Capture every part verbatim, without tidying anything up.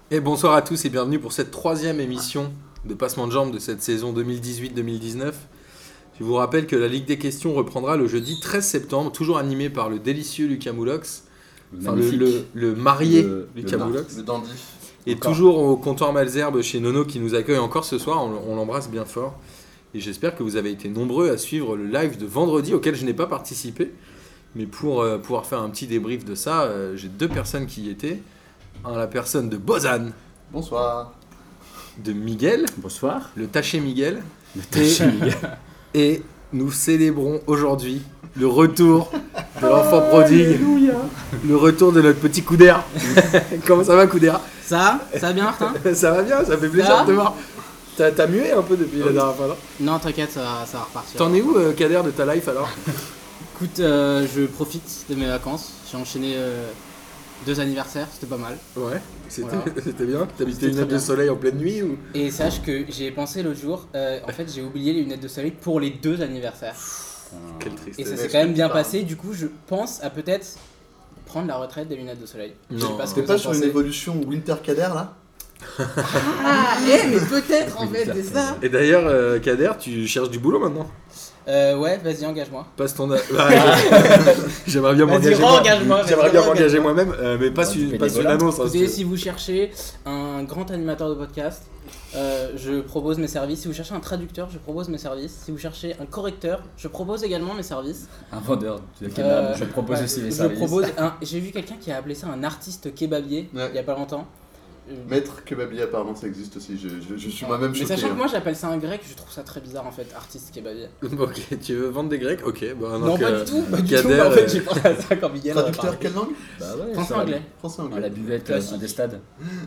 Et bonsoir à tous et bienvenue pour cette troisième émission de Passement de Jambes de cette saison deux mille dix-huit deux mille dix-neuf. Je vous rappelle que la Ligue des questions reprendra le jeudi treize septembre, toujours animé par le délicieux Lucas Moulox, enfin le, le, le marié le, Lucas le, Moulox, le dandy. Et encore. toujours au comptoir Malzerbe chez Nono qui nous accueille encore ce soir, on, on l'embrasse bien fort. Et j'espère que vous avez été nombreux à suivre le live de vendredi auquel je n'ai pas participé. Mais pour euh, pouvoir faire un petit débrief de ça, euh, j'ai deux personnes qui y étaient. Un, la personne de Bozan. Bonsoir. De Miguel. Bonsoir. Le taché Miguel. Le taché et, Miguel. Et nous célébrons aujourd'hui le retour de l'enfant prodigue. Alléluia. Le retour de notre petit Couder. Comment ça va, Couder? Ça Ça va bien, Martin? Ça va bien, ça fait plaisir de te voir. T'as, t'as mué un peu depuis la dernière fois, non? Non, t'inquiète, ça, va- ça va repartir. T'en es où, euh, Kader, de ta life alors? Écoute, euh, je profite de mes vacances. J'ai enchaîné euh, deux anniversaires, c'était pas mal. Ouais, c'était, Voilà. c'était bien. T'as mis C'était tes lunettes très de bien. soleil en pleine nuit ou? Et sache que j'ai pensé l'autre jour, euh, en fait, j'ai oublié les lunettes de soleil pour les deux anniversaires. Quelle Et tristesse. ça s'est quand même bien passé, du coup, je pense à peut-être prendre la retraite des lunettes de soleil. Je sais Non. pas ce que T'es vous pas en sur une pensez. évolution Winter Kader là? Ah, eh, mais peut-être en fait, c'est ça. Et d'ailleurs, euh, Kader, tu cherches du boulot maintenant? Euh, ouais, vas-y, engage-moi. Passe ton. a- Ah, je- J'aimerais bien Vas-y, m'engager. moi- re-engage-moi, vas-y, J'aimerais bien re-engage-moi. m'engager moi-même, euh, mais passe Ouais, une, du passe une bénévolat. annonce. hein, si tu Écoutez, veux. si vous cherchez un grand animateur de podcast, euh, je propose mes services. Si vous cherchez un traducteur, je propose mes services. Si vous cherchez un correcteur, je propose également mes services. Un vendeur de kebab. Euh, je propose ouais, aussi les je services. propose un- J'ai vu quelqu'un qui a appelé ça un artiste kebabier Ouais. il y a pas longtemps. Euh, Maître Kebabier, apparemment ça existe aussi. Je, je, je suis ouais. moi-même Mais choqué. sachant que hein. moi j'appelle ça un grec, je trouve ça très bizarre en fait, artiste kebabier. Ok, tu veux vendre des grecs? Ok, bah, Non, donc, pas euh, du tout, pas du Kader, tout. En fait, euh, j'ai pensé à ça quand Miguel en a Traducteur, parlé. quelle langue? Bah ouais, Français ça, anglais. Français À anglais. la buvette Classique. euh, des stades.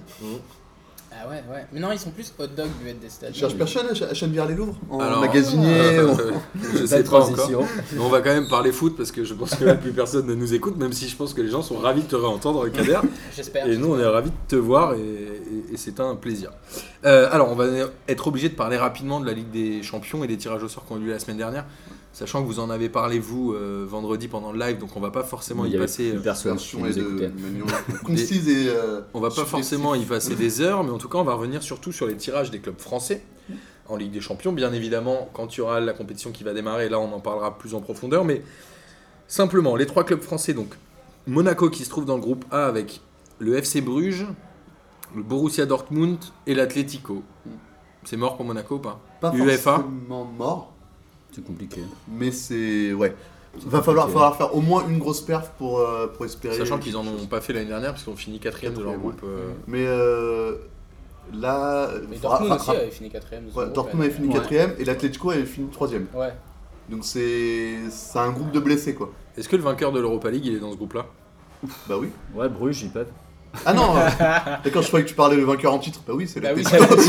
Ah ouais, ouais. Mais non, ils sont plus hot dog buvette des stades. Je cherche personne à Chennevières les Louvres en Alors, magasinier. euh, en- je sais Belle pas encore. transition. Mais on va quand même parler foot parce que je pense que là, plus personne ne nous écoute, même si je pense que les gens sont ravis de te réentendre, Kader. J'espère. Et nous, on est ravis de te voir et, et- et c'est un plaisir. Euh, alors, on va être obligé de parler rapidement de la Ligue des Champions et des tirages au sort qu'on a eu la semaine dernière, sachant que vous en avez parlé, vous, euh, vendredi pendant le live, donc on va pas forcément Il y y avait passer. plus euh, personne qui Version et nous de écoutait. manière concise et. euh, On va pas subjective. forcément y passer des heures, mais en tout cas, on va revenir surtout sur les tirages des clubs français en Ligue des Champions. Bien évidemment, quand il y aura la compétition qui va démarrer, là, on en parlera plus en profondeur. Mais simplement, les trois clubs français, donc Monaco qui se trouve dans le groupe A avec le F C Bruges, le Borussia Dortmund et l'Atlético. C'est mort pour Monaco ou pas? Pas UEFA. forcément mort, C'est compliqué. mais c'est. Ouais. Va falloir, compliqué. falloir faire au moins une grosse perf pour, euh, pour espérer. Sachant qu'ils en ont pas fait l'année dernière, parce qu'ils ont fini quatrième de leur Quatrième, groupe. euh, Mais euh, là. Mais faudra- Dortmund aussi faudra- avait fini quatrième. de son Ouais, groupe, Dortmund ouais. avait fini Ouais. quatrième et l'Atlético avait fini troisième. Ouais. Donc c'est c'est un groupe de blessés quoi. Est-ce que le vainqueur de l'Europa League, il est dans ce groupe-là? Bah oui. Ouais, Bruges, ils peuvent. Ah non euh, D'accord, je croyais que tu parlais le vainqueur en titre. Bah oui, c'est Bah oui, l'Atlético.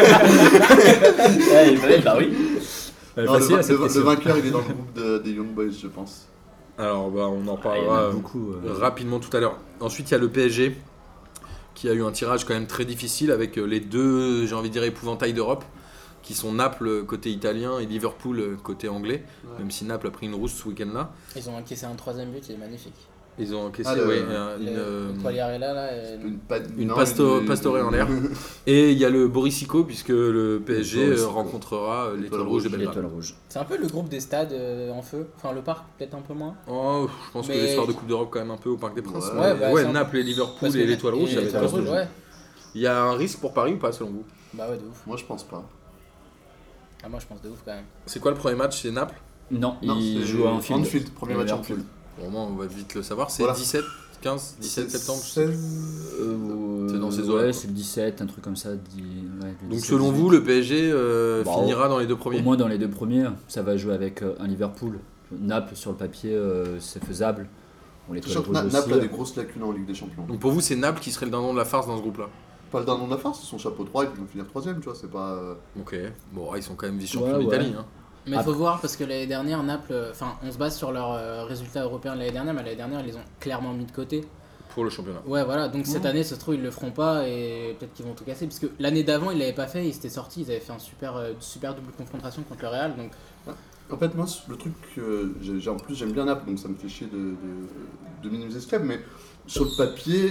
Eh, bah oui. Euh, Non, le, facile à va- cette le- le question. vainqueur il est dans le groupe de- des Young Boys je pense. Alors, bah, on en Ah, il y en parlera a euh, beaucoup. euh. rapidement tout à l'heure. Ensuite, il y a le P S G qui a eu un tirage quand même très difficile avec euh, les deux, j'ai envie de dire, épouvantails d'Europe qui sont Naples côté italien et Liverpool euh, côté anglais. Ouais. Même si Naples a pris une rousse ce week-end-là. Ils ont encaissé un troisième but, il est magnifique. Ils ont encaissé Ah, le- ouais, euh, une, Le- euh, le Quagliarella là. euh, Une, pa- une non, pasto- une- pastorée en l'air. Et il y a le Borisico puisque le P S G Le Borisico. euh, rencontrera euh, l'étoile L'étoile rouge de rouge, Belgrade. L'étoile rouge. C'est un peu le groupe des stades euh, en feu. Enfin, le parc peut-être un peu moins. Oh, je pense que Mais- l'histoire de Coupe d'Europe quand même un peu au Parc des Princes. Ouais, mais bah, ouais, c'est un- Naples et Liverpool Parce et que- l'étoile rouge, et ça va être l'étoile très rouge, rouge. ouais. Il y a un risque pour Paris ou pas selon vous? Bah ouais, de ouf. Moi je pense pas. Ah, moi je pense de ouf quand même. C'est quoi le premier match? C'est Naples? Non, Non, ils c'est jouent à Anfield. Anfield, premier match Liverpool. Anfield. Vraiment, on va vite le savoir. C'est Voilà. dix-sept, quinze, dix-sept septembre. je sais plus. seize Euh, C'est dans ces ouais, eaux-là, quoi. c'est le dix-sept, un truc comme ça. dix- ouais, le Donc dix-sept, selon dix-huit. vous, le P S G euh, Bah, finira dans les deux Au premiers? moins dans les deux premiers, ça va jouer avec euh, un Liverpool. Naples sur le papier, euh, c'est faisable. On les Sachant que Na- Naples a des grosses lacunes en Ligue des Champions. Donc pour vous, c'est Naples qui serait le dindon de la farce dans ce groupe-là? Pas le dindon de la farce, c'est son chapeau trois et puis ils vont finir troisième, tu vois, c'est pas. euh, Ok. Bon, ils sont quand même vice-champions Ouais, d'Italie. ouais. Hein. Mais il Après- faut voir parce que l'année dernière, Naples, euh, enfin, on se base sur leurs euh, résultats européens de l'année dernière, mais l'année dernière, ils les ont clairement mis de côté. Pour le championnat. Ouais, voilà, donc cette Ouais. année, ça se trouve, ils le feront pas et peut-être qu'ils vont tout casser. Parce que l'année d'avant, ils l'avaient pas fait, ils s'étaient sortis, ils avaient fait un super, euh, super double confrontation contre le Real. Donc, En fait, moi, le truc, que j'ai, en plus, j'aime bien Naples, donc ça me fait chier de, de, de minimiser ce club, mais sur le papier,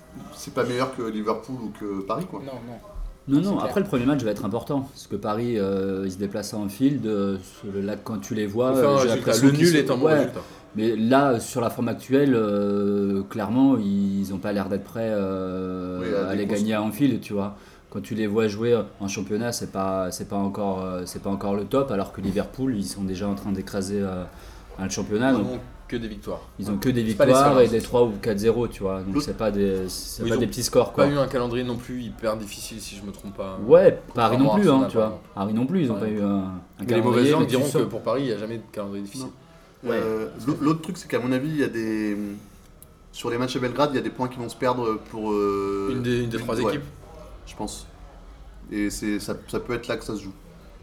c'est pas meilleur que Liverpool ou que Paris, quoi. Non, non. Non, C'est non, clair. après le premier match va être important. Parce que Paris, euh, ils se déplacent à Anfield. Euh, sur le lac, quand tu les vois, Faut faire un euh, j'ai résultat. l'impression Le qu'ils nul sont- est un bon ouais, résultat. Mais là, sur la forme actuelle, euh, clairement, ils n'ont pas l'air d'être prêts euh, Oui, à à les déconstruire. gagner à Anfield, tu vois. Quand tu les vois jouer en championnat, c'est pas, c'est pas encore, euh, c'est pas encore le top, alors que Liverpool, ils sont déjà en train d'écraser euh, le championnat. Ils Donc, n'ont que des victoires. ils ont que des C'est pas les victoires seuls, et hein. des trois ou quatre zéro, tu vois. Donc L'autre- c'est pas des, c'est Oui, pas ils des ont petits scores, quoi. Pas eu un calendrier non plus hyper difficile si je me trompe pas. Ouais, Paris non Contrairement à plus, hein, Arsenal, tu par vois. exemple. Paris non plus, ils ont Ouais. pas eu un, un Mais les calendrier, mauvaises langues mais tu diront sens- que pour Paris, il n'y a jamais de calendrier difficile. Ouais. Euh, l'au- L'autre truc, c'est qu'à mon avis, il y a des. Sur les matchs à Belgrade, il y a des points qui vont se perdre pour. euh, Une des, une des trois ouais, équipes. je pense. Et c'est, ça, ça peut être là que ça se joue.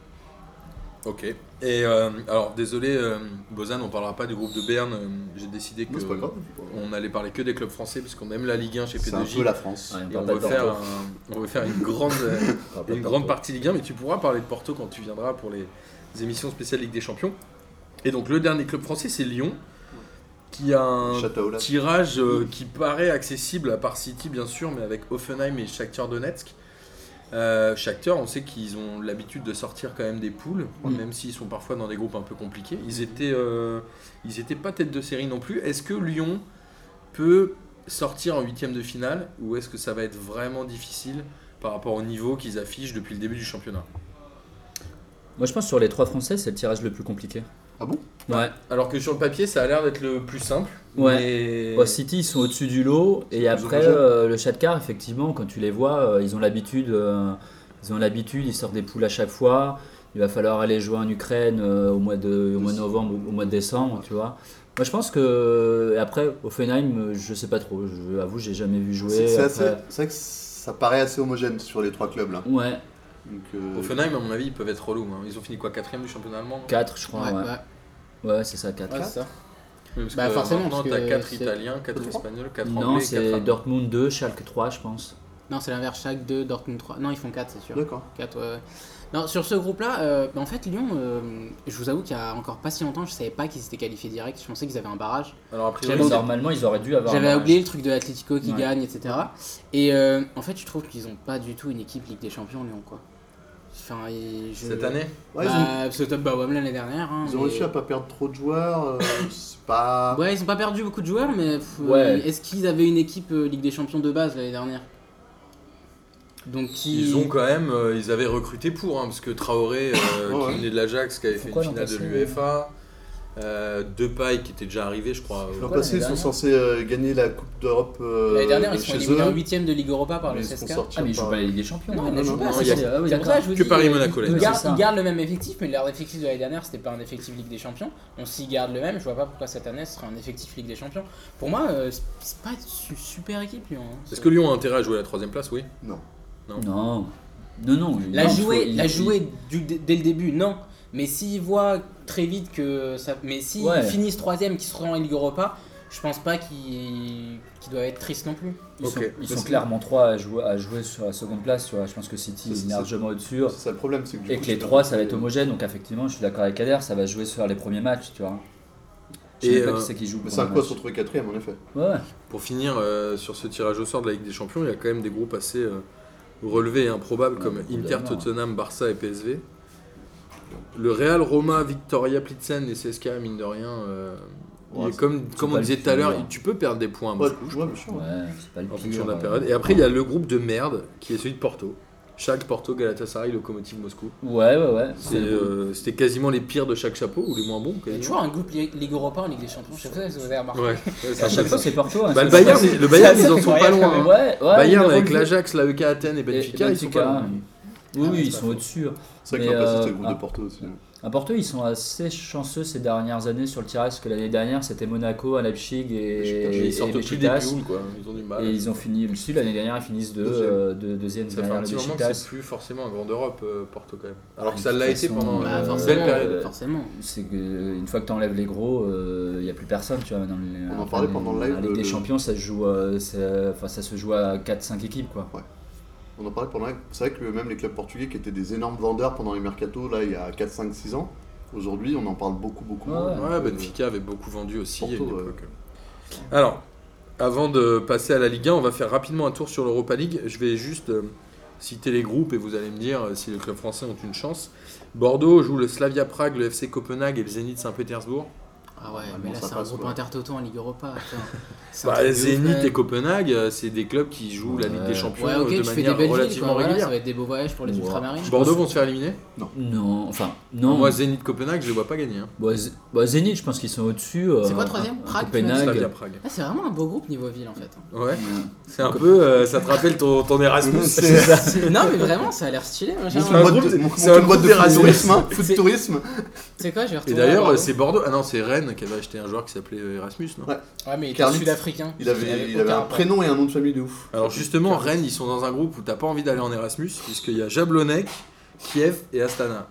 Ok. Et euh, alors, désolé, euh, Bozan, on parlera pas du groupe de Berne. euh, J'ai décidé que Non, c'est pas grave. on allait parler que des clubs français parce qu'on aime la Ligue un chez P C'est deux un J. peu la France. Ouais, on Et parle on pas veut, de faire Porto. un- on veut faire une grande, euh, On parle pas de une Porto. grande partie Ligue un, mais tu pourras parler de Porto quand tu viendras pour les émissions spéciales Ligue des Champions. Et donc le dernier club français, c'est Lyon, qui a un Château là. tirage euh, qui paraît accessible, à part City bien sûr, mais avec Hoffenheim et Shakhtar Donetsk. Euh, Shakhtar, on sait qu'ils ont l'habitude de sortir quand même des poules, Mm. même s'ils sont parfois dans des groupes un peu compliqués. Ils étaient, euh, ils étaient pas tête de série non plus. Est-ce que Lyon peut sortir en huitième de finale, ou est-ce que ça va être vraiment difficile par rapport au niveau qu'ils affichent depuis le début du championnat? Moi je pense que sur les trois Français, c'est le tirage le plus compliqué. Ah bon? Ouais. Alors que sur le papier, ça a l'air d'être le plus simple. Ouais. mais- Au City, ils sont au-dessus du lot. C'est Et plus après, homogène. euh, le Shakhtar, effectivement, quand tu les vois, euh, ils ont l'habitude. euh, ils ont l'habitude, ils sortent des poules à chaque fois. Il va falloir aller jouer en Ukraine euh, au, mois de, au mois de novembre, au mois de décembre, tu vois. Moi, je pense que. Et après, Hoffenheim, euh, je sais pas trop. Je avoue, j'ai jamais vu jouer. C'est, c'est Après- assez- c'est vrai que ça paraît assez homogène sur les trois clubs là. Ouais, Donc, euh, Hoffenheim, à mon avis, ils peuvent être relous. hein. Ils ont fini quoi, quatrième du championnat allemand? quatre, je crois. Ouais, Ouais, ouais. ouais, c'est ça, quatre. Ouais, c'est ça. Oui, parce Bah, que forcément, maintenant, parce t'as que quatre c'est- Italiens, quatre Trois. Espagnols, quatre Non, Anglais, quatre c'est Allemands. Dortmund deux, Schalke trois, je pense. Non, c'est l'inverse, chaque deux, Dortmund trois. Non, ils font quatre, c'est sûr. D'accord. quatre, ouais, ouais. Non, sur ce groupe-là, euh, bah, en fait, Lyon, euh, je vous avoue qu'il y a encore pas si longtemps, je savais pas qu'ils s'étaient qualifiés direct. Je pensais qu'ils avaient un barrage. Alors, a priori, J'avais- c'est- Normalement, ils auraient dû avoir. un J'avais barrage. oublié le truc de l'Atlético qui Ouais. gagne, et cetera. Et euh, en fait, je trouve qu'ils ont pas du tout une équipe Ligue des Champions, Lyon, quoi. Enfin, et je... cette année, Ouais, bah, ils, ont, parce que Top Bawam l'année dernière. Hein, ils ont mais- réussi à pas perdre trop de joueurs. euh, c'est pas. Ouais, ils ont pas perdu beaucoup de joueurs, mais pff, Ouais. euh, est-ce qu'ils avaient une équipe euh, Ligue des Champions de base l'année dernière? Donc qui... ils ont quand même, euh, ils avaient recruté pour, hein, parce que Traoré, euh, Ouais, qui ouais. venait de l'Ajax, qui avait fait Pourquoi une l'an finale de passé, l'UEFA, euh, Depay qui était déjà arrivé, je crois. L'an euh, Ouais, passé, ils l'année sont dernière. censés euh, gagner la Coupe d'Europe euh, L'année dernière, ils sont chez éliminés en eux. huitième de Ligue Europa par mais le ils se font C S K A. sortir Ah, mais ils jouent par- pas la Ligue des Champions. Non, hein. ils ne jouent non, pas, non, c'est il y a- ça. Ah oui, C'est pour d'accord. ça que je vous Que dis, Paris-Monaco, euh, là. ils, Ouais, gardent, c'est ça. ils gardent le même effectif, mais leur effectif de l'année dernière, c'était pas un effectif Ligue des Champions. Donc s'ils gardent le même, je vois pas pourquoi cette année ce serait un effectif Ligue des Champions. Pour moi, euh, c'est- c'est pas une su- super équipe, Lyon. hein. Est-ce que Lyon a intérêt à jouer à la troisième place? Oui. Non. Non, non, non. La non, jouer, il faut- la il- jouer du- dès le début, non. Mais s'ils voient très vite que ça. Mais s'ils Ouais. finissent troisième, qu'ils seront en Ligue Europa, je pense pas qu'ils qu'ils doivent être tristes non plus. Ils Ok. sont, ils Mais sont c'est- clairement trois à jouer, à jouer sur la seconde place. Tu vois. Je pense que City C'est- est c'est- largement au-dessus. C'est ça le problème. C'est que du Et coup, que les c'est trois, pas- ça va être homogène. Donc, effectivement, je suis d'accord avec Kader, ça va jouer sur les premiers matchs. Tu vois. Je Et, sais pas euh, qui c'est qui joue. Mais le c'est un premier coup à match. se retrouver quatrième en effet. Ouais, Pour finir euh, sur ce tirage au sort de la Ligue des Champions, il y a quand même des groupes assez euh, relevés et improbables Ouais, comme beaucoup Inter, d'avant, Tottenham, Barça et P S V. Le Real, Roma, Victoria, Plitzen et C S K A, mine de rien, euh, il Ouais, est comme, c'est comme pas on le disait tout à pire. l'heure, tu peux perdre des points à Ouais, Moscou, je ouais, trouve, bien sûr. ouais, c'est pas le en pire. fonction de la euh, période. Et après, il y a le groupe de merde qui est celui de Porto. Chaque Porto, Galatasaray, Lokomotiv Moscou. Ouais, ouais, ouais. C'est, euh, C'était quasiment les pires de chaque chapeau, ou les moins bons. Il y a quasiment. toujours un groupe Ligue Ligue Europa en Ligue des Champions, je sais pas si vous avez remarqué. Ouais, ouais, c'est À chaque fois, c'est Porto. hein, Bah, le c'est- Bayern, c'est- le Bayern, c'est ils en sont pas incroyable, loin. quand hein. Ouais, ouais. Bayern ils avec relevé- l'Ajax, l'A E K Athènes et et- Benfica, et ils sont pas loin. Oui, Ah, oui, c'est ils pas sont faux. au-dessus. C'est vrai Mais, que l'an passé, euh, c'était le groupe ah. de Porto aussi. À Porto, ils sont assez chanceux ces dernières années sur le tirage, parce que l'année dernière, c'était Monaco, à Leipzig et, Et ils sortent et plus des Beşiktaş. poules, quoi. Ils ont du mal. Et ils ont fini le sud l'année dernière, ils finissent deux, Deuxième. euh, deux- deuxième Ça fait derrière un le petit moment que Beşiktaş. c'est plus forcément en grande Europe, euh, Porto quand même. Alors que de ça toute l'a été façon, pendant bah, une forcément, belle période. euh, Forcément. C'est que une fois que tu enlèves les gros, il n'y a plus personne, tu vois. Dans les, On en parlait pendant le live, La Ligue des le- Champions, ça se joue, euh, c'est- enfin, ça se joue à quatre cinq équipes, quoi. On en parlait pendant la... C'est vrai que même les clubs portugais qui étaient des énormes vendeurs pendant les mercatos, là, il y a quatre, cinq, six ans, aujourd'hui, on en parle beaucoup, beaucoup Ouais, moins. Ouais, Euh, Benfica avait beaucoup vendu aussi. Porto, à une ouais. époque. Alors, Avant de passer à la Ligue un, on va faire rapidement un tour sur l'Europa League. Je vais juste euh, citer les groupes et vous allez me dire euh, si les clubs français ont une chance. Bordeaux joue le Slavia Prague, le F C Copenhague et le Zénith Saint-Pétersbourg. Ah ouais, Ah mais bon, là ça c'est un passe, groupe quoi. intertoto en Ligue Europa. Attends. C'est un Bah, truc de ouf, Zénith ouais. et Copenhague, euh, c'est des clubs qui jouent la Ligue Ouais. des Champions Ouais, ok, euh, de tu fais des manière belles villes, relativement quoi. Voilà, régulière. ça va être des beaux voyages pour les Ouais. ultramarines. Bordeaux vont se faire éliminer. Non, enfin, non. Moi, Zénith Copenhague, je les vois pas gagner. Hein. Bon, Z- bon, Zénith, je pense qu'ils sont au-dessus. euh, C'est quoi, troisième Prague, Copenhague. Slavia Prague. Ah, c'est vraiment un beau groupe niveau ville en fait. Ouais. Ouais. C'est un peu, euh, ça te rappelle ton, ton Erasmus. C'est ça. Non mais vraiment, ça a l'air stylé. Moi, j'ai Monte un une un- boîte groupe- de- monte c'est un une boîte groupe de foot d'Erasmus. tourisme. hein, Foot C'est- tourisme. C'est quoi, je vais Et retourner. d'ailleurs, à Bordeaux. c'est Bordeaux. Ah non, c'est Rennes qui avait acheté un joueur qui s'appelait euh, Erasmus, non Ouais. Ouais, mais il était Carlitz. sud-africain. Il avait, il aucun avait un rapport. prénom et un nom de famille de ouf. Alors justement, Rennes, ils sont dans un groupe où t'as pas envie d'aller en Erasmus, puisqu'il y a Jablonec, Kiev et Astana.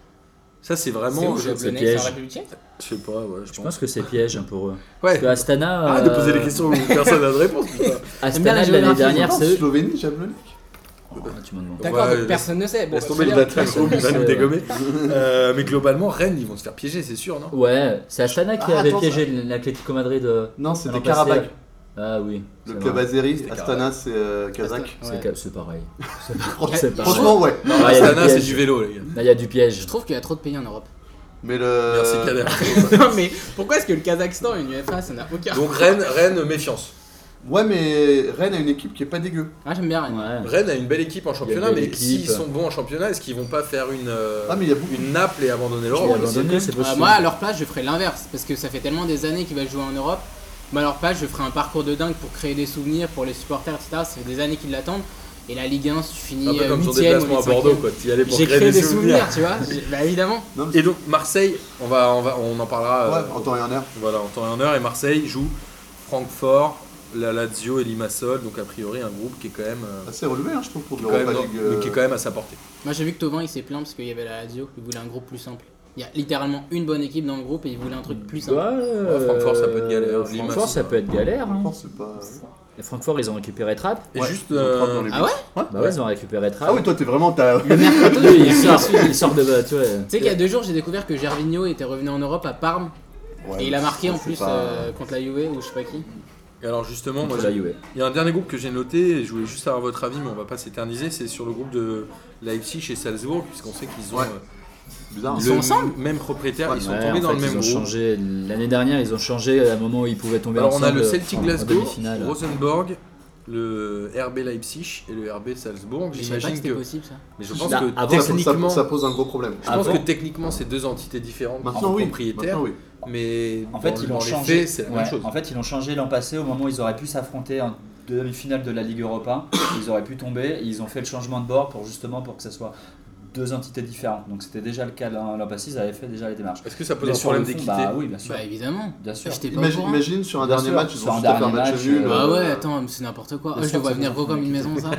Ça, c'est C'est vraiment... où je, c'est Jablonec, piège. c'est en République tchèque je sais pas, ouais, je Je pense. pense que c'est piège hein, pour eux. Ouais, Parce que Astana. arrête de euh, poser des questions où personne n'a de réponse. putain. J'aime bien la Astana, l'année géographie, dernière, c'est eux. Slovénie, Jablonec. Ah, tu m'en demandes. D'accord, Ouais, donc personne ne sait. Bon, Laisse bah, tomber, très il bien. va te faire il va nous c'est- dégommer. Euh, mais globalement, Rennes, ils vont se faire piéger, c'est sûr, non? Ouais, c'est Astana qui Ah, avait attends, piégé l'Atlético Madrid. euh, Non, l'an c'était passé. Karabakh. Ah oui. Le c'est club vrai. azéri. C'était Astana, c'est euh, kazakh. C'est Ouais. ca- c'est pareil. Franchement, C'est pareil. franchement, ouais. Non, Ah, il y a Astana, du c'est piège. du vélo, les gars. Là, il y a du piège. Je trouve qu'il y a trop de pays en Europe. Mais le. Merci, Kader. Non mais pourquoi est-ce que le Kazakhstan et une U F A ça n'a aucun Donc Rennes, Rennes, méfiance. Ouais, mais Rennes a une équipe qui est pas dégueu. Ah j'aime bien Rennes. Ouais. Rennes a une belle équipe en championnat, belle mais équipe. s'ils sont bons en championnat, est-ce qu'ils vont pas faire une, euh, Ah, mais il y a beaucoup. une Naples et abandonner Il l'Europe a abandonné, c'est Euh, possible. moi à leur place je ferais l'inverse parce que ça fait tellement des années qu'ils veulent jouer en Europe. Moi à leur place je ferais un parcours de dingue pour créer des souvenirs pour les supporters et cetera. Ça fait des années qu'ils l'attendent. Et la Ligue un si tu Un finis peu comme ton huitième déplacement ou à Bordeaux, cinquième. quoi. Tu y allais pour J'ai créer créé des, des souvenirs, tu vois. J'ai- Bah évidemment. Non, mais- Et donc Marseille, on va, on va, on en parlera. Ouais, euh, en temps et en heure. Voilà, en temps et en heure. Et Marseille joue Francfort, la Lazio et Limassol. Donc a priori un groupe qui est quand même, euh, Assez relevé, hein, je trouve, pour de quand même l'Europa dans- League. mais euh, qui est quand même à sa portée. Moi j'ai vu que Thauvin il s'est plaint parce qu'il y avait la Lazio. Il voulait un groupe plus simple. Il y a littéralement une bonne équipe dans le groupe et il voulait un truc plus simple. Ouais, Francfort, ça peut être galère. euh, Limassol, Francfort, ça peut être galère. Je hein. pense que c'est pas. Et Francfort, ils ont récupéré Trapp. Et Ouais, juste, ils ont Trapp euh, dans les Ah buts. ouais Bah ouais, ils ont récupéré Trapp. Ah oui, toi, t'es vraiment. T'as... Le mercato, Lui, il il sort, il sort de. Tu vois. Tu sais qu'il y a deux jours j'ai découvert que Gervinho était revenu en Europe à Parme Ouais, et il a marqué en c'est plus pas- euh, contre la Juve ou je sais pas qui. et alors justement, moi, Contre la j'ai- Juve. il y a un dernier groupe que j'ai noté. Et je voulais juste avoir votre avis, mais on va pas s'éterniser. C'est sur le groupe de Leipzig et Salzbourg, puisqu'on sait qu'ils ont Ouais. euh, Bizarre. Ils le sont ensemble même propriétaire. Ouais, ils sont Ouais, tombés en dans fait, le même ils ont groupe. changé. L'année dernière, ils ont changé à un moment où ils pouvaient tomber Alors on a ensemble. le Celtic en- en Glasgow, demi-finale. Rosenborg, le R B Leipzig et le R B Salzbourg. Je savais pas que J'imagine c'était que, possible ça. mais je pense Là, que avant, Ça, ça- techniquement, ça pose un gros problème. je pense avant- que techniquement c'est deux entités différentes Maintenant, en oui. propriétaires, Maintenant, oui. mais En fait, dans, ils dans l'ont les changé. faits, c'est la Ouais, même chose. En fait, ils l'ont changé l'an passé au moment où ils auraient pu s'affronter en demi-finale de la Ligue Europa. Ils auraient pu tomber. Et ils ont fait le changement de bord pour justement pour que ça soit deux entités différentes. Donc c'était déjà le cas l'an l'an passé. Ils avaient fait déjà les démarches. Est-ce que ça pose Mais un sur problème le fond, d'équité bah oui, bien sûr. Bah évidemment. Bien sûr. J'étais pas au Imagine, courant. imagine sur un Bien dernier sûr, match, ils sur ont un juste fait un dernier match match, nul. euh, Bah euh, ouais, attends, mais c'est n'importe quoi. bien Oh, je sûr, le vois ça venir me gros fait comme une une maison ça.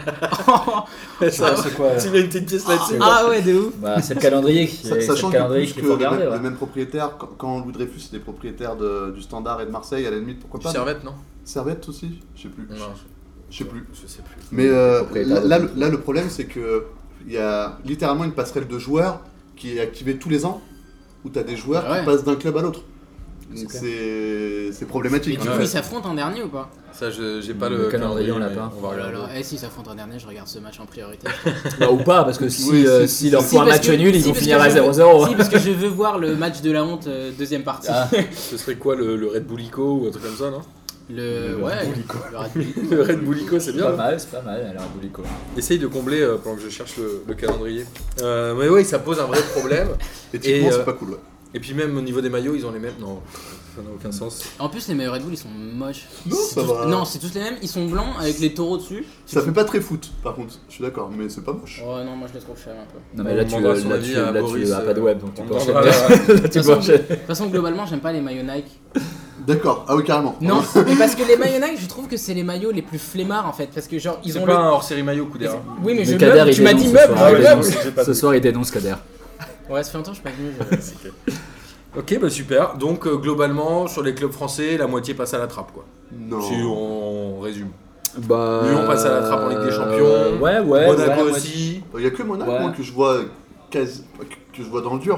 Ça, c'est quoi, Tu mets une petite pièce là-dessus. Ah ouais, de ouf. Bah, c'est le calendrier qui Sa- c'est Sachant le que, calendrier plus qu'il que faut le, regarder. même, ouais. le même propriétaire, quand, quand Louis Dreyfus était propriétaire de- du Standard et de Marseille, à la limite, pourquoi Du pas Servette, non Servette aussi. Je sais plus. Non, Je sais plus. je sais plus. Mais euh, Propriétaire là, de- là, le- là, le problème, c'est que il y a littéralement une passerelle de joueurs qui est activée tous les ans, où tu as des joueurs Ouais. qui passent d'un club à l'autre. C'est Donc clair. c'est c'est Et problématique. du Ouais. coup, ils s'affrontent en dernier ou pas? Ça, je- j'ai pas Le le, calendrier, on l'a mais pas. On va Oh là regarder. là, eh si ça s'affrontent en dernier, je regarde ce match en priorité. Bah, ou pas, parce que si, Oui, euh, si, si si, leur Si, font un parce match que- nul, ils si, vont parce finir que à je- zéro zéro. Si, parce que je veux voir le match de la honte, euh, deuxième partie. Ah. Ce serait quoi le, le Red Bullico ou un truc comme ça, non Le. Le Ouais, Red le Red Bull. Le Red Bullico, c'est C'est bien. pas non mal, c'est pas mal, alors Boulico. Essaye de combler euh, pendant que je cherche le, le calendrier. Euh, mais oui, ça pose un vrai problème. Éthiquement, Et, euh, c'est pas cool. Ouais. Et puis même au niveau des maillots, ils ont les mêmes. Non, ça n'a aucun sens. En plus, les maillots Red Bull ils sont moches. Non, C'est ça tous- va. Non, c'est tous les mêmes. Ils sont blancs avec les taureaux dessus. Ça fait pas très foot, par contre. Je suis d'accord, mais c'est pas moche. Oh non, moi je les trouve chers un peu. Non, mais On là, tu demandera son là, avis tu- à là, Boris, tu as pas de euh, web, donc tu on peux demandera enchaîner. la- Là, tu De peux toute façon, enchaîner. de toute façon, globalement, j'aime pas les maillots Nike. D'accord, ah oui, carrément. Non, mais parce que les maillots Nike, je trouve que c'est les maillots les plus flemmards en fait. Parce que genre, ils C'est ont pas le. un hors-série maillot coup d'air. Oui, mais je Mais Kader, meuble. il Tu m'as dénonce dit ce meuble. soir, je il meuble. dénonce. Ce soir, il dénonce Kader. Ouais, ça fait longtemps que je suis pas venu. je- Ok, bah super. Donc euh, globalement, sur les clubs français, la moitié passe à la trappe, quoi. Non. Si on résume. Bah. Lyon passe à la trappe en Ligue des Champions. euh, Ouais, ouais. Monaco ouais, ouais. aussi. Il y a que Monaco Ouais. moi, que je vois quasi... que je vois dans le dur.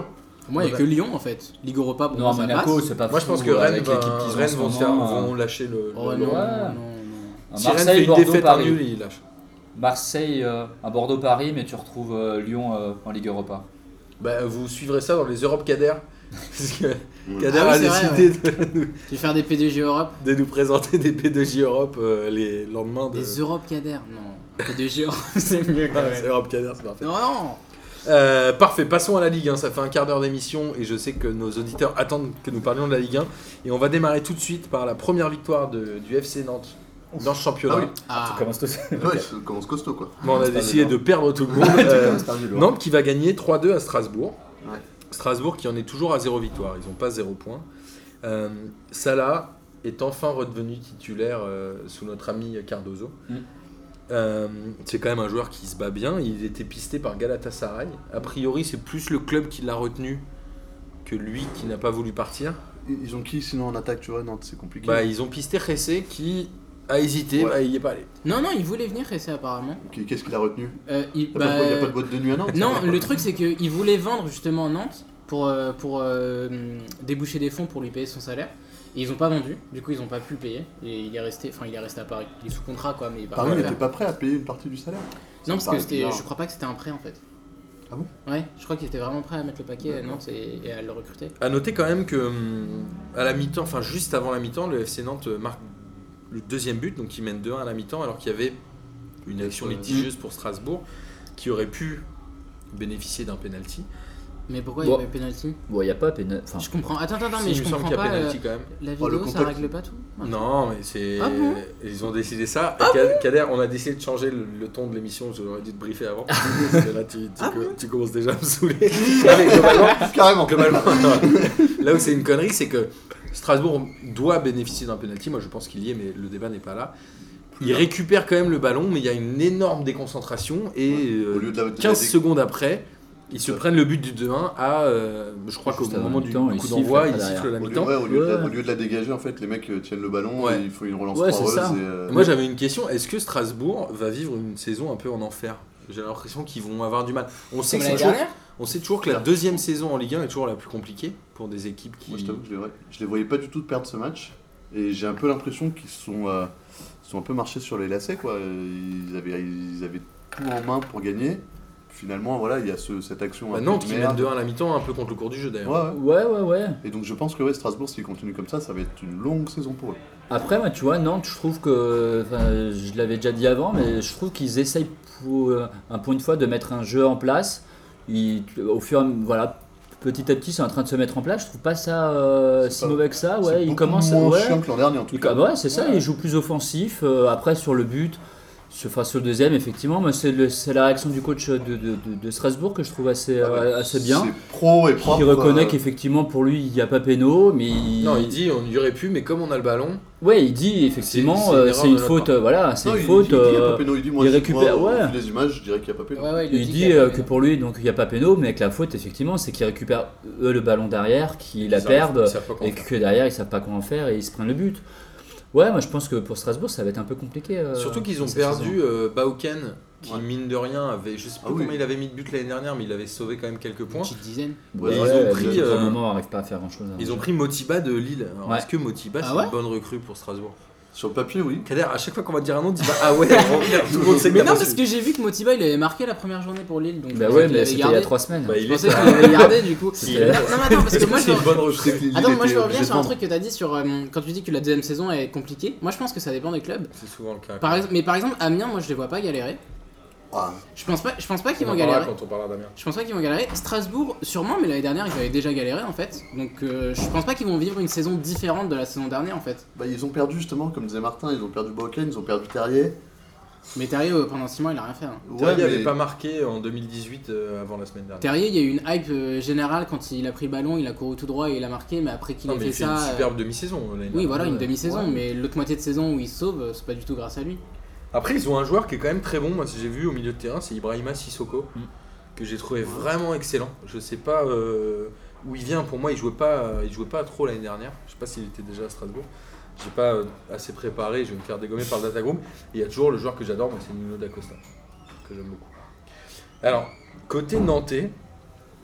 Moi, il n'y a que Lyon en fait. Ligue Europa, pour Non, moi, ça Monaco, passe. c'est pas Moi, je fou, pense que euh, Rennes, avec va- l'équipe qu'ils ont en Rennes ce vont, se faire- moment, vont euh, lâcher le. Oh le- non, le- non, Ouais. non, non. Si Rennes fait Marseille, une Bordeaux, défaite, un Paris. nul, il lâche. Marseille, euh, à Bordeaux-Paris, mais tu retrouves euh, Lyon euh, en Ligue Europa. Bah, vous suivrez ça dans les Europe Kader. Parce que Kader Ah oui, a c'est vrai, décidé de, nous, Tu veux faire des P D G Europe de nous présenter des P deux J Europe euh, les lendemains de. Des Europe Kader Non. P D G Europe, c'est mieux quand Ouais, c'est même. Europe Kader, c'est parfait. Non, non Euh, parfait, passons à la Ligue un. Ça fait un quart d'heure d'émission et je sais que nos auditeurs attendent que nous parlions de la Ligue un. Et on va démarrer tout de suite par la première victoire de, du F C Nantes dans ce championnat. Ah oui. Ah, Tu commences tout Ouais, ça commence costaud quoi. Bon, on a C'est pas décidé le de perdre tout le monde. Euh, Non. Nantes qui va gagner trois deux à Strasbourg. Ouais. Strasbourg qui en est toujours à zéro victoire. Ils n'ont pas zéro point. Euh, Salah est enfin redevenu titulaire euh, sous notre ami Cardozo. Mm. Euh, c'est quand même un joueur qui se bat bien. Il était pisté par Galatasaray. A priori, c'est plus le club qui l'a retenu que lui qui n'a pas voulu partir. Ils ils ont qui sinon en attaque, tu vois? Nantes, c'est compliqué. Bah, ils ont pisté Ressé qui a hésité, Ouais. bah, il n'y est pas allé. Non, non, il voulait venir Ressé apparemment. Qui- Qu'est-ce qu'il a retenu? Euh, il, Il n'y a, bah, pas de- y a pas de boîte de nuit à Nantes? Non, ça le truc c'est qu'il voulait vendre justement Nantes pour, euh, pour euh, déboucher des fonds pour lui payer son salaire. Et ils ont pas vendu, du coup ils ont pas pu le payer. Et il est resté, enfin il est resté à Paris. Il est sous contrat quoi, mais il va Paris rien n'était faire. pas prêt à payer une partie du salaire. Non, Ça parce que me c'était, paraît je bizarre. crois pas que c'était un prêt en fait. Ah bon? Ouais, je crois qu'il était vraiment prêt à mettre le paquet à Nantes et, et à le recruter. À noter quand même que hum, à la mi-temps, enfin juste avant la mi-temps, le F C Nantes marque le deuxième but, donc il mène deux un à la mi-temps, alors qu'il y avait une action litigieuse pour Strasbourg qui aurait pu bénéficier d'un penalty. Mais pourquoi Bon. il y avait penalty Bon, il n'y a pas pénal. Enfin, Je comprends. Attends, attends, attends, Si, mais il je me semble comprends qu'il y a pas. penalty euh, quand même. La Oh, le vidéo, ça contexte. règle pas tout. Non, mais c'est. Ah bon Ils ont décidé ça. Et Ka- Kader, on a décidé de changer le, le ton de l'émission. J'aurais dû te briefer avant. Parce que là, tu, tu, Ah co- tu commences déjà à me saouler. Non, mais globalement, Carrément. globalement, non. Là où c'est une connerie, c'est que Strasbourg doit bénéficier d'un penalty. Moi, je pense qu'il y est, mais le débat n'est pas là. Il récupère quand même le ballon, mais il y a une énorme déconcentration. Et euh, Au lieu de la- de la quinze dé- secondes après, ils se Ouais. prennent le but du deux un à. euh, je crois qu'au Juste avant moment la du mi-temps, ils coup sifflent d'envoi, après ils derrière. sifflent la Au lieu, mi-temps. ouais, au, lieu de la, Ouais. au lieu de la dégager, en fait, les mecs euh, tiennent le ballon Ouais. et il faut une relance Ouais, c'est foireuse. ça. et, euh, Moi j'avais une question, est-ce que Strasbourg va vivre une saison un peu en enfer? J'ai l'impression qu'ils vont avoir du mal. On sait, Comme que c'est l'année toujours, dernière on sait toujours que la deuxième saison en Ligue un est toujours la plus compliquée pour des équipes qui... Moi, je t'avoue que je les, voyais- je les voyais pas du tout de perdre ce match. Et j'ai un peu l'impression qu'ils sont, euh, sont un peu marchés sur les lacets, quoi. Ils avaient, ils avaient tout en main pour gagner. Finalement, voilà, il y a ce- cette action Bah, un Nantes peu qui de mène merde. deux un à la mi-temps, un peu contre le cours du jeu d'ailleurs. Ouais, ouais. ouais, ouais, ouais. Et donc je pense que ouais, Strasbourg, s'ils continuent comme ça, ça va être une longue saison pour eux. Après, moi, tu vois, Nantes, je trouve que, enfin, je l'avais déjà dit avant, mais je trouve qu'ils essayent pour, euh, un- pour une fois de mettre un jeu en place. Ils, au fur et à mesure, voilà, petit à petit, c'est en train de se mettre en place. Je trouve pas ça euh, C'est si pas- mauvais que ça. C'est Ouais, ils beaucoup commencent. moins Ouais, chiant que l'an dernier en tout ils- cas. ouais, c'est ça. Ouais. Ils jouent plus offensif. Euh, après, sur le but. Sur, enfin, sur le deuxième, effectivement, moi, c'est, le- c'est la réaction du coach de, de- de- de Strasbourg que je trouve assez, Ah ouais, euh, assez bien. C'est pro et propre. Qui reconnaît euh, qu'effectivement pour lui il n'y a pas péno, mais il... Non, il dit on y aurait pu, mais comme on a le ballon, ouais, il dit effectivement C'est- c'est une euh, erreur c'est de une notre faute, part. euh, voilà, c'est non, une il, faute. il, il, dit, il y a euh, pas péno. Il dit, moi, il je- récupère, moi, ouais. au vu des images, je dirais qu'il n'y a pas péno. Ouais, ouais, il, il le dit qu'il y a euh, pas- que pour lui donc il n'y a pas péno, mais avec la faute effectivement c'est qu'il récupère eux le ballon derrière, qu'ils la ils savent- perdent ils savent pas comment et faire. que derrière ils savent pas comment faire et ils se prennent le but. Ouais, moi je pense que pour Strasbourg ça va être un peu compliqué. euh, Surtout qu'ils ont cette perdu saison. euh, Bauken, qui Ouais. mine de rien avait, je sais plus Ah oui. combien il avait mis de buts l'année dernière, mais il avait sauvé quand même quelques Une points. petite dizaine. Ouais, ils ouais, ont ouais, pris, pour le euh, moment on n'arrive pas à faire grand chose. Ils ont pris Motiba de Lille. Alors, Ouais. est-ce que Motiba Ah c'est ouais une bonne recrue pour Strasbourg? Sur le papier, oui. Kader, à chaque fois qu'on va te dire un nom, dis pas ah ouais, regarde, tout le monde sait que Mais t'as non, pas parce su. que j'ai vu que Motiba il avait marqué la première journée pour Lille. Donc je Bah pensais ouais, qu'il mais avait c'était il y gardé. a trois semaines. Bah, Je il est pensais ça. qu'il avait gardé du coup. C'était- Non, mais attends, parce Est-ce que moi que c'est je. une bonne recrue? Attends, moi je était veux revenir obligé sur de un vendre. truc que t'as dit sur euh, quand tu dis que la deuxième saison est compliquée. Moi je pense que ça dépend des clubs. C'est souvent le cas. Par exemple, mais par exemple, Amiens, moi je les vois pas galérer. Ah, Je pense pas, je pense pas qu'ils On vont en parlera galérer. quand on parlera d'Amiens. Je pense pas qu'ils vont galérer. Strasbourg, sûrement, mais l'année dernière ils avaient déjà galéré en fait. Donc euh, je pense pas qu'ils vont vivre une saison différente de la saison dernière en fait. bah, ils ont perdu justement, comme disait Martin, ils ont perdu Bauken, ils ont perdu Terrier. Mais Terrier euh, pendant six mois il a rien fait. hein. Ouais, Terrier mais- avait pas marqué en deux mille dix-huit euh, avant la semaine dernière. Terrier, il y a eu une hype euh, générale quand il a pris le ballon, il a couru tout droit et il a marqué, mais après qu'il Non, ait mais fait il fait ça. une euh, superbe demi-saison. l'année Oui, dernière. voilà, une Ouais. demi-saison, Ouais. mais l'autre moitié de saison où il se sauve, euh, c'est pas du tout grâce à lui. Après, ils ont un joueur qui est quand même très bon. Moi, si j'ai vu au milieu de terrain, c'est Ibrahima Sissoko, Mm. que j'ai trouvé vraiment excellent. Je sais pas euh, où il vient. Pour moi, il jouait pas, il jouait pas trop l'année dernière. Je sais pas s'il était déjà à Strasbourg. J'ai pas euh, assez préparé. Je vais me faire dégommer par le data group. Et il y a toujours le joueur que j'adore, moi, c'est Nuno D'Acosta, que j'aime beaucoup. Alors, côté nantais,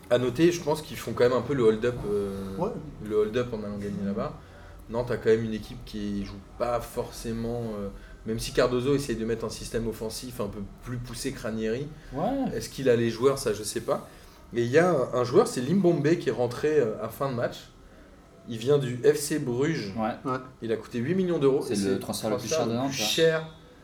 À noter, je pense qu'ils font quand même un peu le hold-up, euh, Ouais. le hold-up en allant gagner là-bas. Nantes a quand même une équipe qui joue pas forcément, euh, même si Cardozo essaye de mettre un système offensif un peu plus poussé que Ranieri. Ouais. Est-ce qu'il a les joueurs, ça je sais pas. Et il y a un, un joueur, c'est Limbombe qui est rentré euh, à fin de match. Il vient du F C Bruges. Ouais. Il a coûté huit millions d'euros. C'est Et le transfert le plus cher de Nantes, le plus ça. cher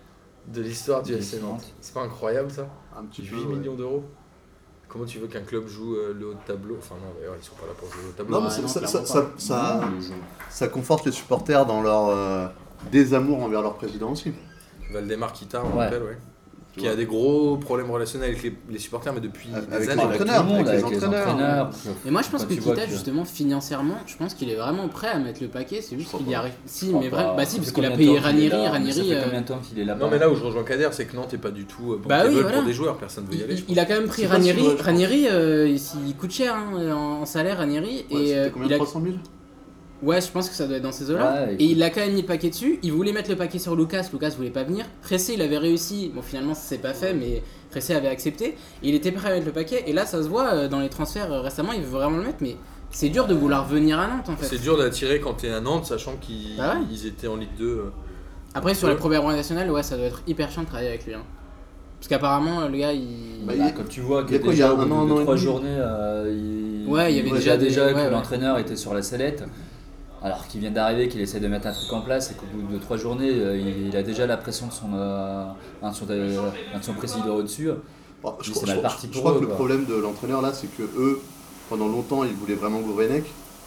de l'histoire du Du F C F C Nantes. Nantes. C'est pas incroyable ça? Un petit peu. huit ouais. millions d'euros. Comment tu veux qu'un club joue euh, le haut de tableau? Enfin non, d'ailleurs ils sont pas là pour jouer le haut de tableau. Non, mais Ouais, ça, non, ça, clairement ça, pas. ça, ça, Mmh, ils ont- ça conforte les supporters dans leur euh, désamour envers leur président aussi. Valdemar Kita, on Ouais. rappelle, ouais. Tu Qui a vois. des gros problèmes relationnels avec les, les supporters, mais depuis Avec des les années. entraîneurs. Avec tout le monde, avec les avec les entraîneurs. entraîneurs. Mais moi je pense Quand que tu vois Kita que- justement financièrement, je pense qu'il est vraiment prêt à mettre le paquet, c'est juste crois qu'il y pas. arrive. Si, Je crois mais pas. vraiment, bah si, Ça parce fait qu'il a combien de payé temps qu'il est Ranieri, là Mais Ranieri. Ça fait euh, combien de temps qu'il est là-bas Non, mais là où je rejoins Kader, c'est que Nantes n'est pas du tout euh, Bah oui, bankable voilà. pour des joueurs, personne ne veut y aller. Il, je il a quand même pris C'est pas si Ranieri, vrai, je pense. Ranieri euh, il, il coûte cher hein, en, en salaire Ranieri Ouais, et c'était euh, combien il a, trois cent mille ouais je pense que ça doit être dans ces eaux-là Ouais, et il a quand même mis le paquet dessus, il voulait mettre le paquet sur Lucas, Lucas voulait pas venir, Pressé il avait réussi, bon finalement ça s'est pas fait mais Pressé avait accepté, et il était prêt à mettre le paquet et là ça se voit euh, dans les transferts euh, récemment il veut vraiment le mettre mais c'est dur de vouloir venir à Nantes en fait. C'est dur d'attirer quand t'es à Nantes, sachant qu'ils Bah ouais. ils étaient en Ligue deux. euh. Après sur Ouais. la première bande nationale ouais ça doit être hyper chiant de travailler avec lui hein. Parce qu'apparemment le gars il... Bah, Bah, quand tu vois il que y a quoi, il y déjà a au un bout an, un de an et trois demi journées, euh, il, Ouais, il y avait il déjà voit des- déjà ouais, que ouais. l'entraîneur était sur la sellette, alors qu'il vient d'arriver, qu'il essaie de mettre un truc en place et qu'au bout de trois journées, euh, il, il a déjà la pression de son, euh, un de son, euh, un de son président au-dessus. Bon, je, Mais crois- c'est mal je- parti je pour crois eux, que le quoi. problème de l'entraîneur là, c'est que eux, pendant longtemps, ils voulaient vraiment Gourvenec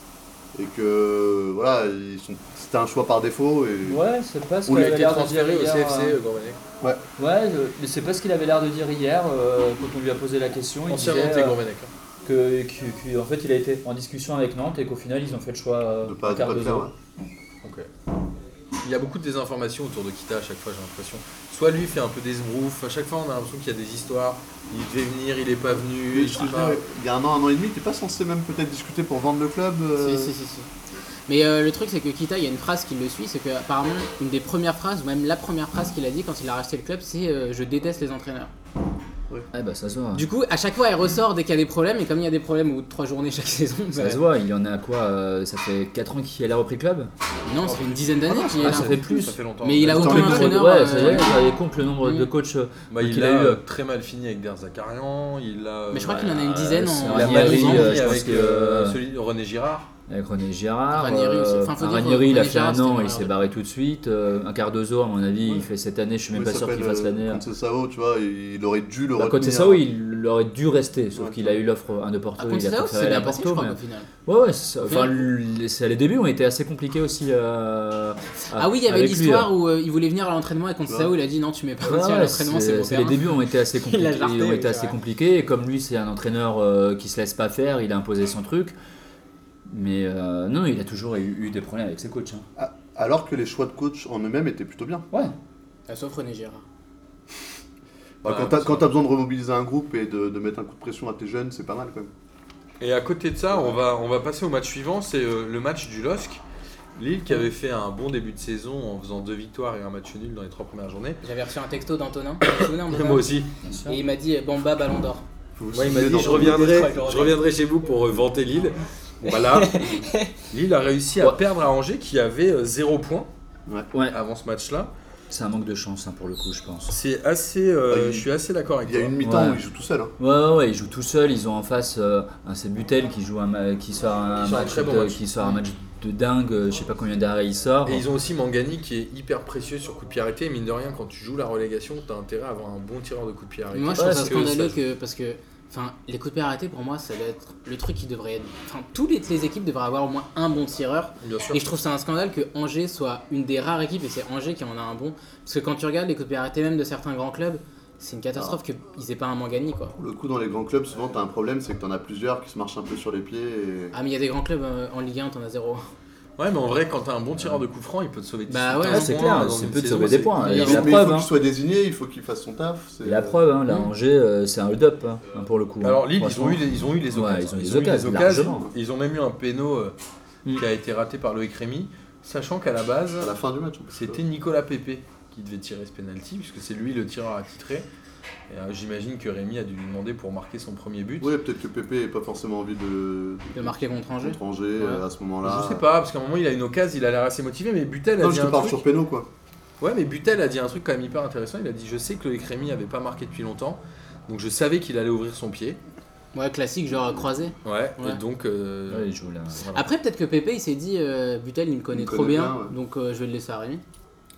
et que voilà, ils sont, c'était un choix par défaut. Et... Ouais, c'est pas ce Où qu'il il a avait été l'air de dire transféré au hier. C F C, euh, euh, Gourvenec. Ouais, euh, mais c'est pas ce qu'il avait l'air de dire hier euh, quand on lui a posé la question. Il Ancien disait Nantais, euh, Gourvenec. hein. que, que- que, en fait il a été en discussion avec Nantes et qu'au final ils ont fait le choix euh, de pas, de pas le Cardozo. faire. Ouais. Ok. Il y a beaucoup de désinformation autour de Kita à chaque fois, j'ai l'impression. Soit lui fait un peu des sbroufs, à chaque fois on a l'impression qu'il y a des histoires. Il devait venir, il est pas venu, Mais il je sera te pas. dirais, il y a un an, un an et demi, t'es pas censé même peut-être discuter pour vendre le club euh, Si, si, si, si. Mais euh, le truc c'est que Kita, il y a une phrase qui le suit, c'est que apparemment une des premières phrases, ou même la première phrase qu'il a dit quand il a racheté le club, c'est euh, je déteste les entraîneurs. Ouais, bah ça se voit. Du coup, à chaque fois, elle ressort dès qu'il y a des problèmes, et comme il y a des problèmes au bout de trois journées chaque saison, Ça bah, se voit, il y en a quoi euh, Ça fait quatre ans qu'il a repris le club. non, ça fait une dizaine d'années qu'il est Ah, là. ça fait plus. Ça fait longtemps. Mais il a Attends, aucun mais Le nombre de- entraîneur. Ouais, euh, ça y est, ça y est, compte le nombre de Mm. coachs. euh, Bah, il qu'il a a eu, eu euh, très mal fini avec Der Zakarian. Il a. Mais je crois bah, qu'il en a une dizaine c'est en la Il a en mal Ranieri, deux ans. fini euh, je pense avec que- euh, celui René Girard. Avec René Girard. Ranieri aussi. euh, Enfin, faut dire, Ranieri, il a René fait Girard, un c'était an, une il s'est erreur. barré tout de suite. Euh, un Cardozo, à mon avis, Ouais. il fait cette année, je suis même comment pas il sûr qu'il s'appelle, fasse euh, l'année. Conceição, tu vois, il aurait dû le Bah, retenir. côté Sao, il aurait dû rester, sauf Ouais. qu'il a eu l'offre un de Porto, Ah, il a contre ça, préféré c'est aller à bien passé, je Porto. crois, mais- au final. Ouais, ouais, c'est ça. Enfin, Ouais. les, c'est- les débuts ont été assez compliqués aussi. euh, Ah oui, il y avait avec lui, l'histoire là. où euh, il voulait venir à l'entraînement et contre Ouais. Sao, il a dit non, tu mets pas Ouais, un tir à ouais, l'entraînement, c'est c'est- bon. c'est- les débuts ont été assez compliqués. Il a jarté, ils ont oui, été c'est assez vrai. compliqués. Et comme lui, c'est un entraîneur euh, qui se laisse pas faire, il a imposé son truc. Mais euh, non, il a toujours eu, eu des problèmes avec ses coachs. hein. Ah, alors que les choix de coach en eux-mêmes étaient plutôt bien. Ouais. Ah, sauf René Girard. Bah, Ouais, quand t'as parce quand que- t'as besoin de remobiliser un groupe et de, de mettre un coup de pression à tes jeunes, c'est pas mal quand même. Et à côté de ça, on va, on va passer au match suivant, c'est euh, le match du L O S C. Lille qui avait fait un bon début de saison en faisant deux victoires et un match nul dans les trois premières journées. J'avais reçu un texto d'Antonin, tu te souviens, Antonin Moi aussi. Bien sûr. Et il m'a dit Bamba Ballon d'Or. Faut vous Moi, il m'a souvenir dit je dans- reviendrai, Ouais, je reviendrai chez vous pour euh, vanter Lille. Bon, bah là, Lille a réussi à Ouais. perdre à Angers qui avait euh, zéro point Ouais. avant ce match-là. C'est un manque de chance hein, pour le coup, je pense. C'est assez, euh, Ah, il- je suis assez d'accord avec Il y a toi. une mi-temps Ouais. où il joue tout seul. Hein. Ouais, ouais, ouais, ils jouent tout seuls. Ils ont en face euh, un c'est Butel qui joue un ma- qui sort un Qui sort un match, très bon de, match. qui sort un match de dingue. euh, Je sais pas combien d'arrêts il sort. Et ils ont aussi Mangani qui est hyper précieux sur coup de pied arrêté. Et mine de rien, quand tu joues la relégation, tu as intérêt à avoir un bon tireur de coup de pied arrêté. Mais moi je Ouais, trouve ça parce que scandaleux ça- que parce que enfin les coups de pied arrêtés pour moi ça doit être le truc qui devrait être enfin toutes les, les équipes devraient avoir au moins un bon tireur Bien sûr. et je trouve ça un scandale que Angers soit une des rares équipes et c'est Angers qui en a un bon parce que quand tu regardes les coups de pied arrêtés même de certains grands clubs c'est une catastrophe qu'ils aient pas un Mangani quoi. Pour le coup, dans les grands clubs, souvent t'as un problème, c'est que t'en as plusieurs qui se marchent un peu sur les pieds. Et... Ah mais il y a des grands clubs euh, en Ligue un t'en as zéro. Ouais, mais en vrai, quand tu as un bon tireur de coup franc, il peut te sauver dix Bah ouais, quinze c'est points clair, dans c'est une peut te saison, sauver des c'est- points. il y Et a Mais la il faut preuve, hein. qu'il soit désigné, il faut qu'il fasse son taf. c'est- Et la preuve, hein, là, Mm. Angers, euh, c'est un hold-up hein, pour le coup. hein. Alors Lille, ils ont, Franchement. eu les, ils ont eu les Ouais, occasions. ils ont eu des occasions, largement. Ils ont même eu un péno euh, Mm. qui a été raté par Loïc Rémy, sachant qu'à la base, À la fin du match. en plus. c'était Nicolas Pepe qui devait tirer ce penalty, puisque c'est lui le tireur attitré. Et, euh, j'imagine que Rémi a dû lui demander pour marquer son premier but. Ouais, peut-être que Pépé n'ait pas forcément envie de, De marquer contre Angers. contre Angers Ouais. euh, à ce moment-là. Je sais pas, parce qu'à un moment il a une occasion, il a l'air assez motivé, mais Butel a Non, dit je te un parle truc. sur Péno, quoi. Ouais, mais Butel a dit un truc quand même hyper intéressant. Il a dit je sais que Loïc Rémy avait pas marqué depuis longtemps, donc je savais qu'il allait ouvrir son pied. Ouais, classique, genre croisé. Ouais. Ouais. Et donc. euh, Ouais, il joue là. voilà. Après, peut-être que Pépé il s'est dit euh, Butel il me connaît Il me trop connaît bien, bien, ouais. donc euh, je vais le laisser à Rémi.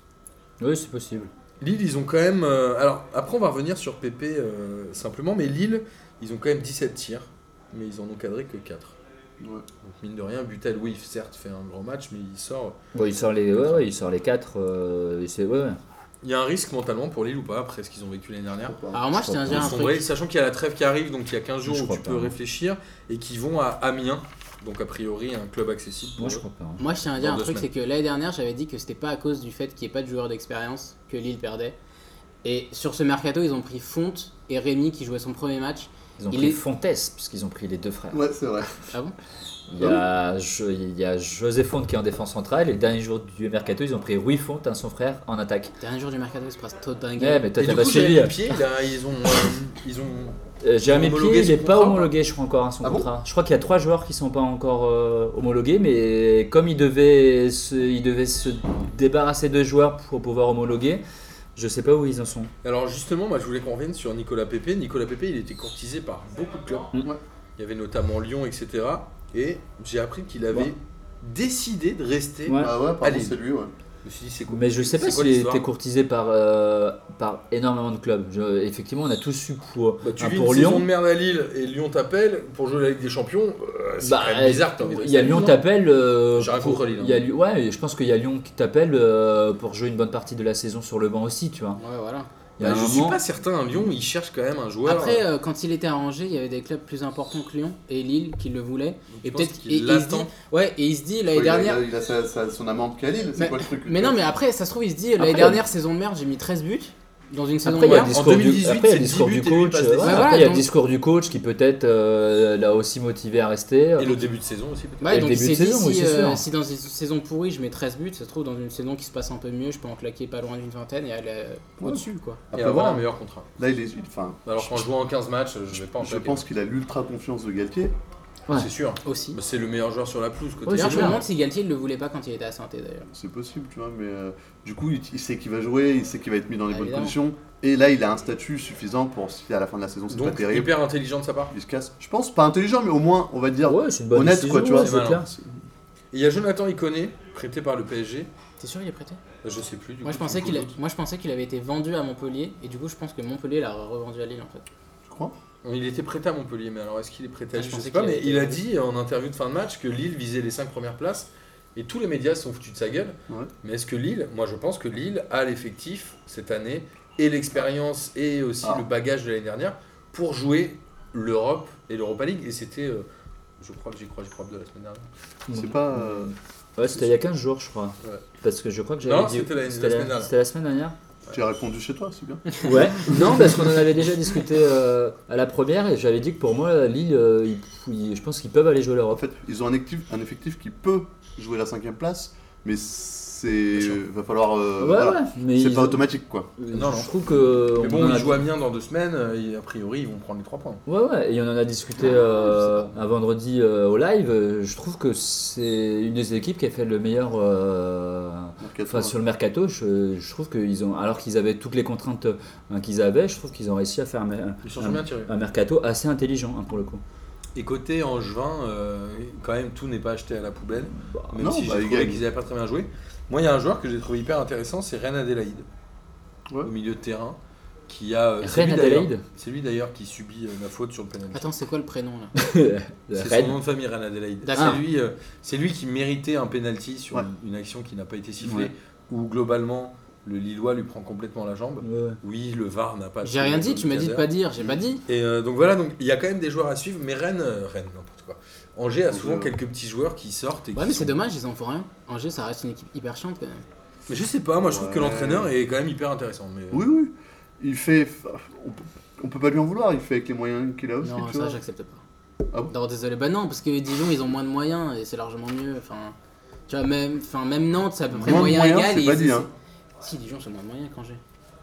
Oui, c'est possible. Lille, ils ont quand même. euh, alors, après, on va revenir sur Pépé euh, simplement, mais Lille, ils ont quand même dix-sept tirs, mais ils en ont cadré que quatre. Ouais. Donc, mine de rien, Butel, oui, certes, fait un grand match, mais il sort. Bon, il sort les, ouais, ouais, il sort les quatre. Euh, et c'est, ouais, ouais. Il y a un risque mentalement pour Lille ou pas, après ce qu'ils ont vécu l'année dernière. Alors, moi je Je tiens à crois dire Ils un sont truc. vrais, sachant qu'il y a la trêve qui arrive, donc il y a quinze jours Je où crois tu pas, peux hein. réfléchir, et qui vont à Amiens, donc a priori un club accessible pour Moi, je eux. crois pas. hein. Moi je tiens à dire Dans un deux truc, c'est semaines. que l'année dernière j'avais dit que c'était pas à cause du fait qu'il n'y ait pas de joueurs d'expérience que Lille perdait. Et sur ce mercato ils ont pris Fonte et Rémi qui jouait son premier match. Ils ont Il pris est- Fontes, puisqu'ils ont pris les deux frères. Ouais, c'est vrai. Ah bon? Il y, a, Jo- il y a José Fonte qui est en défense centrale, et le dernier jour du mercato, ils ont pris Rui Fonte, hein, son frère, en attaque. Dernier jour du mercato il se passe trop dingue. Ouais, mais toi, Et t'as du pas coup, suivi. Jérémy Pied, là, ils ont. euh, ils ont... Euh, Jérémy Ils ont homologué Pied, il son n'est pas contrat, homologué, je crois, encore à son Ah bon contrat. Je crois qu'il y a trois joueurs qui ne sont pas encore euh, homologués, mais comme il devait, se, il devait se débarrasser de joueurs pour pouvoir homologuer, je sais pas où ils en sont. Alors justement, moi je voulais qu'on revienne sur Nicolas Pépé. Nicolas Pépé, il était courtisé par beaucoup de clubs. Mm. Ouais. Il y avait notamment Lyon, et cetera. Et j'ai appris qu'il avait Ouais. décidé de rester. Ouais. Ah ouais, Allez. pardon, c'est lui, ouais. Je me suis dit, c'est quoi Mais je sais pas c'est quoi s'il l'histoire était courtisé par, euh, par énormément de clubs. Je- effectivement, on a tous eu pour, Bah, tu un vis pour une saison Lyon. de merde à Lille et Lyon t'appelle pour jouer la Ligue des Champions. euh, c'est Bah, quand même bizarre que t'as envie de il y a rester à Lyon non t'appelle. euh, J'ai rien pour- contre Lille, hein. il y a Lyon- ouais, je pense qu'il y a Lyon qui t'appelle euh, pour jouer une bonne partie de la saison sur le banc aussi, tu vois. Ouais, voilà. Il y a Bah, un je suis moment- pas certain. à Lyon, ils cherchent quand même un joueur. Après, euh, quand il était à Angers, il y avait des clubs plus importants que Lyon et Lille qui le voulaient. je Et pense peut-être qu'il et- et il se l'attend. dit, ouais, et il se dit l'année Ouais, il a- dernière. Il a, il a sa- sa- son amende qu'à Lille, c'est Mais- quoi le truc Mais non, mais après, ça se trouve, il se dit l'année Après, dernière saison de merde, j'ai mis treize buts dans une saison Après, il de y a le merde. discours, En du, deux mille dix-huit, après, il y a c'est le discours dix du buts et huit coach. passes euh, décisives. ouais, Ouais, après, voilà, il y a donc- le discours du coach qui peut-être euh, l'a aussi motivé à rester. Et le début de saison aussi. peut-être. Ouais, Et donc le il début s'est de dit saison, oui, si, c'est euh, sûr. si dans une saison pourrie je mets treize buts, ça se trouve dans une saison qui se passe un peu mieux, je peux en claquer pas loin d'une vingtaine et aller euh, Ouais. au-dessus quoi. Et Après, avoir voilà. un meilleur contrat. Là, il est. il- Enfin, Alors qu'en jouant en quinze matchs, je vais pas en je claquer. pense qu'il a l'ultra confiance de Galtier. Ouais. C'est sûr. Aussi. Bah, c'est le meilleur joueur sur la pelouse. Côté Ouais, D'ailleurs, c'est je me clair. demande si Galtier ne le voulait pas quand il était à Saint-Étienne d'ailleurs. C'est possible, tu vois, mais euh, du coup, il, il sait qu'il va jouer, il sait qu'il va être mis dans les Ah, bonnes évidemment. conditions. Et là, il a un statut suffisant pour si à la fin de la saison c'est pas Donc terrible, hyper intelligent de sa part. il se casse. Je pense pas intelligent, mais au moins, on va dire. Ouais, c'est une bonne honnête, décision, quoi, tu vois, ouais, c'est c'est malin. clair. Et il y a Jonathan Iconé, prêté par le P S G. T'es sûr il est prêté? Je sais plus. Du Moi coup, je, pensais tu qu'il me a- poses le Moi je pensais qu'il avait été vendu à Montpellier et du coup je pense que Montpellier l'a revendu à Lille en fait. Tu crois? doute. Il était prêté à Montpellier, mais alors est-ce qu'il est prêté à Ah, je Lille? Je pensais sais pas, qu'il mais avait il a été- dit en interview de fin de match que Lille visait les cinq premières places et tous les médias se sont foutus de sa gueule. Ouais. Mais est-ce que Lille, moi je pense que Lille a l'effectif cette année et l'expérience et aussi Ah. le bagage de l'année dernière pour jouer l'Europe et l'Europa League. Et c'était, euh, je crois que j'y crois, j'y crois de la semaine dernière. C'est pas. euh, Ouais, c'était il y a quinze jours, je crois. Ouais. Parce que je crois que j'avais Non, dit. c'était la- la c'était semaine dernière. C'était la semaine dernière. Tu as répondu chez toi, c'est bien. Ouais. Non, parce qu'on en avait déjà discuté euh, à la première et j'avais dit que pour moi, Lille, euh, ils- ils- je pense qu'ils peuvent aller jouer En l'Europe. fait, ils ont un effectif, un effectif qui peut jouer la cinquième place, mais c'est. Bien sûr. Va falloir. euh, ouais, voilà. ouais. Mais C'est ils- pas automatique, quoi. euh, Non, non. Je trouve que. Mais on bon, en ils a- jouent à Amiens dans deux semaines et a priori ils vont prendre les trois points. Ouais, ouais, et on en a discuté euh, un vendredi euh, au live. Euh, Je trouve que c'est une des équipes qui a fait le meilleur. euh, Mercato, Enfin, hein. sur le mercato, je, je trouve qu'ils ont, alors qu'ils avaient toutes les contraintes hein, qu'ils avaient, je trouve qu'ils ont réussi à faire un, mer- Ils sont un- bien tirés. un mercato assez intelligent hein, pour le coup. Et côté Angevin, euh, quand même tout n'est pas acheté à la poubelle, Bah, même non, si bah, j'ai ils trouvé gagnent. qu'ils n'avaient pas très bien joué. Moi, il y a un joueur que j'ai trouvé hyper intéressant, c'est Reine Adélaïde, Ouais. au milieu de terrain, qui a. euh, c'est Reine lui d'ailleurs- Adélaïde C'est lui d'ailleurs qui subit euh, la faute sur le penalty. Attends, c'est quoi le prénom là? C'est Reine. son nom de famille, Reine Adélaïde. D'accord. C'est lui, euh, c'est lui qui méritait un penalty sur Ouais. une, une action qui n'a pas été sifflée, Ouais. où globalement le Lillois lui prend complètement la jambe. Ouais. Oui, le V A R n'a pas. J'ai rien dit, tu m'as dit de pas dire, j'ai pas dit. Et euh, donc voilà, donc il y a quand même des joueurs à suivre, mais Rennes, euh, Rennes, n'importe quoi. Angers a Angers, souvent ouais. quelques petits joueurs qui sortent. Et Ouais, qui mais c'est sont- dommage, ils en font rien. Angers, ça reste une équipe hyper chiante quand même. Mais je sais pas, moi je trouve que Ouais. l'entraîneur est quand même hyper intéressant. Mais... Oui, oui. Il fait. On peut, on peut pas lui en vouloir, il fait avec les moyens qu'il a aussi. Non, tu ça vois. j'accepte pas. Ah bon Non, désolé, bah non, parce que Dijon ils ont moins de moyens et c'est largement mieux. Enfin, tu vois, même, enfin, même Nantes c'est à peu près Moins de moyen moyens, égal. c'est et pas ils- dit, hein. Si, Dijon c'est moins de moyens qu'Angers.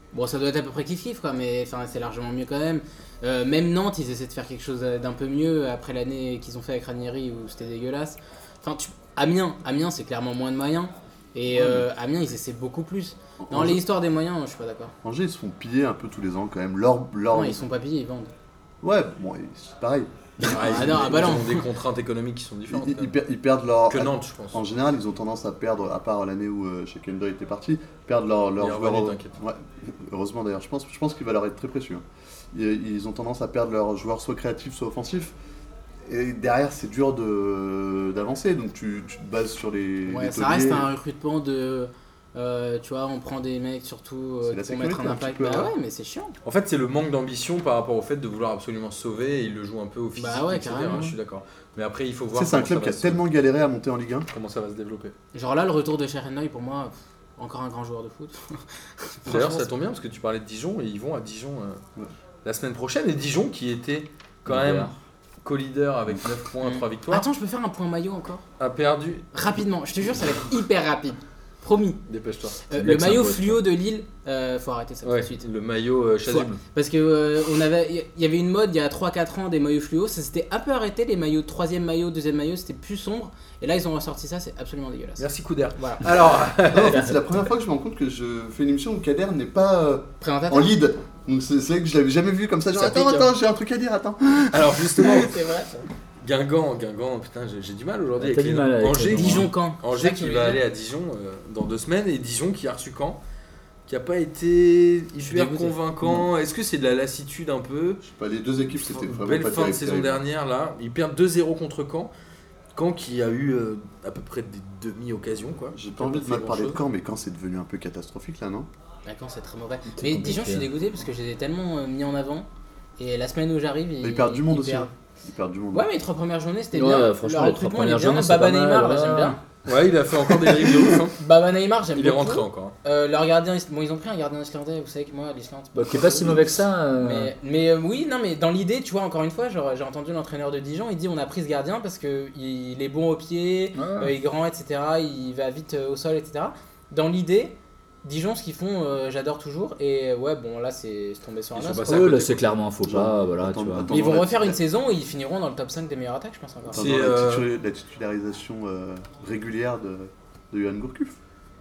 Bon, ça doit être à peu près kiff-kiff, quoi, mais enfin, c'est largement mieux quand même. Euh, même Nantes, ils essaient de faire quelque chose d'un peu mieux après l'année qu'ils ont fait avec Ranieri où c'était dégueulasse. Enfin, tu... Amiens, Amiens, c'est clairement moins de moyens. Et euh, Amiens, ils essaient beaucoup plus. Dans Angers- l'histoire des moyens, je suis pas d'accord. Angers, ils se font piller un peu tous les ans quand même. Leur, leur... Non, ils sont pas payés, ils vendent. Ouais, bon, c'est pareil. Ah, Ah ils, non, ont, ah bah ils non. ont des contraintes économiques qui sont différentes. Ils, quand ils même. per- ils perdent leur. Que Nantes, je pense. En général, ils ont tendance à perdre, à part l'année où euh, Sheikh Endo était parti, perdre leur, leur Il est joueur. revenu, t'inquiète. Ouais, heureusement d'ailleurs. Je pense, je pense qu'il va leur être très précieux. hein. Ils, ils ont tendance à perdre leurs joueurs soit créatifs, soit offensifs. Et derrière, c'est dur de, d'avancer. Donc tu, tu te bases sur les. Ouais, les ça tauliers. reste un recrutement de. euh, tu vois, on prend des mecs surtout C'est euh, la pour mettre sécurité, un un petit impact. peu, Bah ouais. ouais, mais c'est chiant. En fait, c'est le manque d'ambition par rapport au fait de vouloir absolument se sauver et il le joue un peu au physique. Bah ouais, et cetera. carrément. Je suis d'accord. Mais après, il faut Tu voir sais, c'est un comment club ça qui a va se- tellement galéré à monter en Ligue un. comment ça va se développer. Genre là, le retour de Chernoy, pour moi, pff, encore un grand joueur de foot. D'ailleurs, Franchement, ça tombe bien parce que tu parlais de Dijon et ils vont à Dijon euh, Ouais. la semaine prochaine. Et Dijon qui était quand même co-leader avec neuf points, Mm. trois victoires, Attends, je peux faire un point maillot encore a perdu. Rapidement, je te jure, ça va être hyper rapide. Promis. Dépêche-toi. Euh, bien le que ça maillot impose, fluo de Lille, euh, faut arrêter ça tout Ouais, de suite. le maillot euh, chasuble. Parce que euh, on avait, il y avait une mode il y a trois quatre ans des maillots fluo, ça s'était un peu arrêté, les maillots troisième maillot, deuxième maillot, c'était plus sombre. Et là, ils ont ressorti ça, c'est absolument dégueulasse. Merci Couder. Voilà. Alors, Non, en fait, c'est la première fois que je me rends compte que je fais une émission où Kader n'est pas euh, Présentateur. en lead. Donc c'est c'est vrai que je l'avais jamais vu comme ça. Genre, Ça attends, pique, attends, j'ai un truc à dire, attends. alors justement, c'est vrai. ça. Guingamp, Guingamp, putain, j'ai j'ai du mal aujourd'hui. T'as avec du les mal noms. avec Angers, les noms. Dijon quand Angers qui va aller à Dijon euh, dans deux semaines et Dijon qui a reçu Caen, qui a pas été suis hyper dégoûté. convaincant. Est-ce que c'est de la lassitude un peu? Je sais pas, les deux équipes c'était vraiment Belle pas fin de terrible, saison terrible. dernière là, ils perdent deux zéro contre Caen. Caen qui a eu euh, à peu près des demi-occasions quoi. J'ai Qui pas a envie de fait mal parler de grand-chose. Caen, mais Caen c'est devenu un peu catastrophique là, non? D'accord, c'est très mauvais. C'est Mais compliqué. Dijon, je suis dégoûté parce que je les ai tellement euh, mis en avant. Et la semaine où j'arrive, ils, Ils perdent du monde ils aussi. perdent. hein. Ils perdent du monde. Ouais, mais les trois premières journées, c'était Ouais, bien. franchement, Le les trois recrutement, il est premières bien. journées, c'est Baba pas mal, Neymar, là, ouais. j'aime bien. Ouais, il a fait encore des dribbles de ouf. hein. Baba Neymar, j'aime Il est beaucoup. rentré encore. Euh, leur gardien, is- bon, ils ont pris un gardien islandais, vous savez que moi, l'Islande. Bah, qui est pas si mauvais que ça. euh, Mais, mais euh, oui, non, mais dans l'idée, tu vois, encore une fois, genre, j'ai entendu l'entraîneur de Dijon, il dit on a pris ce gardien parce qu'il il est bon au pied, Ouais. euh, il est grand, et cetera. Il va vite euh, au sol, et cetera. Dans l'idée, Dijon, ce qu'ils font, euh, j'adore toujours. Et euh, ouais, bon, là, c'est c'est tombé sur un Ils sont os. passés quoi. à eux, côté, là, c'est quoi. clairement un faux pas. Voilà, Attends, tu vois. attends. Mais ils vont la- refaire une la- saison et ils finiront dans le top cinq des meilleures attaques, je pense encore. Attends, C'est, dans la, euh, titu- la titularisation euh, régulière de, de Johan Gourcuff.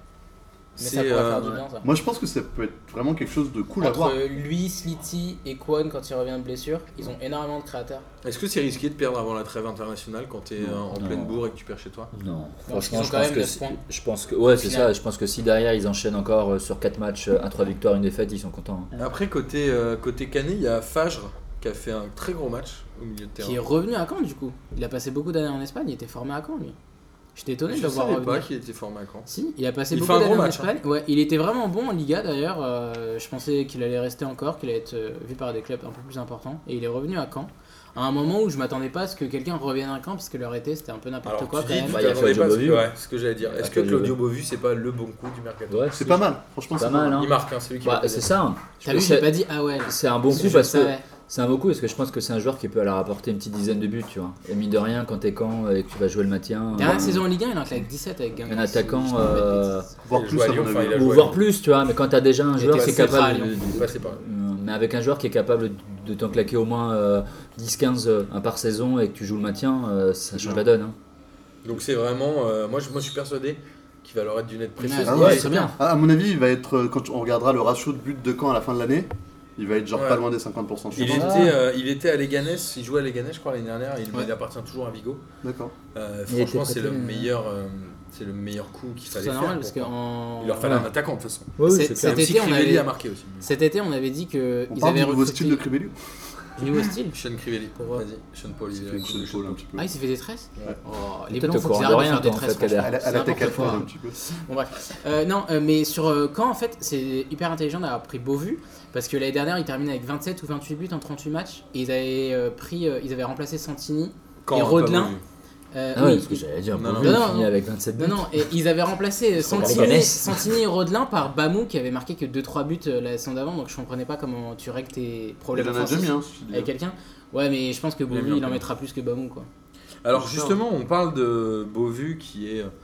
Mais ça C'est, pourrait euh, faire du bien, ça. Moi je pense que ça peut être vraiment quelque chose de cool à Entre voir. euh, lui, Slity et Kwon, quand il revient de blessure, ils ont énormément de créateurs. Est-ce que c'est risqué de perdre avant la trêve internationale quand t'es euh, en Non. pleine bourre et que tu perds chez toi? Non, parce qu'ils franchement, ont je quand pense, même que neuf si- points. je pense que ouais, c'est final. ça. Je pense que si derrière ils enchaînent encore euh, sur quatre matchs, un trois victoires, une défaite, ils sont contents. hein. Après, côté, euh, côté Canet, il y a Fajr qui a fait un très gros match au milieu de terrain. Qui est revenu à Caen, du coup. Il a passé beaucoup d'années en Espagne, il était formé à Caen, lui. J'étais étonné de Je le voir savais revenir. pas qu'il était formé à Caen. Si, il a passé Il beaucoup fait un d'années gros en match, Espagne. Ouais, il était vraiment bon en Liga d'ailleurs. euh, je pensais qu'il allait rester encore, qu'il allait être euh, vu par des clubs un peu plus importants. Et il est revenu à Caen. À un moment où je m'attendais pas à ce que quelqu'un revienne à Caen, parce que leur été c'était un peu n'importe Alors, quoi tu quand dis, même. tu Bah, il y a t'attendais Claudio pas, Bovu. Ouais, c'est ce que j'allais dire. Est-ce que Claudio Claudio Bovu, c'est pas le bon coup du mercato? Ouais, C'est pas mal, franchement pas c'est mal. Hein. Il marque, hein, c'est lui qui Bah, va c'est ça. hein. T'as vu, C'est- j'ai pas dit ah ouais. C'est un bon Parce coup je parce que savais. c'est un beau coup parce que je pense que c'est un joueur qui peut leur apporter une petite dizaine de buts, tu vois. Et mine de rien, quand t'es Caen et que tu vas jouer le maintien, Dernière euh, saison en Ligue un, il en claque dix-sept avec Guingamp. Un attaquant, si je dis pas de euh, bêtises. Voir Il plus joue à à Lyon, mon enfin, avis. il a ou joué à voir Lyon. plus, tu vois. Mais quand t'as déjà un Il joueur était qui est central, capable, Lyon. de- Il est passé par là. Euh, mais avec un joueur qui est capable de t'en claquer au moins euh, dix quinze euh, un par saison et que tu joues le maintien, euh, ça change la donne. hein. Donc c'est vraiment. euh, moi, je, moi, je suis persuadé qu'il va leur être d'une aide précieuse. Ah Ouais, ouais, c'est bien. Ah, à mon avis, il va être, euh, quand on regardera le ratio de buts de Caen à la fin de l'année, il va être genre Ouais. pas loin des cinquante pour cent. je Il pense. était, euh, il était à Leganés, il jouait à Leganés, je crois, l'année dernière. Il, Ouais. il appartient toujours à Vigo. D'accord. Euh, Il franchement, était c'est le prêté, meilleur, euh, c'est le meilleur coup qu'il fallait C'est faire. normal parce pour- qu'en. Il leur fallait Ouais. un attaquant de toute façon. Ouais, oui, C'est- c'est clair. Même Cet si été, on Crivelli avait- a marqué aussi. Cet été, on avait dit que On ils parle avaient du nouveau recruté style de Crivelli. nouveau style. Sean Crivelli. Pour voir. Vas-y, Sean Paul. C'est il est fait avec Sean le Paul Sean un petit peu. Ah, il s'est fait des tresses Ouais. Oh, les Peut-être blancs, au faut courant qu'ils de arrêtent de rien, faire des toi, en tresses. fait, Kader. franchement. À la, à C'est la tech n'importe quoi. un petit peu. Bon, bref. Euh, non, euh, mais sur euh, Caen, en fait, c'est hyper intelligent d'avoir pris Beauvu parce que l'année dernière, ils terminaient avec vingt-sept ou vingt-huit buts en trente-huit matchs et ils avaient euh, pris, euh, ils avaient remplacé Santini. Quand, Et hein, Rodelin. pas Beauvu. Euh, Ah ouais, oui, ce que j'allais dire, Non, Beauvu, non, il non, finit non. avec vingt-sept buts. Non, non, et ils avaient remplacé euh, Sur la Santini, Leganés. Santini et Rodelin par Bamou qui avait marqué que deux trois buts euh, la saison d'avant, donc je comprenais pas comment tu règles tes Il problèmes en a déjà offensifs mis, hein, ceci dit. avec quelqu'un. Ouais, mais je pense que Il a Beauvu mis un il en peu. mettra plus que Bamou quoi. Alors C'est justement, on parle de Beauvu qui est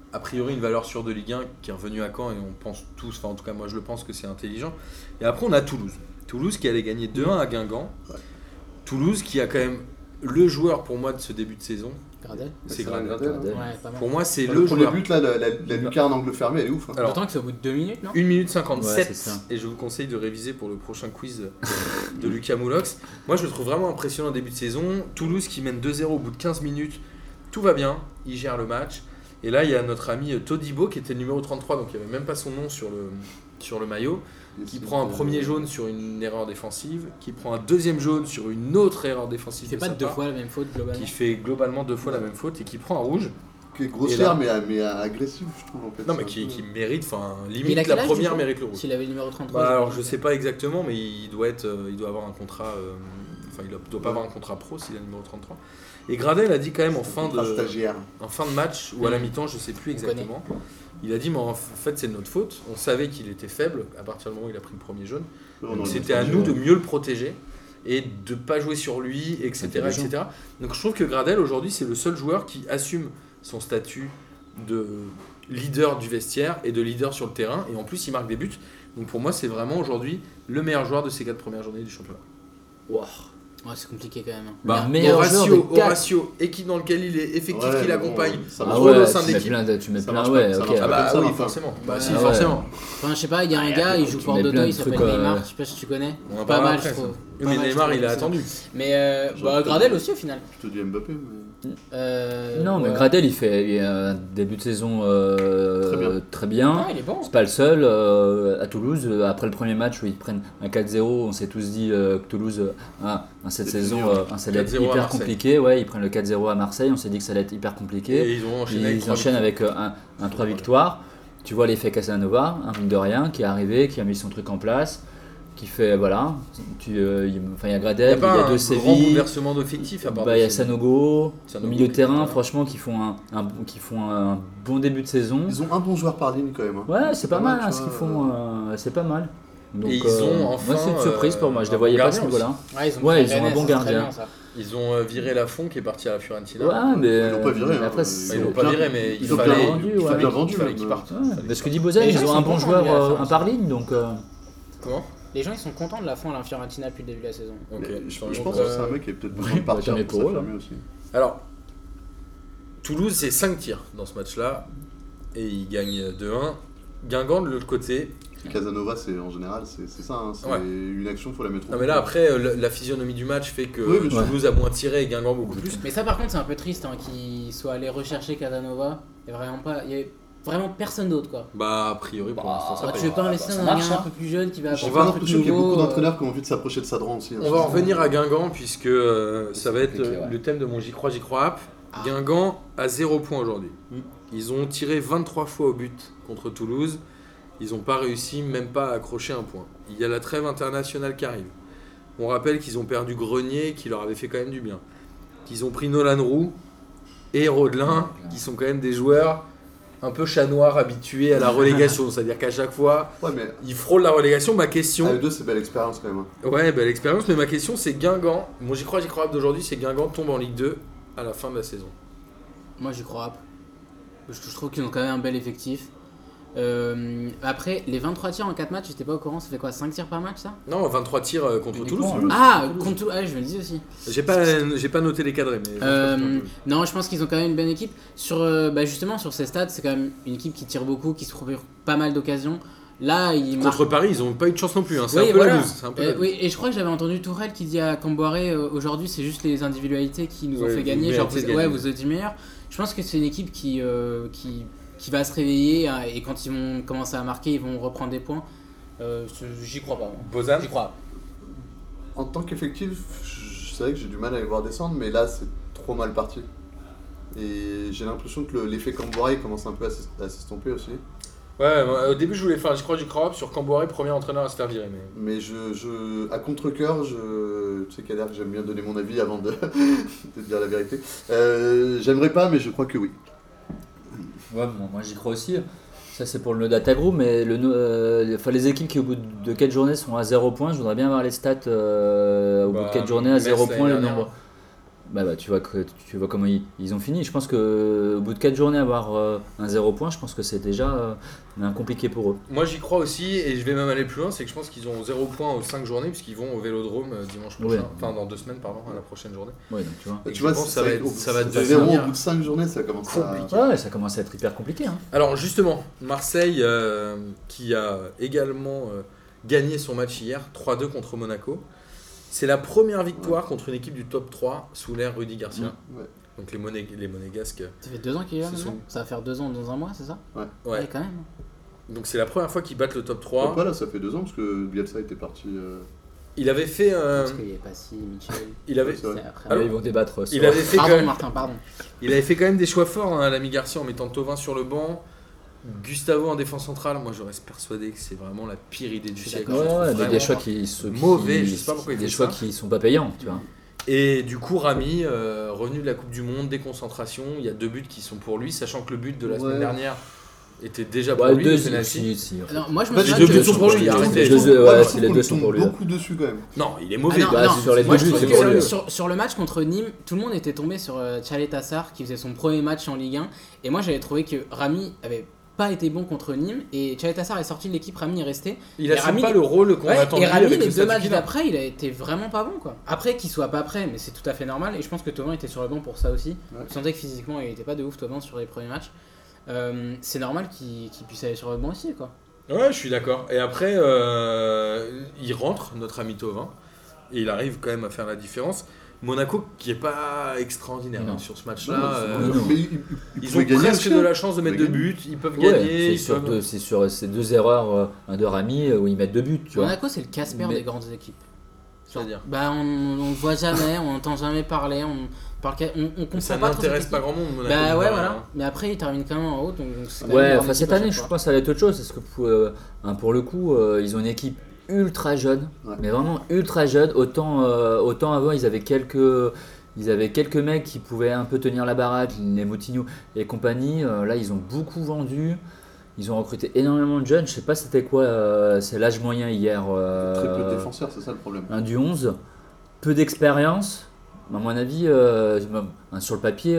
a priori une valeur sûre de Ligue un qui est revenue à Caen et on pense tous, enfin en tout cas moi je le pense que c'est intelligent. Et après on a Toulouse. Toulouse qui allait gagner deux un à Guingamp. Ouais. Toulouse qui a quand même le joueur pour moi de ce début de saison. Gradel. C'est Gradel. Gradel. Ouais, pas mal. Pour moi c'est Enfin, le, le premier joueur. but là, la, la, la lucarne angle fermé, elle est ouf. Hein. Alors, D'autant que c'est au bout de deux minutes, non une minute cinquante-sept Ouais, c'est ça. et je vous conseille de réviser pour le prochain quiz de Lucas Moulox. Moi je le trouve vraiment impressionnant en début de saison. Toulouse qui mène deux zéro au bout de quinze minutes, tout va bien, il gère le match. Et là il y a notre ami Todibo qui était le numéro trente-trois, donc il n'y avait même pas son nom sur le, sur le maillot, qui prend un premier jaune sur une erreur défensive, qui prend un deuxième jaune sur une autre erreur défensive. Il fait de pas sa deux part, fois la même faute globalement. qui fait globalement deux fois la même faute et qui prend un rouge. Qui est Et grossière là- mais, mais agressive, je trouve en fait. Non C'est mais un qui, peu- qui mérite, enfin Il a limite quel la âge, première du coup mérite le rouge. S'il avait le numéro trente-trois. Bah, alors je sais pas exactement, mais il doit être, euh, il doit avoir un contrat, euh, enfin il doit, doit pas avoir un contrat pro s'il a le numéro trente-trois. Et Gradel a dit quand même en fin Contrat de, stagiaire. en fin de match ou à la Mm. mi-temps, je sais plus On exactement. Il a dit mais en fait c'est de notre faute. On savait qu'il était faible à partir du moment où il a pris le premier jaune. Non, Donc, non, c'était à il est nous de stagiaire. mieux le protéger et de pas jouer sur lui, et cetera, et cetera. Donc je trouve que Gradel aujourd'hui c'est le seul joueur qui assume son statut de leader du vestiaire et de leader sur le terrain, et en plus il marque des buts. Donc pour moi c'est vraiment aujourd'hui le meilleur joueur de ces quatre premières journées du championnat. Wow. Ouais, c'est compliqué quand même. hein. Bah, Le meilleur au joueur ratio, des au quatre. ratio, équipe dans lequel il est, effectif Ouais, qui mais l'accompagne, bon, ça Ah marche rôle ouais, au sein de tu mets l'équipe. plein de, tu mets Ça plein, marche ouais, pas, ça ok. marche Ah pas. bah comme ça, oui, enfin. forcément. Bah Ouais. si, Ah ouais. forcément. Enfin, je sais pas, il y a un gars, il joue tu pour mets Bordeaux, plein de il s'appelle trucs, euh, Neymar, je sais pas si tu connais. On en Pas parlera mal, après, je trouve. ça. Pas Mais mal, je Neymar trouve, il a ça. attendu. Mais euh, Genre, bah, Gradel aussi au final. Je te dis Mbappé, mais. Euh, Non, mais ouais. Gradel, il fait il a un début de saison euh, Très bien. très bien. Ah, il est bon. C'est pas le seul. euh, à Toulouse, euh, après le premier match où ils prennent un quatre zéro, on s'est tous dit euh, que Toulouse, euh, un, un cette C'est saison, dur. euh, un, ça allait être quatre zéro à hyper Marseille. compliqué. Ouais, ils prennent le quatre zéro à Marseille, on s'est dit que ça allait être hyper compliqué. Et ils ont enchaîné avec Ils trois enchaînent victoires. avec euh, un, un trois victoires. Tu vois l'effet Casanova, un mine de rien, qui est arrivé, qui a mis son truc en place, qui fait, voilà. Tu, euh, il, enfin, il y a Il n'y Gradel, a il y pas a un deux grand Séville. bouleversement d'effectifs à part Bah, de il y a ces- Sanogo, Sanogo au milieu de qui- terrain, voilà. franchement, qui font un, un- qui font un bon début de saison. Ils ont un bon joueur par ligne quand même. hein. Ouais, c'est pas mal hein, tu ce vois, qu'ils font, euh, c'est pas mal. Donc, Et ils euh, ont enfin, moi, c'est une surprise pour moi, je euh, les un voyais bon pas à ce gardien niveau-là. Ouais, ils ont, Ouais, pris ils ont un Rennes, bon ça, c'est très gardien. bien, ça. Ils ont euh, viré Lafont qui est parti à la Fiorentina. Ouais, mais Ils l'ont pas viré, mais hein, après, euh, c'est- Ils Ils l'ont ont pas bien- viré, mais il ils ont bien fallait vendu, il ouais. fallait Bien qu'il vendu, fallait même. qu'il parte. Ouais, Il fallait parce que qu'il dit Bozen, Les gens, ils ont ils un sont bon contents joueur de la euh, un Fiorentina. par ligne, donc euh, parte. Comment Les gens ils sont contents de la fin à la Fiorentina depuis le début de la saison. Ok. Mais Je, Donc, je pense euh, que c'est un mec qui a peut-être besoin oui, de partir bah, tant pour mieux pour eux, s'affirmer aussi. Alors, Toulouse, c'est cinq tirs dans ce match-là. Et ils gagnent deux un. Guingamp, de l'autre côté. Casanova, c'est en général, c'est c'est ça. hein, C'est Ouais. une action, faut la mettre au Non, mais là, après, euh, le- la physionomie du match fait que Oui, bien sûr. Toulouse a moins tiré et Guingamp beaucoup plus. Mais ça par contre c'est un peu triste hein, qu'ils soient allés rechercher Casanova. Il y a vraiment pas, il y a vraiment personne d'autre quoi. Bah, a priori, pour Bah, l'instant, ça Ah, paye. tu veux pas investir bah, ça dans un marche, gars hein. un peu plus jeune qui va J'ai On apporter va- un peu de l'impression qu'il y a beaucoup nouveau, euh, d'entraîneurs qui ont envie de s'approcher de Sadran aussi. hein, On je va en pense. revenir à Guingamp puisque euh, ça va être compliqué, euh, ouais. le thème de mon J'y crois, J'y crois app. Ah. Guingamp a zéro point aujourd'hui. Mm. Ils ont tiré vingt-trois fois au but contre Toulouse. Ils n'ont pas réussi, même pas à accrocher un point. Il y a la trêve internationale qui arrive. On rappelle qu'ils ont perdu Grenier, qui leur avait fait quand même du bien. Qu'ils ont pris Nolan Roux et Rodelin, qui sont quand même des joueurs un peu chat noir habitués à la relégation. C'est-à-dire qu'à chaque fois, Ouais, mais ils frôlent la relégation. Ma question... A E deux, c'est belle expérience quand même. hein. Ouais, belle expérience, mais ma question c'est Guingamp. Moi j'y crois, j'y crois d'aujourd'hui, c'est Guingamp tombe en Ligue deux à la fin de la saison. Moi j'y crois. Je, je trouve qu'ils ont quand même un bel effectif. Euh, après, les vingt-trois tirs en quatre matchs, j'étais pas au courant, ça fait quoi cinq tirs par match ça? Non, vingt-trois tirs euh, contre Uniquement, Toulouse. hein. Ah, contre tout, ah, je me le dis aussi. J'ai pas, j'ai pas noté les cadrés, mais. Euh, non, je pense qu'ils ont quand même une bonne équipe. Sur, euh, bah, justement, sur ces stades, c'est quand même une équipe qui tire beaucoup, qui se procure pas mal d'occasions. Là, ils marquent. Contre Paris, ils ont pas eu de chance non plus. Hein. C'est Oui, un peu voilà. la loose. C'est un peu la Euh, loose. oui, et je crois que j'avais entendu Tourelle qui dit à Camboiré euh, aujourd'hui, c'est juste les individualités qui nous ont Ouais, fait vous gagner. Genre, méritez vous, de ouais, gagner. vous êtes meilleurs. Je pense que c'est une équipe qui, euh, qui, qui va se réveiller hein, et quand ils vont commencer à marquer, ils vont reprendre des points. Euh, J'y crois pas. moi. Bozan. J'y crois. En tant qu'effectif, je- c'est vrai que j'ai du mal à les voir descendre, mais là, c'est trop mal parti. Et j'ai l'impression que le- l'effet Camboiré commence un peu à s'es- à s'estomper aussi. Ouais, moi, au début, je voulais faire j'y crois, j'y crois sur Camboiré, premier entraîneur à se faire virer. Mais... Mais je, je, à contre-cœur, je, tu sais Kader, que j'aime bien donner mon avis avant de, de dire la vérité. Euh, J'aimerais pas, mais je crois que oui. ouais, bon, moi j'y crois aussi. Ça c'est pour le data group, mais le, euh, enfin, les équipes qui au bout de quatre journées sont à zéro points, je voudrais bien voir les stats euh, au bout Bah, de quatre journées à Metz, zéro l'année points le dernière. nombre. Bah, bah, tu vois que tu vois comment ils, ils ont fini. Je pense que au bout de quatre journées avoir euh, un zéro point, je pense que c'est déjà euh, compliqué pour eux. Moi j'y crois aussi et je vais même aller plus loin, c'est que je pense qu'ils ont zéro point aux cinq journées puisqu'ils vont au Vélodrome euh, dimanche prochain, Ouais. enfin dans deux semaines pardon, à la prochaine journée. Ouais, donc tu vois. Et Tu je vois, pense que ça, ça va être- au- ça va ça zéro devenir au bout de cinq journées, ça commence à. compliqué. Ouais, ça commence à être hyper compliqué. Hein. Alors justement, Marseille euh, qui a également euh, gagné son match hier, trois deux contre Monaco. C'est la première victoire contre une équipe du top trois sous l'ère Rudy Garcia. Ouais. Donc les, Moné- les Monégasques. Ça fait deux ans qu'il est là Ce maintenant. sont- Ça va faire deux ans dans un mois, c'est ça Ouais. quand même. Donc c'est la première fois qu'ils battent le top Pourquoi trois. pas, là, ça fait deux ans parce que Bielsa était parti. euh, Il avait fait... euh, Parce qu'il n'y avait pas si Michel. il, avait, C'est vrai. C'est après. Alors, Là, ils vont débattre. Sur... il, avait fait quand Pardon même, Martin, pardon. il avait fait quand même des choix forts, hein, l'ami Garcia, en mettant Thauvin sur le banc. Gustavo en défense centrale, moi je reste persuadé que c'est vraiment la pire idée du Je suis siècle. Ouais, Je trouve ouais, des- vraiment- des choix qui sont mauvais, qui- je sais pas pourquoi il des fait choix ça. qui sont pas payants, tu vois. Et du coup, Rami, euh, revenu de la Coupe du Monde, déconcentration, il y a deux buts qui sont pour lui, sachant que le but de la Ouais. semaine dernière était déjà pour Ouais, lui, deux, le si, penalty. si, si, enfin. Alors moi je En me fait, souviens les deux que- buts sont pour lui, je trouve arrêtez. qu'on- Deux- ouais, moi, je c'est trouve les qu'on deux le sont tombe pour lui, ouais. beaucoup dessus quand même. Non, il est Ah mauvais. non, Bah, non, sur les moi, deux je buts, trouve c'est que pour lui. sur, sur le match contre Nîmes, tout le monde était tombé sur euh, Chalet Tassar qui faisait son premier match en Ligue un. Et moi j'avais trouvé que Rami avait pas été bon contre Nîmes et Chalet Tassar est sorti de l'équipe, Rami est resté. Il Et assume Rami- pas le rôle qu'on Ouais, attend de et lui Rami, avec les le deux statut matchs qu'il a. d'après, il a été vraiment pas bon quoi. Après qu'il soit pas prêt, mais c'est tout à fait normal. Et je pense que Thauvin était sur le banc pour ça aussi. Ouais. Je sentais que physiquement il était pas de ouf Thauvin sur les premiers matchs. Euh, c'est normal qu'il qu'il puisse aller sur le banc aussi quoi. Ouais, je suis d'accord. Et après, euh, il rentre, notre ami Thauvin, et il arrive quand même à faire la différence. Monaco qui est pas extraordinaire Non. hein, sur ce Non, match-là. non, euh, c'est- non. mais ils, ils- ils Ils pouvaient ont gagner presque aussi, de hein. la chance de mettre deux Ils buts, ils peuvent Ouais, gagner. c'est ils sur, peuvent- deux, c'est sur ces deux erreurs euh, un de Rami euh, où ils mettent deux buts, tu vois. Monaco c'est le Casper Mais- des grandes équipes. C'est-à-dire Bah on, on le voit jamais, on n'entend jamais parler, on parle, on, on comprend Ça pas trop n'intéresse cette pas équipe. grand monde, Monaco. Bah mine ouais de voilà, rien. mais après il termine quand même en haut donc donc c'est quand même une Ouais, grande enfin équipe cette à année, chaque je fois. pense que ça va être autre chose parce que pour, euh, hein, pour le coup, euh, ils ont une équipe ultra jeune, Ouais. mais vraiment ultra jeune. Autant, euh, autant avant, ils avaient quelques, ils avaient quelques mecs qui pouvaient un peu tenir la baraque, les Moutinho et compagnie. Euh, là, ils ont beaucoup vendu. Ils ont recruté énormément de jeunes. Je sais pas c'était quoi, euh, c'est l'âge moyen hier. euh, Très peu de défenseurs, c'est ça le problème. un du onze, peu d'expérience. À mon avis, euh, hein, sur le papier,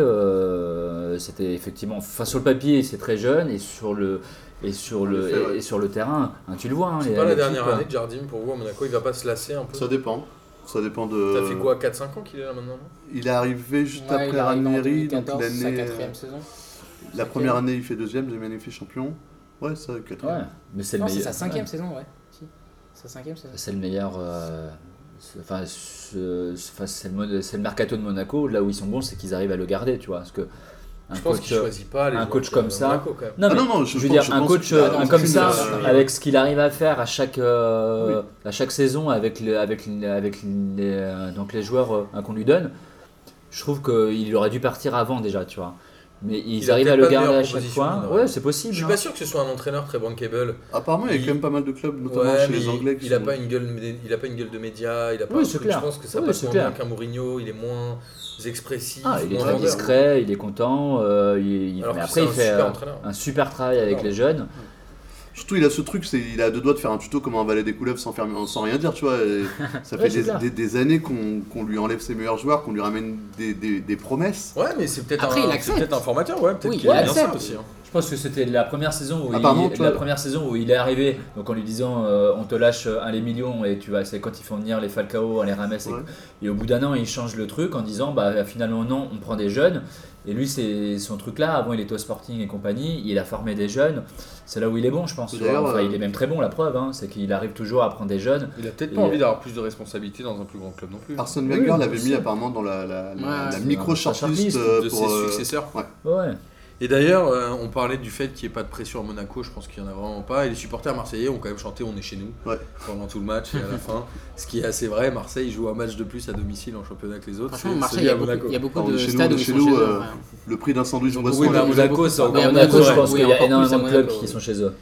euh, c'était effectivement. Enfin, sur le papier, c'est très jeune et sur le et sur En le effet, ouais. et, et sur le terrain, hein, tu le vois. Hein, C'est les- pas la l'équipe, dernière quoi. année de Jardim pour vous à Monaco, il va pas se lasser un peu. Ça dépend. Ça dépend de. Ça fait quoi, quatre cinq ans qu'il est là maintenant non Il est arrivé juste Ouais, il après arrive en Ranieri, donc deux mille quatorze, sa l'année. quatrième saison. La première année, il fait deuxième, deuxième année, il fait champion. Ouais, ça, quatrième. Ouais, mais c'est le Non, c'est meilleur. sa cinquième ouais. saison, ouais. Si. Sa cinquième saison. C'est le meilleur. euh, c'est- Enfin, ce- ce- enfin, c'est le, mode- c'est le mercato de Monaco. Là où ils sont bons, c'est qu'ils arrivent à le garder, tu vois. Parce que un Je pense coach, qu'il choisit pas les un joueurs coach qui comme ont ça. Monaco, quand même. Non, Ah mais non, non, je, je veux pense- dire, je un pense coach qu'il a euh, un comme aucune, ça, euh, avec ce qu'il arrive à faire à chaque, euh, à chaque saison, avec, le, avec, le- avec les, euh, donc les joueurs euh, qu'on lui donne, je trouve qu'il aurait dû partir avant déjà, tu vois. Mais ils Il a arrivent à peut-être le pas de garder à meilleure chaque proposition, fois. non. Ouais, c'est possible. Je suis hein. pas sûr que ce soit un entraîneur très bankable. Apparemment, il y a Il- quand même pas mal de clubs, notamment Ouais, chez mais les Anglais. qui il, il a sont- pas une gueule, il a pas une gueule de média, il a pas Oui, un c'est truc- clair. Je pense que ça Oui, passe c'est moins clair. bien qu'un Mourinho, il est moins expressif, Ah, il est moins très vendeur. discret, il est content. euh, il, il- Alors mais que après, c'est il un fait super euh, entraîneur. un super travail avec Non. les jeunes. Surtout, il a ce truc, c'est il a deux doigts de faire un tuto comment avaler des couleuvres sans, faire, sans rien dire, tu vois. Et ça Ouais, fait c'est des, clair. des- des années qu'on qu'on lui enlève ses meilleurs joueurs, qu'on lui ramène des, des- des promesses. Ouais, mais c'est peut-être Après, un, il c'est accepte. peut-être un formateur, ouais, peut-être Oui, qu'il il aime bien ça accepte. aussi. hein. Je pense que c'était la première saison où, Apparemment, il, tu la vois. première saison où il est arrivé, donc en lui disant euh, on te lâche un les millions et tu vas, c'est quand ils font venir les Falcao, les Rames et, Ouais. et au bout d'un an il change le truc en disant bah finalement non, on prend des jeunes et lui c'est son truc là. Avant il était au Sporting et compagnie, il a formé des jeunes, c'est là où il est bon je pense. tu vois. D'ailleurs, Enfin, euh, il est même très bon la preuve, hein, c'est qu'il arrive toujours à prendre des jeunes. Il a peut-être Et, pas envie euh, d'avoir plus de responsabilités dans un plus grand club non plus. Arsène Oui, Wenger oui, l'avait aussi. mis apparemment dans la, la, la- Ouais, la c'est micro un- shortlist shortlist euh, de pour. ses euh, successeurs. ouais. Ouais. Et d'ailleurs, euh, on parlait du fait qu'il n'y ait pas de pression à Monaco, je pense qu'il n'y en a vraiment pas. Et les supporters marseillais ont quand même chanté On est chez nous Ouais. pendant tout le match et à la fin. Ce qui est assez vrai, Marseille joue un match de plus à domicile en championnat que les autres. Franchement, c'est Marseille, celui il y à a beaucoup, Monaco. il y a beaucoup Pardon, de chez nous, stades où ils chez sont nous, chez eux. euh, ouais. Le prix d'un sandwich Oui, boisson. mais à euh, Monaco, c'est encore Mais à mieux. Monaco, Monaco, je ouais. pense Oui, qu'il y a encore plus énormément à de clubs Monaco. qui sont chez eux.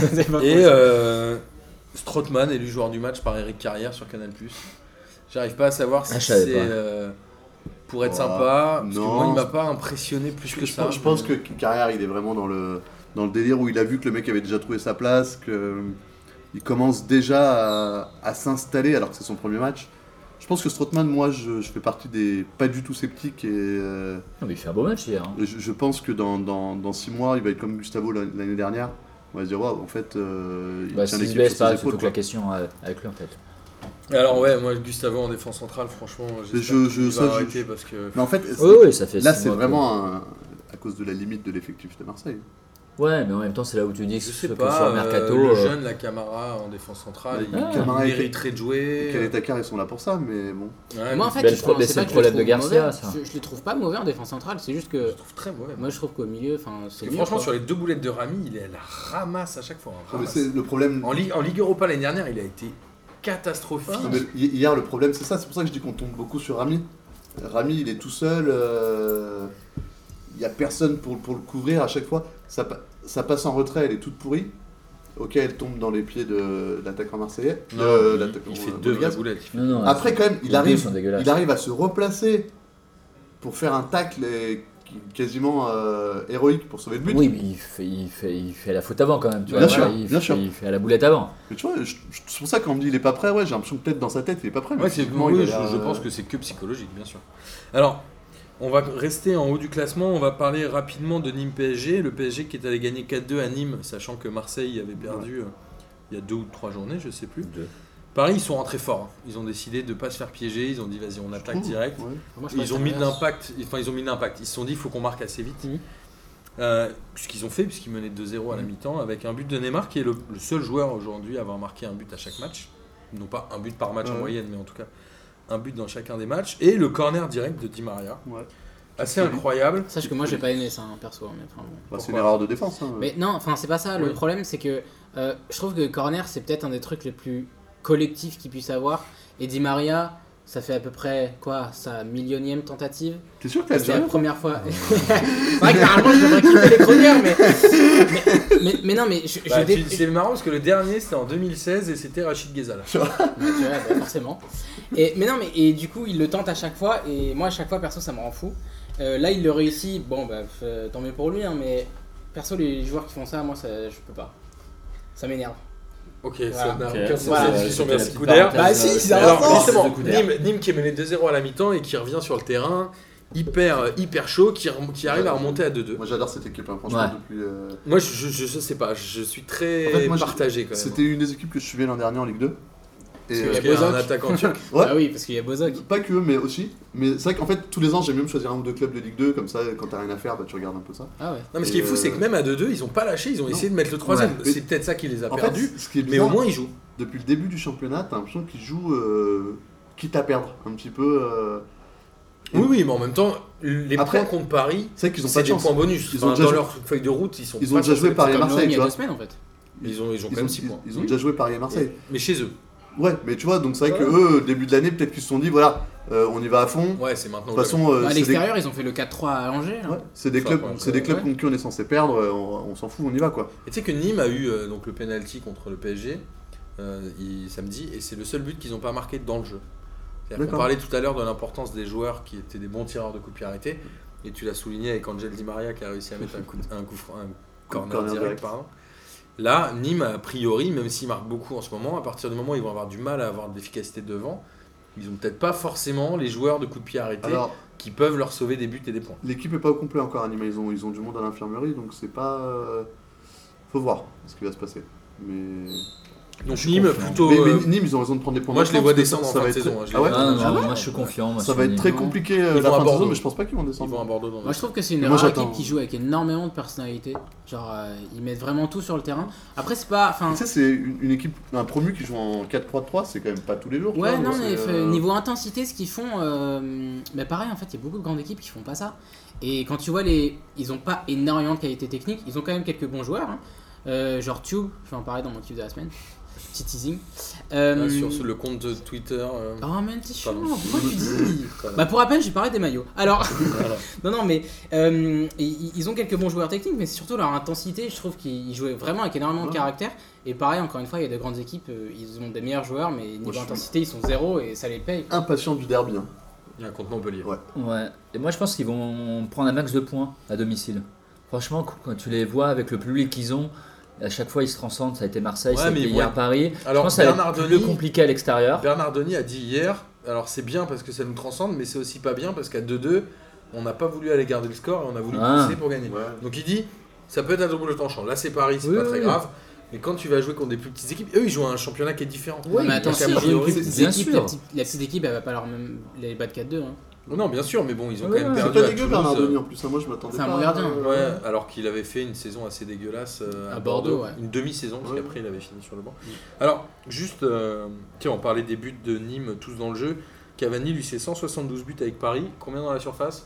Et euh, Strootman élu joueur du match par Eric Carrière sur Canal plus. J'arrive pas à savoir si Ah, je savais c'est pas. euh, pour être Ouais, sympa. Parce que non. moi, il m'a pas impressionné plus que Je, ça. pense- je pense que Carrière, il est vraiment dans le, dans le délire où il a vu que le mec avait déjà trouvé sa place, qu'il commence déjà à, à s'installer alors que c'est son premier match. Je pense que Strootman, moi, je, je fais partie des pas du tout sceptiques et euh, Non, mais il fait un beau match hier. Hein. je, je pense que dans, dans, dans six mois, il va être comme Gustavo l'année dernière. On va se dire, waouh, en fait, euh, il Bah, tient s'il se l'équipe blesse sur pas, ses c'est épaules. toute quoi. la question euh, avec lui en fait. Alors ouais, moi Gustavo en défense centrale, franchement, Mais j'espère je- qu'il je- va ça, je- arrêter parce que... Mais en fait, Oui, oui, ça fait là, six c'est mois que- vraiment un- à cause de la limite de l'effectif de Marseille. Ouais, mais en même temps, c'est là où tu dis que Je ce sais que pas, sur le euh, mercato. le euh, jeune, la Camara en défense centrale, il, Ah, il Camara et- mériterait de jouer. Quel est ta carte, ils sont là pour ça, mais bon. Ouais, Moi en mais fait, Ben, le je pro- pense- mais c'est c'est pas le que problème je les de trouve Garcia, mauvais, ça. Je, je les trouve pas mauvais en défense centrale, c'est juste je que le trouve très mauvais. moi je trouve qu'au milieu, enfin Parce c'est que mieux. franchement, quoi. sur les deux boulettes de Rami, il est à la ramasse à chaque fois. hein, Non, mais ramasse. c'est le problème. En, Ligue, en Ligue Europa l'année dernière, il a été catastrophique. Non, mais hi- hier, le problème, c'est ça. C'est pour ça que je dis qu'on tombe beaucoup sur Rami. Rami, il est tout seul. Il n'y a personne pour, pour le couvrir à chaque fois. Ça, pa- ça passe en retrait, elle est toute pourrie. Ok, elle tombe dans les pieds de l'attaquant marseillais. Non, Euh, il, l'attaquant, il fait euh, deux Monégasque. vraies boulettes. il fait- Non, non, Après, quand même, les il deux arrive, sont dégueulasses. il arrive à se replacer pour faire un tacle et- qui- quasiment euh, héroïque pour sauver le but. Oui, mais il fait, il, fait, il fait la faute avant quand même. Tu Bien vois, sûr, il, bien fait, sûr. il fait à la boulette avant. Mais tu vois, je- je- c'est pour ça qu'on me dit il est pas prêt. Ouais, j'ai l'impression que peut-être dans sa tête il est pas prêt. mais Ouais, c'est physiquement, oui, il a je, l'air, je euh, pense que c'est que psychologique, bien sûr. Alors, on va rester en haut du classement. On va parler rapidement de Nîmes P S G. Le P S G qui est allé gagner quatre deux à Nîmes, sachant que Marseille avait perdu euh, il y a deux ou trois journées, je sais plus. Deux. Paris, ils sont rentrés forts. hein. Ils ont décidé de ne pas se faire piéger. Ils ont dit, vas-y, on attaque Ouh, direct. ouais. Moi, je Ils pense ont que mis de l'inverse. l'impact. Enfin, ils ont mis de l'impact. Ils se sont dit, il faut qu'on marque assez vite. Mhm. Euh, ce qu'ils ont fait, puisqu'ils menaient deux zéro à la mi-temps, avec un but de Neymar, qui est le, le seul joueur aujourd'hui à avoir marqué un but à chaque match. Non pas un but par match en Ouais. moyenne, mais en tout cas un but dans chacun des matchs. Et le corner direct de Di Maria. Ouais. Assez incroyable. Sache que moi j'ai pas aimé ça, hein, perso. Mais, enfin, bon. Bah, c'est Pourquoi une erreur de défense. hein. Mais non, enfin c'est pas ça. Le Oui. problème c'est que euh, je trouve que corner c'est peut-être un des trucs les plus collectifs qu'il puisse avoir. Et Di Maria, ça fait à peu près quoi, sa millionième tentative. T'es sûr que t'as C'est la déjà première fois. C'est vrai que normalement je devrais quitter les chronières, mais... mais, mais, mais non, mais je, je Bah, dé- tu- c'est marrant parce que le dernier c'était en deux mille seize et c'était Rachid Ghezal. Ouais, tu vois, bah, forcément. Et, mais non, mais et du coup, il le tente à chaque fois, et moi, à chaque fois, perso, ça me rend fou. Euh, là, il le réussit, bon, bah, euh, tant mieux pour lui, hein, mais perso, les joueurs qui font ça, moi, ça, je peux pas. Ça m'énerve. Ok, Voilà. ça n'a Ok. aucun sens Voilà. cette discussion, C'était la merci petite Couder. parenthèse, Bah, si, euh, c'est c'était un la Alors rapport. parenthèse justement, de Couder. Nîmes, Nîmes qui est mené deux zéro à la mi-temps et qui revient sur le terrain hyper, euh, hyper chaud, qui, rem- qui arrive à remonter à deux deux. Moi j'adore cette équipe, hein, franchement, Ouais. depuis. euh, Moi je, je, je sais pas, je suis très En fait, moi, je- partagé quand même. C'était une des équipes que je suivais l'an dernier en Ligue deux. Et Parce euh, qu'il y a un Bozok. attaquant turc. Ouais. Ah oui, parce qu'il y a Bozok. pas que eux, mais aussi. Mais c'est vrai qu'en fait, tous les ans, j'aime bien me choisir un ou deux clubs de Ligue deux, comme ça, quand t'as rien à faire, bah, tu regardes un peu ça. Ah ouais. Non mais ce qui est fou Et, c'est que euh, même à deux deux ils ont pas lâché, ils ont non. essayé de mettre le troisième. Ouais. C'est peut-être ça qui les a En perdus, fait, ce qui est mais bizarre, au moins ils jouent. depuis le début du championnat, t'as l'impression qu'ils jouent euh, quitte à perdre un petit peu. euh, Oui oui mais en même temps les Après, points contre Paris C'est vrai qu'ils ont pas c'est de des chance. points bonus. Ils ont Enfin, déjà dans joué- leur feuille de route ils sont Ils pas ont déjà censés joué être Paris et comme- Comme Marseille, Lyon, il y tu a vois. deux semaines en fait. Ils ont, ils ont Ils quand ont, même six ils- points. ils ont déjà joué Paris et Marseille. Mais chez eux. Ouais, mais tu vois, donc c'est vrai que Ouais. eux, début de l'année, peut-être qu'ils se sont dit, voilà, euh, on y va à fond. De Ouais c'est maintenant. toute façon, euh, Bah, à c'est des, l'extérieur, ils ont fait le quatre trois à Angers. hein. ouais, c'est des Enfin, clubs, ouais, c'est des clubs ouais. contre qui on est censé perdre. euh, On, on s'en fout, on y va quoi. Et tu sais que Nîmes a eu euh, donc le penalty contre le P S G euh, il- samedi et c'est le seul but qu'ils n'ont pas marqué dans le jeu. C'est-à-dire qu'on D'accord. parlait tout à l'heure de l'importance des joueurs qui étaient des bons tireurs de coups de pied arrêtés et tu l'as souligné avec Angel Di Maria qui a réussi à mettre un coup, de- un coup franc- un corner, Corner direct, direct. pardon. Là, Nîmes a priori, même s'ils marquent beaucoup en ce moment, à partir du moment où ils vont avoir du mal à avoir de l'efficacité devant, ils ont peut-être pas forcément les joueurs de coups de pied arrêtés Alors, qui peuvent leur sauver des buts et des points. l'équipe est pas au complet encore animée. Ils ont, ils ont du monde à l'infirmerie, donc c'est pas. euh, Faut voir ce qui va se passer. Mais, Donc suis Nîmes confiant. plutôt. mais, mais euh, Nîmes, ils ont raison de prendre des points. moi, je les maintenant, vois parce que descendre ça- en ça fin va de être saison, très- hein, je Ah les ouais vois Ah, non, Ah non, ouais moi je suis confiant. Moi, Ça sur va être Nîmes. très compliqué euh, Ils la vont à fin de saison, Bordeaux. mais je pense pas qu'ils vont descendre. Ils vont à Bordeaux dans Moi je trouve que c'est une Et moi, rare équipe j'attends. qui joue avec énormément de personnalité. Genre euh, ils mettent vraiment tout sur le terrain. Après c'est pas, enfin Tu sais, c'est une, une équipe, un promu qui joue en quatre trois trois, c'est quand même pas tous les jours. tu ouais vois, non donc mais c'est, fait- euh, niveau intensité ce qu'ils font, euh, mais pareil en fait il y a beaucoup de grandes équipes qui font pas ça. Et quand tu vois les, ils ont pas énormément de qualité technique. Ils ont quand même quelques bons joueurs. hein. Euh, genre Tube, je vais en parler dans mon kiff de la semaine. Petit teasing. Euh, Ah, sur le compte de Twitter. euh, Oh mais t'es chiant, Pardon. pourquoi tu dis voilà. Bah pour rappel j'ai parlé des maillots. Alors Voilà. non non mais euh, ils, ils ont quelques bons joueurs techniques mais c'est surtout leur intensité. Je trouve qu'ils jouaient vraiment avec énormément de Ouais. caractère. Et pareil encore une fois il y a de grandes équipes, euh, ils ont des meilleurs joueurs mais niveau Moi, je suis- intensité ils sont zéro et ça les paye. impatient du derby. hein. Il y a un contre Montpellier. Ouais. Ouais. Et moi je pense qu'ils vont prendre un max de points à domicile. Franchement, quand tu les vois avec le public qu'ils ont, à chaque fois ils se transcendent. Ça a été Marseille, Ouais, ça a mais été ils hier vont- Paris. Alors, je pense que ça va Bernard être plus Denis- compliqué à l'extérieur. Bernard Denis a dit hier alors c'est bien parce que ça nous transcende, mais c'est aussi pas bien parce qu'à deux deux, on n'a pas voulu aller garder le score et on a voulu Ah. pousser pour gagner. Ouais. Donc il dit, ça peut être un double tranchant. Là c'est Paris, c'est Oui, pas très oui. grave. Mais quand tu vas jouer contre des plus petites équipes, eux ils jouent à un championnat qui est différent. Oui, mais attends, donc, si a ils jouent une priori, plus c'est- petite bien équipe, sûr. la petite, la petite équipe, elle va pas leur même les battre quatre deux. Hein. Non, bien sûr, mais bon, ils ont Ouais, quand même c'est C'est perdu pas à dégueu Toulouse. Bernardoni en plus, hein, moi je m'attendais C'est un pas. bon gardien. euh, Ouais, alors qu'il avait fait une saison assez dégueulasse euh, à, À Bordeaux, Bordeaux, ouais. une demi-saison, parce Ouais. qu'après il avait fini sur le banc. Alors, juste, euh, tiens, on parlait des buts de Nîmes tous dans le jeu. Cavani, lui, c'est cent soixante-douze buts avec Paris. Combien dans la surface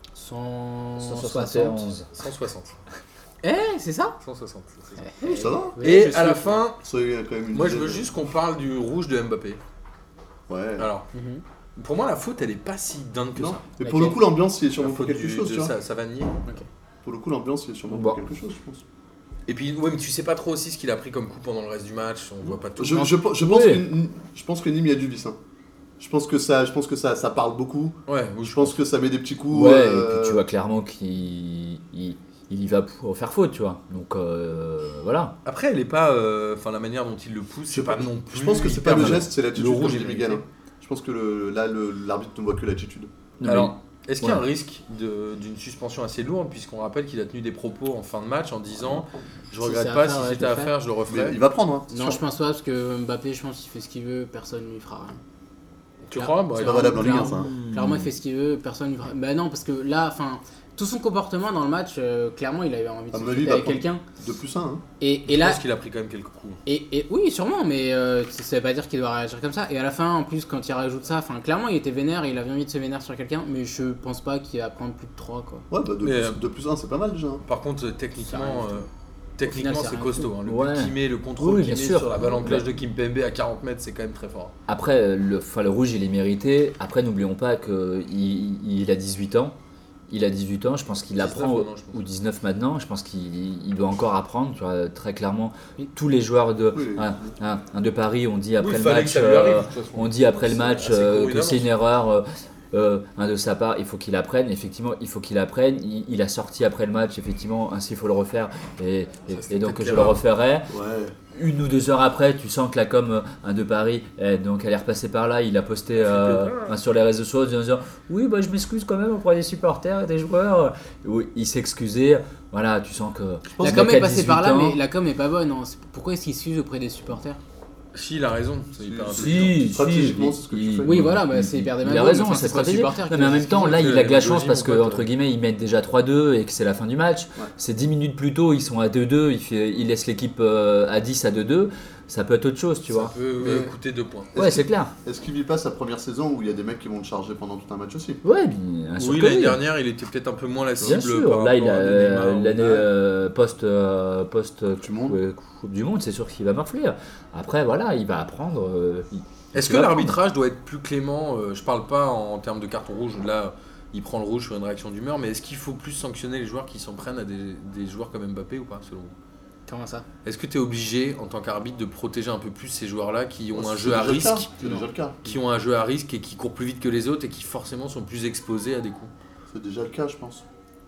cent cent soixante. soixante et onze. cent soixante. Eh, c'est ça cent soixante, c'est ça. Oui, ça va. Ouais, Et je à suis- la fin, Ça, il y a quand même une moi je dizaine. veux juste qu'on parle du rouge de Mbappé. Ouais. Alors, Mhm. pour moi, la faute, elle est pas si dingue que Non. ça. Et pour le coup, l'ambiance, il est La sûrement pour faute quelque du- chose, de tu vois. Sa- Savanier. Pour le coup, l'ambiance, il est sûrement Bon. pour quelque chose, je pense. Et puis, ouais, mais tu sais pas trop aussi ce qu'il a pris comme coup pendant le reste du match. On voit pas tout. Je, je, je pense Oui. que, je pense que Nîmes, il y a du vice. Hein. Je pense que ça, je pense que ça, ça parle beaucoup. Ouais, oui, Je pense que ça met des petits coups. Ouais, euh, et puis tu vois clairement qu'il il, il y va pour faire faute, tu vois. Donc euh, voilà. Après, elle est pas. euh, Enfin, la manière dont il le pousse, c'est Je- pas non plus. Je pense que c'est hyper pas le malin. geste, c'est l'attitude. Le rouge, comme il dit est Miguel, mérité. hein. Je pense que le, là, le- l'arbitre ne voit que l'attitude. Non, Alors, est-ce qu'il y a Ouais. un risque de- d'une suspension assez lourde, puisqu'on rappelle qu'il a tenu des propos en fin de match en disant je Si regrette c'est à pas, faire, si ouais, c'était je le à fais. faire, je le Mais referais. il va prendre. Hein. Non, je pense pas parce que Mbappé, je pense qu'il fait ce qu'il veut, personne lui fera rien. Tu crois Bon, C'est il pas va- valable en Ligue un, clairement. ça. hein. Clairement, il fait ce qu'il veut, personne lui fera. Bah non, parce que là, enfin, tout son comportement dans le match, euh, clairement, il avait envie de À se mon avis, il discuter va avec prendre- quelqu'un. De plus un. Hein. Et, Je et là, pense qu'il a pris quand même quelques coups. et, et oui, sûrement, mais euh, ça ça veut pas dire qu'il doit réagir comme ça. Et à la fin, en plus, quand il rajoute ça, enfin, clairement, il était vénère, il avait envie de se vénérer sur quelqu'un, mais je pense pas qu'il va prendre plus de trois, quoi. Ouais, bah de, Mais, plus, euh, de plus un, c'est pas mal déjà. hein. Par contre, euh, techniquement, Ça arrive. euh, techniquement Au final, c'est c'est costaud. Hein. Le Ouais. but qu'il met, le contrôle Oui, qu'il bien met sûr. sur la balle en cloche Ouais. de Kimpembe à quarante mètres, c'est quand même très fort. Après, le, enfin, le rouge, il est mérité. Après, n'oublions pas qu'il il, il a dix-huit ans. Il a dix-huit ans, je pense qu'il dix-neuf apprend, maintenant, je pense. ou dix-neuf maintenant, je pense qu'il il doit encore apprendre, tu vois, très clairement. Oui. Tous les joueurs de, Oui. un, un- un de Paris, on dit après Oui, il le fallait match, que ça lui arrive, euh, de toute façon. on dit après le C'est match assez euh, couru que d'avance. c'est une erreur euh, euh, hein, de sa part, il faut qu'il apprenne. Effectivement, il faut qu'il apprenne. Il, il a sorti après le match, effectivement, ainsi il faut le refaire. Et, et- Ça, c'était et donc peut-être je le l'erreur. referai. Ouais. Une ou deux heures après, tu sens que la com euh, un de Paris, eh, donc elle est repassée par là, il a posté euh, Flippé. un sur les réseaux sociaux en disant oui, bah, je m'excuse quand même auprès des supporters et des joueurs. Oui, il s'est excusé. Voilà, tu sens que. pense La que com le mec est a passée par là, dix-huit ans. mais la com est pas bonne. hein. C'est- Pourquoi est-ce qu'il s'use auprès des supporters? Si, il a raison. C'est Si, hyper si. intelligent. Si, Stratégiquement, si, c'est ce que il- tu fais. Oui, voilà, bah, il- c'est hyper Il a démagogue, raison, enfin, c'est c'est pas le stratégique. supporter Non, qui mais en fait même ce temps, qu'il là, veut. il Que a de la la chance démagogie, parce mon que pote, entre euh. guillemets, ils mettent déjà trois deux et que c'est la fin du match. C'est dix minutes plus tôt, ils sont à deux deux, il, fait, il laisse l'équipe euh, à dix à deux deux. Ça peut être autre chose, tu Ça vois. peut euh, Mais- coûter deux points. Ouais, c'est clair. Est-ce qu'il vit pas sa première saison où il y a des mecs qui vont le charger pendant tout un match aussi? Ouais, bien sûr Oui, que l'année oui. dernière, il était peut-être un peu moins la cible. Bien sûr, par là il rapport a à des euh, Neymar ou- l'année euh, post euh, post Coupe du Monde. ouais, Coupe du Monde, c'est sûr qu'il va morfler. Après voilà, il va apprendre. euh, il- Est-ce il que va l'arbitrage doit être plus clément euh, Je parle pas en termes de carton rouge, où là il prend le rouge sur une réaction d'humeur, mais est-ce qu'il faut plus sanctionner les joueurs qui s'en prennent à des, des joueurs comme Mbappé ou pas, selon vous? Comment ça? Est-ce que tu es obligé en tant qu'arbitre de protéger un peu plus ces joueurs-là qui ont Oh, un c'est jeu à déjà le cas. risque, C'est déjà le cas. qui ont un jeu à risque et qui courent plus vite que les autres et qui forcément sont plus exposés à des coups? C'est déjà le cas, je pense.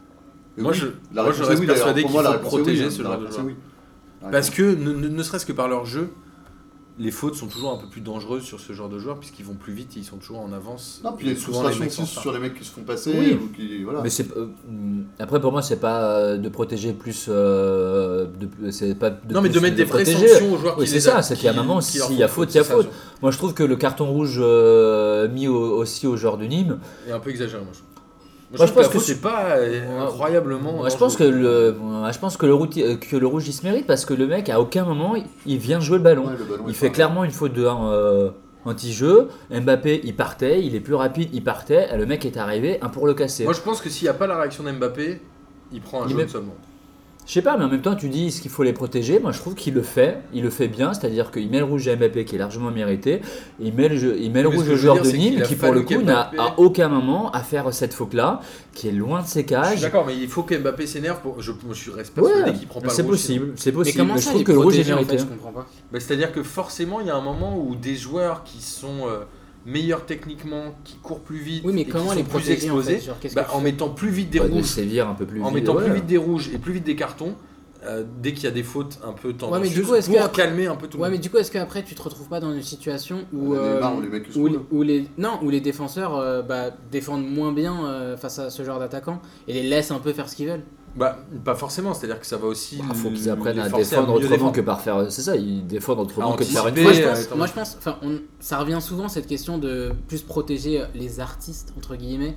Et Moi, oui, je- la moi, je réponse reste est oui, d'ailleurs. persuadé Pour qu'il moi, la faut réponse est oui, protéger hein. ce La genre de réponse est joueur. oui. La Parce réponse- que ne, ne- ne serait-ce que par leur jeu, les fautes sont toujours un peu plus dangereuses sur ce genre de joueurs puisqu'ils vont plus vite et ils sont toujours en avance. Non, puis il y a une Souvent, les frustration mecs aussi s'en sortent. sur les mecs qui se font passer Oui. ou qui. Voilà. Mais c'est euh, hum, après pour moi c'est pas euh, de protéger plus euh, de, c'est pas de Non, mais de plus mettre des vraies protéger. sanctions aux joueurs Oui, qui c'est les ça, a- c'est qu'il y a un qui- moment, qui leur s'il y a font faute, il y a c'est ça, faute. sûr. Moi je trouve que le carton rouge euh, mis au- aussi aux joueurs de Nîmes, est un peu exagéré, moi je trouve. Moi, Moi, je je pense pense que, que c'est pas euh, incroyablement. moi, je pense que le moi, je pense que le rouge, que le rouge il se mérite parce que le mec à aucun moment il, il vient jouer le ballon. Ouais, le ballon Il est fait pas- clairement une faute de euh, anti-jeu. Mbappé il partait, il est plus rapide, il partait. Et le mec est arrivé, un pour le casser. Moi je pense que s'il n'y a pas la réaction d'Mbappé, il prend un Il jaune met- seulement. Je sais pas, mais en même temps, tu dis est-ce qu'il faut les protéger. Moi, je trouve qu'il le fait. Il le fait bien, c'est-à-dire qu'il met le rouge à Mbappé qui est largement mérité. Et il met le, jeu- il met le Mais ce rouge que au je veux joueur dire, de c'est qu'il Nîmes a qui, pour le fallu coup, n'a qu'Mbappé- à aucun moment à faire cette faute-là, qui est loin de ses Je suis cages. d'accord, mais il faut que Mbappé s'énerve pour. Je, moi, je suis reste persuadé Ouais, qu'il prend pas c'est le rouge. possible, c'est Mais possible. comment Mais je ça, trouve il que le rouge est protégé, en mérité. fait, je comprends pas. Bah, c'est-à-dire que forcément, il y a un moment où des joueurs qui sont euh, meilleurs techniquement, qui courent plus vite, Oui, mais et qui comment sont les plus protéger en exposés, fait? Genre, qu'est-ce bah, que en tu mettant plus vite des Ouais, de rouges, sévir un peu plus en vite, mettant ouais. plus vite des rouges et plus vite des cartons, euh, dès qu'il y a des fautes un peu Ouais, tendancieuses, mais du coup, est-ce pour que après- calmer un peu tout le Ouais, monde. mais du coup, est-ce qu'après tu te retrouves pas dans une situation où, On en a euh, marre, on les met que où, sous, les- là. où les non où les défenseurs euh, bah, défendent moins bien euh, face à ce genre d'attaquants et les laissent un peu faire ce qu'ils veulent. Bah, pas forcément, c'est-à-dire que ça va aussi. Il faut qu'ils les apprennent à forcer défendre mieux autrement défendre. que par faire. C'est ça, ils défendent autrement À que de faire une anticiper. Moi faute. je euh, pense, attends. moi, je pense enfin, on- ça revient souvent cette question de plus protéger les artistes entre guillemets.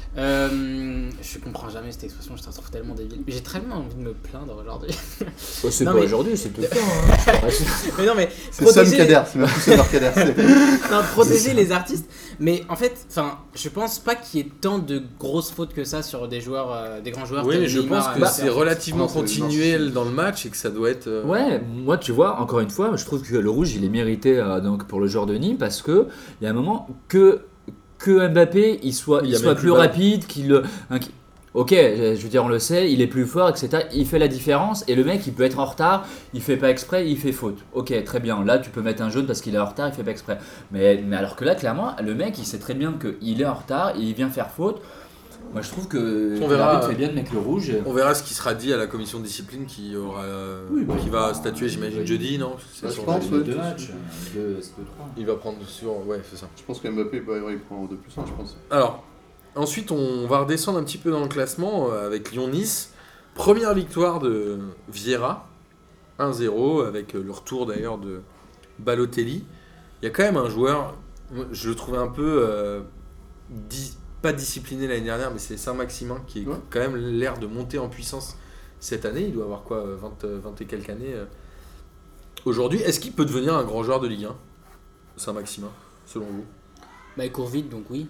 Euh, je comprends jamais cette expression, je la trouve tellement débile. J'ai tellement envie de me plaindre aujourd'hui. Oh, c'est Non, pas mais- aujourd'hui, c'est tout le temps. Hein. mais non, mais C'est Sam protéger, Kader, c'est même plus Sam Kader. c'est- non, protéger les artistes. Mais en fait, enfin, je pense pas qu'il y ait tant de grosses fautes que ça sur des joueurs, euh, des grands joueurs. Oui, comme mais je Neymar, pense que Mbappé. c'est relativement Non, c'est continuel énorme. dans le match et que ça doit être. euh, Ouais, moi tu vois, encore une fois, je trouve que le rouge il est mérité euh, donc pour le joueur de Nîmes parce que il y a un moment que que Mbappé il soit Il il y a soit même plus plus de balle. rapide, qu'il le hein, qu'il- ok, je veux dire on le sait, il est plus fort, et cetera. Il fait la différence et le mec il peut être en retard, il fait pas exprès, il fait faute. Ok, très bien. Là tu peux mettre un jaune parce qu'il est en retard, il fait pas exprès. Mais mais alors que là clairement le mec il sait très bien qu'il est en retard, et il vient faire faute. Moi je trouve que On que verra, l'arbitre euh, fait bien de mettre le rouge. On verra ce qui sera dit à la commission de discipline qui aura, euh, Oui, bah, qui va statuer, j'imagine oui. jeudi, non C'est Bah, je sur pense, jeudi. ouais. deux matchs, deux, c'est deux trois. Il va prendre sur, ouais, c'est ça. Je pense que Mbappé, bah, ouais, il prend deux plus un, je pense. Alors, ensuite, on va redescendre un petit peu dans le classement euh, avec Lyon-Nice. Première victoire de Vieira, un zéro, avec euh, le retour d'ailleurs de Balotelli. Il y a quand même un joueur, moi, je le trouvais un peu, euh, di- pas discipliné l'année dernière, mais c'est Saint-Maximin qui a Ouais. quand même l'air de monter en puissance cette année. Il doit avoir quoi, euh, vingt, euh, vingt et quelques années euh, aujourd'hui. Est-ce qu'il peut devenir un grand joueur de Ligue un, Saint-Maximin, selon vous? Bah, il court vite donc oui.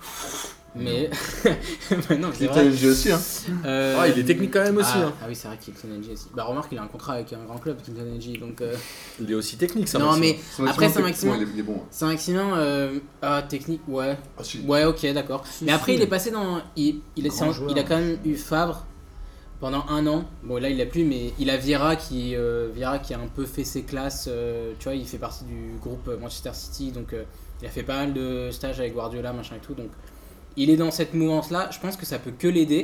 Mais bah, non, c'est Il vrai. était aussi, hein. Euh, Ah, il est technique quand même aussi, Ah, hein. ah oui, c'est vrai qu'il est N G aussi. Bah remarque, il a un contrat avec un grand club, N G, donc. euh, Il est aussi technique, Non Saint-Maximin. mais Saint-Maximin, après techniquement, Saint-Maximin, il est- il est bon. hein. Saint-Maximin, euh, ah technique, ouais, Ah, si. ouais, ok, d'accord. Si, Mais après, si. il est passé dans, il, il, est- Grand c'est un- joueur. il a quand même eu Favre pendant un an. Bon là, il l'a plus, mais il a Vieira qui, euh, Vieira qui a un peu fait ses classes. euh, tu vois, il fait partie du groupe Manchester City, donc euh, il a fait pas mal de stages avec Guardiola, machin et tout. Donc il est dans cette mouvance-là. Je pense que ça peut que l'aider.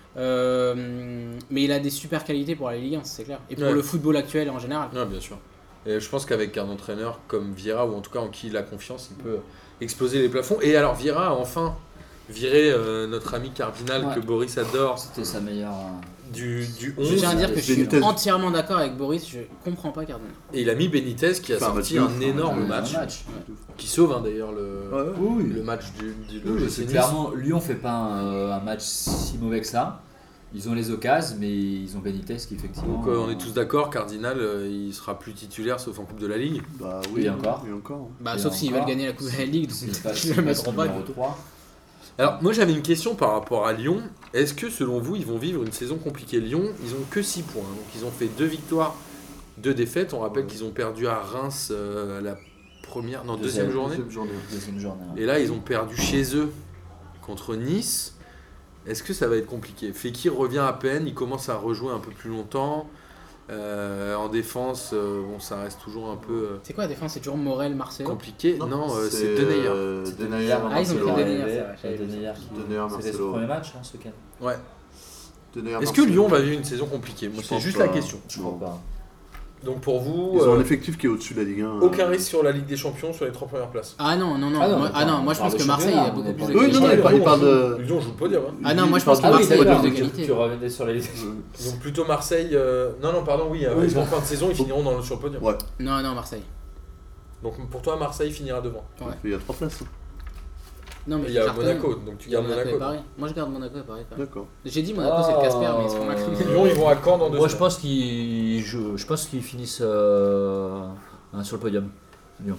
Euh, mais il a des super qualités pour la Ligue un, c'est clair. Et pour Ouais. le football actuel en général. Ouais, bien sûr. Et je pense qu'avec un entraîneur comme Vieira, ou en tout cas en qui il a confiance, il peut exploser les plafonds. Et alors Vieira a enfin viré euh, notre ami Cardinal Ouais. que Boris adore C'était sa meilleure. euh, du, du Je onze. tiens à dire que je suis Benitez. entièrement d'accord avec Boris, je comprends pas Cardinal. Et il a mis Benitez qui a Enfin, un sorti match de un ouf, énorme un match, match. qui sauve hein, d'ailleurs le, Ouais, ouais. Oui, le match du, du Oui, l'O G C c'est Nice. clairement, Lyon fait pas un, un match si mauvais que ça. Ils ont les occasions, mais ils ont Benitez qui effectivement. Donc euh, on est tous d'accord, Cardinal euh, il sera plus titulaire sauf en Coupe de la Ligue. Bah Oui, oui, encore. Et encore. Bah, Et sauf s'ils encore, veulent gagner la Coupe de la Ligue, C'est donc pas ils le mettront pas. numéro trois. Alors moi j'avais une question par rapport à Lyon. Est-ce que selon vous ils vont vivre une saison compliquée? Lyon, ils ont que six points. Donc ils ont fait deux victoires, deux défaites. On rappelle Ouais. qu'ils ont perdu à Reims euh, à la première, non, deuxième, journée. Deuxième journée. Deuxième journée. ouais. Et là ils ont perdu chez eux contre Nice. Est-ce que ça va être compliqué? Fekir revient à peine, il commence à rejouer un peu plus longtemps. Euh, en défense, euh, bon ça reste toujours un peu euh, C'est quoi la défense? C'est toujours Morel, Marcelo. compliqué. Non, euh, c'est euh, Denayer. Denayer, Ah, ils ont Marcelo. pris Denayer, Denayer, c'est vrai, c'est j'avais Denayer vu qui- Denayer, C'était son Marcelo. premier match, hein, ce week-end. Ouais. Denayer, Est-ce que Marcelo. Lyon va vivre une saison compliquée? Moi Je c'est pense juste pas. la question. Je crois pas. Donc pour vous, Ils ont euh, un effectif qui est au-dessus de la Ligue un. aucun euh, risque sur la Ligue des Champions sur les trois premières places. Ah non, non, non. Ah non, moi, mais ah non, on moi je parle pense de que Marseille il y a championnat, beaucoup on est plus pas- de Oui, non, qualité. mais pas- il parle de- Lyon joue le podium. Hein. Ah non, moi, je pense parle que de Marseille Marseille, a plus de ouais. qualité. Tu revenais sur les. euh, Donc plutôt Marseille. euh, Non, non, pardon, oui. euh, Oui, ils ont fin de saison, ils finiront dans le, sur le podium. Ouais, Non, non, Marseille. Donc pour toi, Marseille finira devant. Ouais. il y a trois places. hein. Non, mais Il y a Jardim, Monaco, donc tu il y a gardes Monaco et Monaco. Paris. Moi je garde Monaco et Paris. quand même. D'accord. J'ai dit Monaco c'est le Casper, mais ils seront là. Ah. Lyon, ils vont à Caen dans deux Moi, je semaines. pense qu'ils je, je pense qu'ils finissent euh, hein, sur le podium. Lyon.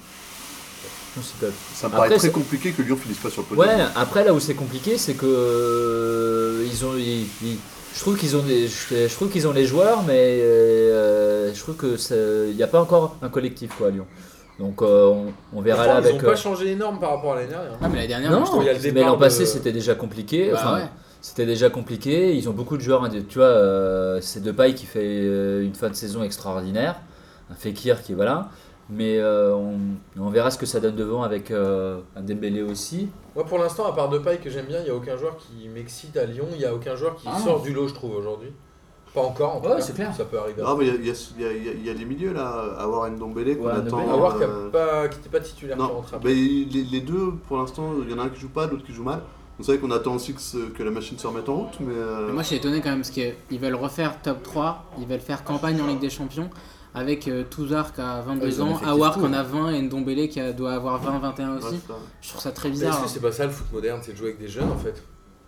Je pense qu'ils peuvent. Ça me Après, paraît très c'est- compliqué que Lyon finisse pas sur le podium. Ouais, après là où c'est compliqué, c'est que euh, ils ont, ils- ils- je trouve qu'ils ont, des, je, je trouve qu'ils ont les joueurs, mais euh, je trouve que c'est- il n'y a pas encore un collectif quoi à Lyon. Donc euh, on, on verra Pourtant, là ils avec. n'ont euh, pas changé énorme par rapport à l'année dernière. Ah, mais la dernière, non, moi, je trouve- il y a le mais départ l'an passé de- c'était déjà compliqué. Bah Enfin, ouais. C'était déjà compliqué. Ils ont beaucoup de joueurs. hein, Tu vois, euh, c'est Depay qui fait euh, une fin de saison extraordinaire, un Fekir qui voilà. Mais euh, on, on verra ce que ça donne devant avec euh, un Dembélé aussi. Moi, pour l'instant, à part Depay que j'aime bien, il n'y a aucun joueur qui m'excite à Lyon. Il n'y a aucun joueur qui Ah. sort du lot, je trouve, aujourd'hui. Pas encore, en tout Ouais, cas. c'est clair. Ça peut arriver. Non, mais il y a, il y, a, il y, a, il y a- il y a les milieux là, Aouar Ndombele qu'on Ouais, attend. Ndombele. Avoir qui euh, n'était pas, qui était pas titulaire pour Non, rentrer. mais les, les deux, pour l'instant, il y en a un qui joue pas, l'autre qui joue mal. Donc c'est vrai qu'on attend aussi que, ce- que la machine se remette en route, mais. euh, Mais moi, je suis étonné quand même parce qu'ils veulent refaire top trois, ils veulent faire campagne en Ligue des Champions avec euh, Touzard qui a Ouais, vingt-deux ils ont un ans, effectif Aouar qui court. en a vingt et Ndombele qui a- doit avoir vingt vingt et un ouais, aussi. c'est ça. Je trouve ça très Mais est-ce bizarre. que c'est pas ça le foot moderne, c'est de jouer avec des jeunes en fait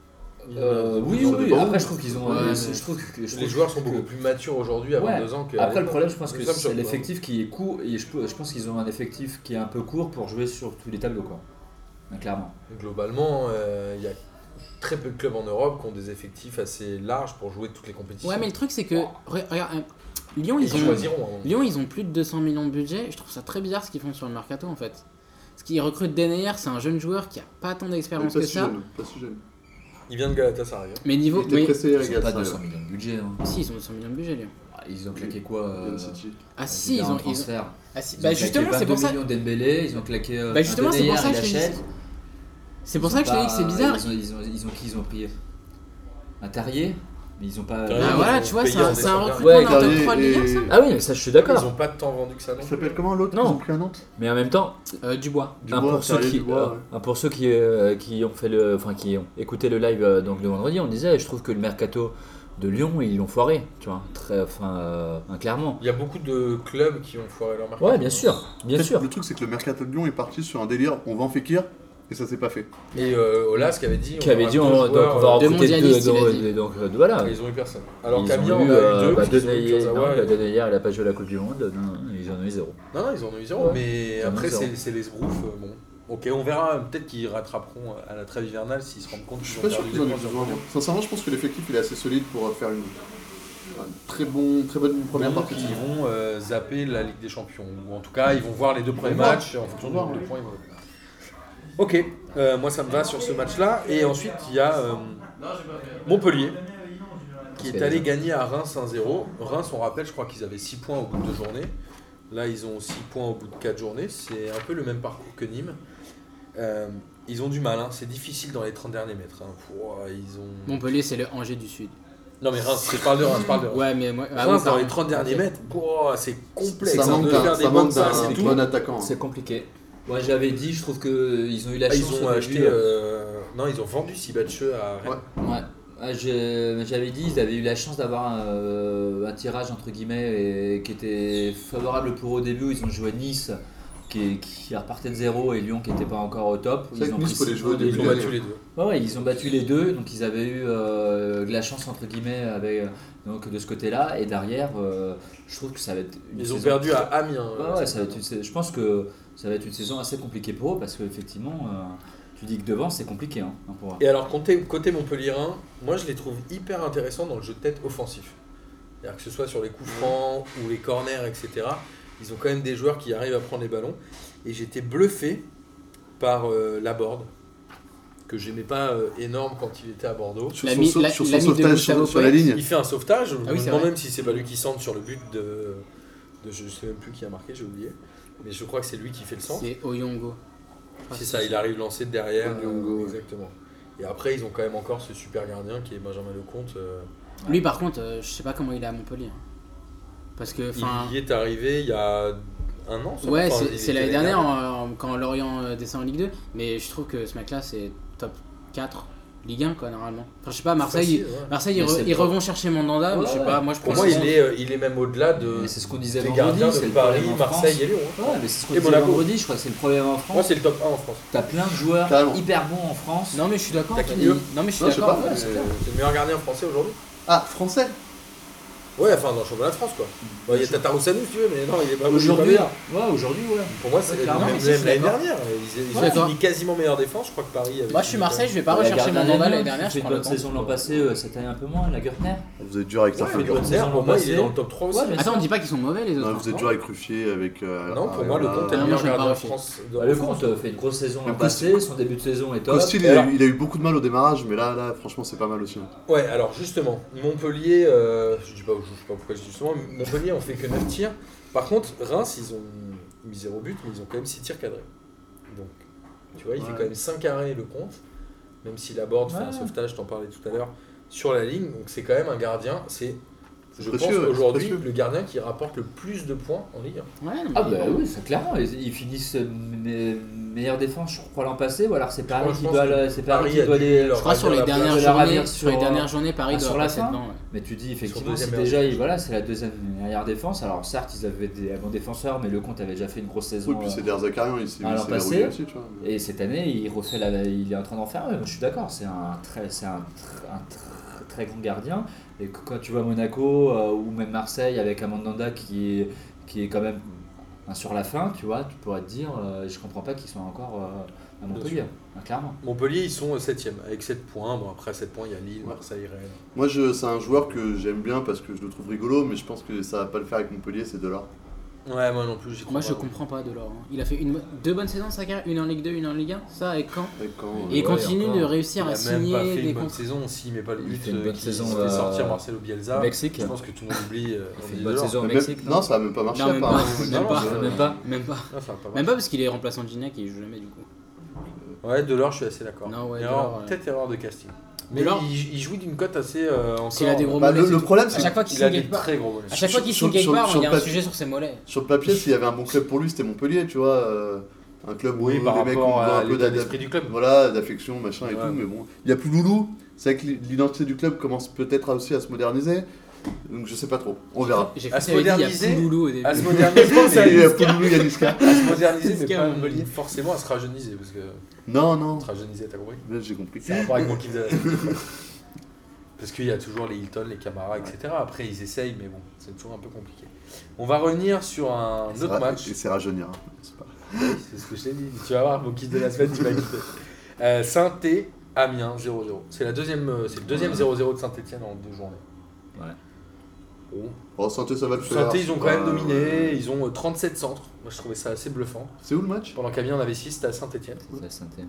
Euh, oui, Ils ont oui, des oui. bons- Après, je trouve qu'ils ont. Ouais, euh, mais- je trouve que, je Les trouve joueurs sont que- beaucoup plus matures aujourd'hui à Ouais. vingt-deux ans que. Après, le problème, je pense que Nous sommes c'est sur- l'effectif qui est court. Et je, je pense qu'ils ont un effectif qui est un peu court pour jouer sur tous les tableaux, quoi. Mais clairement. Globalement, euh, il y a très peu de clubs en Europe qui ont des effectifs assez larges pour jouer toutes les compétitions. Ouais, mais le truc, c'est que. re- Regarde, euh, Lyon, ils, ils ont. choisiront. hein. Lyon, ils ont plus de deux cents millions de budget. Je trouve ça très bizarre ce qu'ils font sur le mercato en fait. Parce qu'ils recrutent Denayer, c'est un jeune joueur qui a pas tant Mais d'expérience pas que si ça. jeune, pas si jeune. Il vient de Galatasaray. hein. Mais Il niveau. était Oui. pressé, Ils les ont gars. pas ça, deux cents là. millions de budget. Hein. Si, ils ont deux cents millions de budget, Lyon. Ah, Ils ont claqué quoi euh, Man City. Ah, ils si, ont ils un ont. ils ont- transfert. Ah, si. Ils Bah, ont justement, claqué c'est pour ça. vingt-deux millions Dembélé, ils ont claqué. euh, Bah, justement, un c'est pour Denayer, ça que il je te dis- achète. C'est pour Ils ça ont que je te dis que c'est pas- bizarre. Ils ont, ils ont, ils ont qui ils ont pris un Terrier, mais ils ont pas. Terrier, Bah ils voilà, ont tu vois, payé c'est un, en c'est un décembre recrutement dernier. d'un top Ouais, trois de et- Ligue un, ça. Ah oui, mais ça je suis d'accord. Ils ont pas tant vendu que ça non Il s'appelle comment l'autre Non. qu'ils ont pris à Nantes Mais en même temps, Euh, Dubois. un Dubois, pour, ceux Terrier, qui, Dubois, euh, ouais. un pour ceux qui, euh, qui ont fait le, enfin qui ont écouté le live euh, donc le vendredi, on disait, je trouve que le mercato de Lyon ils l'ont foiré, tu vois, très, enfin euh, hein, clairement. Il y a beaucoup de clubs qui ont foiré leur marque. Ouais, bien sûr, bien Peut-être sûr. Le truc, c'est que le mercato de Lyon est parti sur un délire on vend Fekir et ça s'est pas fait. Et euh, Olas qui avait dit. Qui avait aura dit deux on, donc joueurs, on va euh, Deux recruter deux, mondialistes, il a donc, dit. donc, euh, voilà. Ils ont eu personne. Alors Ils qu'Amiens ont en eu, a euh, eu deux. bah, parce qu'ils ont eu Denayer, Kurzawa non, et- Denayer, il a pas joué la Coupe du Monde, non, ils en ont eu zéro. Non, non, ils en ont eu zéro. Ouais. Mais Ils en ont après, eu zéro. c'est c'est les sbroufs. euh, Bon. Ok, on verra. Peut-être qu'ils rattraperont à la trêve hivernale s'ils se rendent compte Je qu'ils suis ont pas sûr perdu qu'ils en des aient points. besoin. moi. Sincèrement, je pense que l'effectif il est assez solide pour faire une, une très, bon, très bonne première Donc, partie. de ils saison. vont euh, zapper la Ligue des Champions. Ou en tout cas, ils vont voir les deux premiers voir. matchs. En fonction Ils du vont nombre de voir, points, ils vont. Ok, euh, moi ça me va sur ce match-là. Et ensuite, il y a euh, Montpellier qui est C'est allé déjà. gagner à Reims un zéro. Reims, on rappelle, je crois qu'ils avaient six points au bout de deux journées. Là, ils ont six points au bout de quatre journées. C'est un peu le même parcours que Nîmes. Euh, ils ont du mal, hein. C'est difficile dans les trente derniers mètres. hein. Pouah, ils ont... Montpellier, c'est le Angers du Sud. Non mais Reims, je parle de Reims, je parle de Reims. Ouais, mais moi. ah Reims, oui, dans pardon. les trente derniers Ok. mètres, pouah, c'est complexe. Ça hein, manque de d'un faire des ça bonnes manque passes d'un et tout. bon attaquant. C'est compliqué. Moi j'avais dit, je trouve qu'ils ont eu la Ah, chance. ils ont au acheté... début, euh, Non, ils ont vendu Sibatcheux à Rennes. Ouais. Ouais. Ah, je- J'avais dit, ils avaient eu la chance d'avoir un, euh, un tirage entre guillemets et, qui était favorable pour eux au début. Ils ont joué Nice qui, qui repartait de zéro et Lyon qui n'était pas encore au top. C'est vrai Ils que ont Nice, pris faut les six jouer au points. début Ils ont de battu l'année. les deux. Ouais, ouais, ils ont battu les deux, donc ils avaient eu euh, de la chance entre guillemets avec, euh, donc, de ce côté-là. Et derrière, euh, je trouve que ça va être une Ils ont saison perdu à très- Amiens. Ouais, ouais, ça va être une sais- je pense que ça va être une saison assez compliquée pour eux parce qu'effectivement, euh, tu dis que devant c'est compliqué. Hein, pour eux. Et alors, côté, côté Montpellierin, moi je les trouve hyper intéressants dans le jeu de tête offensif. C'est-à-dire que ce soit sur les coups francs ou les corners, et cetera. Ils ont quand même des joueurs qui arrivent à prendre les ballons. Et j'étais bluffé par euh, Laborde, que j'aimais pas euh, énorme quand il était à Bordeaux. Sur L'ami- son, la- sur son l'ami de sauvetage Gustavo sur, sur la Poyet. ligne. Il fait un sauvetage, je me Ah oui, c'est demande vrai. même si c'est pas lui qui centre sur le but de, de. Je sais même plus qui a marqué, j'ai oublié. Mais je crois que c'est lui qui fait le centre. C'est Oyongo. C'est ça, il arrive lancé de derrière. Ouais, euh, Oyongo, ouais. exactement. Et après, ils ont quand même encore ce super gardien qui est Benjamin Lecomte. euh, Lui, par contre, euh, je sais pas comment il est à Montpellier. hein. Parce que, enfin. Il y est arrivé il y a un an. ça, Ouais, enfin, c'est- il c'est était l'année dernière en- en- quand Lorient euh, descend en Ligue deux. Mais je trouve que ce mec-là, c'est top quatre Ligue un, quoi, normalement. Enfin, je sais pas, Marseille, Facile, ouais. Marseille ils, Mais re- c'est ils le pro- revont chercher Mandanda, mais je sais Ouais, pas, moi je Pour pense moi, que- il est, euh, il est même au-delà de, Mais c'est ce qu'on disait des vendredi, gardiens c'est de le Paris, problème en Marseille France. et Lyon. hein. Ouais, mais c'est ce qu'on Et disait Monaco. vendredi, je crois que c'est le problème en Moi, France. c'est le top un en France. T'as plein de joueurs Carrément. hyper bons en France. Non, mais je suis d'accord. T'as en fait. qui mieux Non, mais je suis Non, je sais d'accord. pas, ouais, mais- c'est C'est clair. c'est le meilleur gardien français aujourd'hui. Ah, français Ouais, enfin dans le championnat de France quoi. Bon, il y a Tatarusanu si tu veux, mais non, il est pas Aujourd'hui, il est pas meilleur. ouais, aujourd'hui, ouais. Pour moi, c'est Ouais, clairement, même, mais ça, je même suis l'année d'accord. dernière. Ils, ils Ouais, ont d'accord. fini quasiment meilleure défense. Je crois que Paris avait. Moi, je suis Marseille, je vais pas La rechercher gardien Mandanda d'Allemagne, l'année dernière. qui je fait une prends le bonne temps. saison l'an passé, euh, cette année un peu moins, la Gertner. Vous êtes dur avec Ouais, certains mais joueurs. Gretner, pour moi, il est dans le top trois aussi. Ouais, bien Attends, on dit pas qu'ils sont mauvais les autres. Non, vous êtes hein. dur avec Ruffier, avec. euh, Non, pour moi, le Areola. compte est le Ah, moi, meilleur j'aime pas gardien de Ruffier. France. Bah, le compte euh, fait une grosse saison l'an Le passé, son début de saison est top. Costil, il, Et a alors- eu- il a eu beaucoup de mal au démarrage, mais là, là franchement, c'est pas mal aussi. hein. Ouais, alors justement, Montpellier, euh, je dis pas, je sais pas pourquoi je dis justement, mais Montpellier on fait que neuf tirs. Par contre, Reims, ils ont mis zéro but, mais ils ont quand même six tirs cadrés. Donc, tu vois, il fait Ouais. quand même cinq arrêts le compte, même si Laborde fait un Ouais. sauvetage, je t'en parlais tout à l'heure, sur la ligne. Donc c'est quand même un gardien, c'est Je Précieux, pense ouais, aujourd'hui précieux. le gardien qui rapporte le plus de points en Ligue un. Ouais, non, mais- Ah bah oui, c'est clairement, ils, ils finissent me- meilleure défense, je crois, l'an passé, ou alors c'est Paris Moi, je qui pense doit, que le- c'est Paris Paris qui a doit dû les... leur- Je crois sur les la dernières place de la journées, ravir sur les sur, dernières journées, Paris ah, doit sur la passer fin. dedans. Ouais. Mais tu dis effectivement, deuxième c'est meilleure déjà, défense. voilà, c'est la deuxième meilleure défense. Alors certes, ils avaient des bons défenseurs, mais Lecomte avait déjà fait une grosse saison. Oui, puis c'est Der Zakarian, il s'est Ah, il l'an s'est passé, verrouillé aussi, tu vois. Et cette année, il refait la, il est en train d'en faire. un. Moi, je suis d'accord, c'est un très, c'est un, tr- un tr- très grand gardien. Et que quand tu vois Monaco euh, ou même Marseille avec un Mandanda qui est, qui est quand même un sur la fin, tu vois, tu pourrais te dire, euh, je comprends pas qu'ils soient encore euh, à Montpellier, hein, clairement. Montpellier, ils sont septième avec sept points. Bon, après sept points, il y a Lille, Ouais. Marseille, Rennes. Moi, je, c'est un joueur que j'aime bien parce que je le trouve rigolo, mais je pense que ça va pas le faire avec Montpellier, c'est Delors. Ouais, moi non plus, j'y crois Moi je pas. comprends pas Delors. hein. Il a fait une, deux bonnes saisons sa carrière, une en Ligue deux, une en Ligue un, ça avec Caen. Et quand, Et il Ouais, continue encore. de Il réussir a à même signer pas fait des une bonne contrats. saison s'il met pas le Il but fait une euh, bonne qui saison, fait euh, sortir Marcelo Bielsa. au Mexique. Je pense que tout le monde oublie. euh, Il fait Andy une bonne Delors. saison au Mais Mexique, même- non non, ça va même pas marcher Non, même apparemment. pas, Mais même non, pas, euh, même pas, même pas. Non, ça va pas Même marcher. pas parce qu'il est remplaçant de Gignac et il joue jamais du coup. Ouais, Delors, je suis assez d'accord. Non, ouais, Erreur- Delors, ouais. Peut-être erreur de casting. Mais Delors- il, il jouit d'une cote assez. euh, encore- S'il a des gros Bah, mollets. le, c'est le tout. problème, À c'est chaque que fois qu'il Il a signe des quelque part, très gros mollets. à chaque fois qu'il Sur- signe quelque sur- part, sur il y a le un papier- sujet sur ses mollets. sur le papier, s'il y avait un bon club pour lui, c'était Montpellier, tu vois. euh, un club où Oui, par les mecs ont rapport besoin à un peu l'état d'adaptation. d'esprit du club. Voilà, d'affection, machin et Ouais. tout, mais bon. Il n'y a plus Loulou, c'est vrai que l'identité du club commence peut-être aussi à se moderniser, donc je sais pas trop, on verra. J'ai À cru se qu'il avait dit, il y a moderniser, Pouloulou au début. À se moderniser, Ça y mais- est, Pouloulou, Yanniska. à se moderniser, mais Jusqu'à pas un- Montpellier, forcément à se rajeuniser. Parce que. Non, non, Se rajeuniser, t'as compris? là, j'ai compris. C'est un rapport avec mon kiff de la semaine. Parce qu'il y a toujours les Hilton, les Camara, et cetera. Après, ils essayent, mais bon, c'est toujours un peu compliqué. On va revenir sur un C'est autre ra- match. Et c'est rajeunir. hein, c'est pas- C'est ce que je t'ai dit. Tu vas voir, mon kiff de la semaine, tu vas kiffer. Euh, Saint-Étienne, Amiens, zéro zéro. C'est la deuxième, euh, c'est le deuxième zéro zéro de Saint-Etienne en deux journées. Ouais. Bon. Oh, Santé, ça va le faire. Saint-Étienne, ils ont c'est quand pas- même dominé. Ils ont euh, trente-sept centres. Moi, je trouvais ça assez bluffant. C'est où le match? Pendant qu'Amiens en avait six, c'était à Saint-Etienne. C'est la synthé.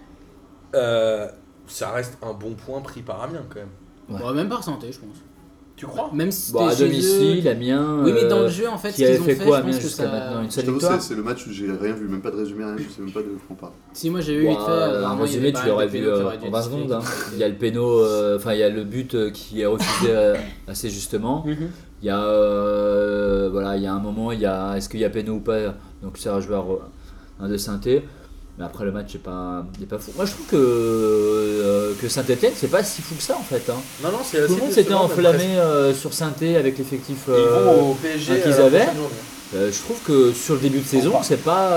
Euh, ça reste un bon point pris par Amiens quand même. Ouais. Bon, même pas ressenté, je pense. Tu crois? Même si Bon, à c'était chez domicile, eux. Amiens. Oui, mais dans euh, le jeu, en fait, ce qui avait qu'ils ont fait fait, quoi je pense Amiens que jusqu'à ça. maintenant? Une Je seule t'avoue, victoire. c'est c'est le match où j'ai rien vu, même pas de résumé, rien, je sais même pas de quoi on parle. Si moi j'ai eu Bon, vite fait, euh, apparemment, en il y résumé, avait tu pas mal l'aurais de vu pénaux qui euh, auraient dû en être vingt sifflés. secondes. hein. Il y a le péno, euh, enfin il y a le but euh, qui est refusé euh, assez justement. Mhm. Il y a, euh, voilà, il y a un moment, il y a, est-ce qu'il y a péno ou pas? Donc c'est un joueur, euh, un de Saint-Étienne. Mais après le match n'est pas, n'est pas fou. Moi je trouve que, euh, que Saint-Étienne c'est pas si fou que ça en fait. Hein. Non, non, c'est Tout assez le monde s'était décevant, même enflammé presque. euh, sur Saint-Étienne avec l'effectif. Et euh, Ils vont au P S G euh, qu'ils à la avaient. prochaine journée. Euh, je trouve que sur le début de saison, c'est pas,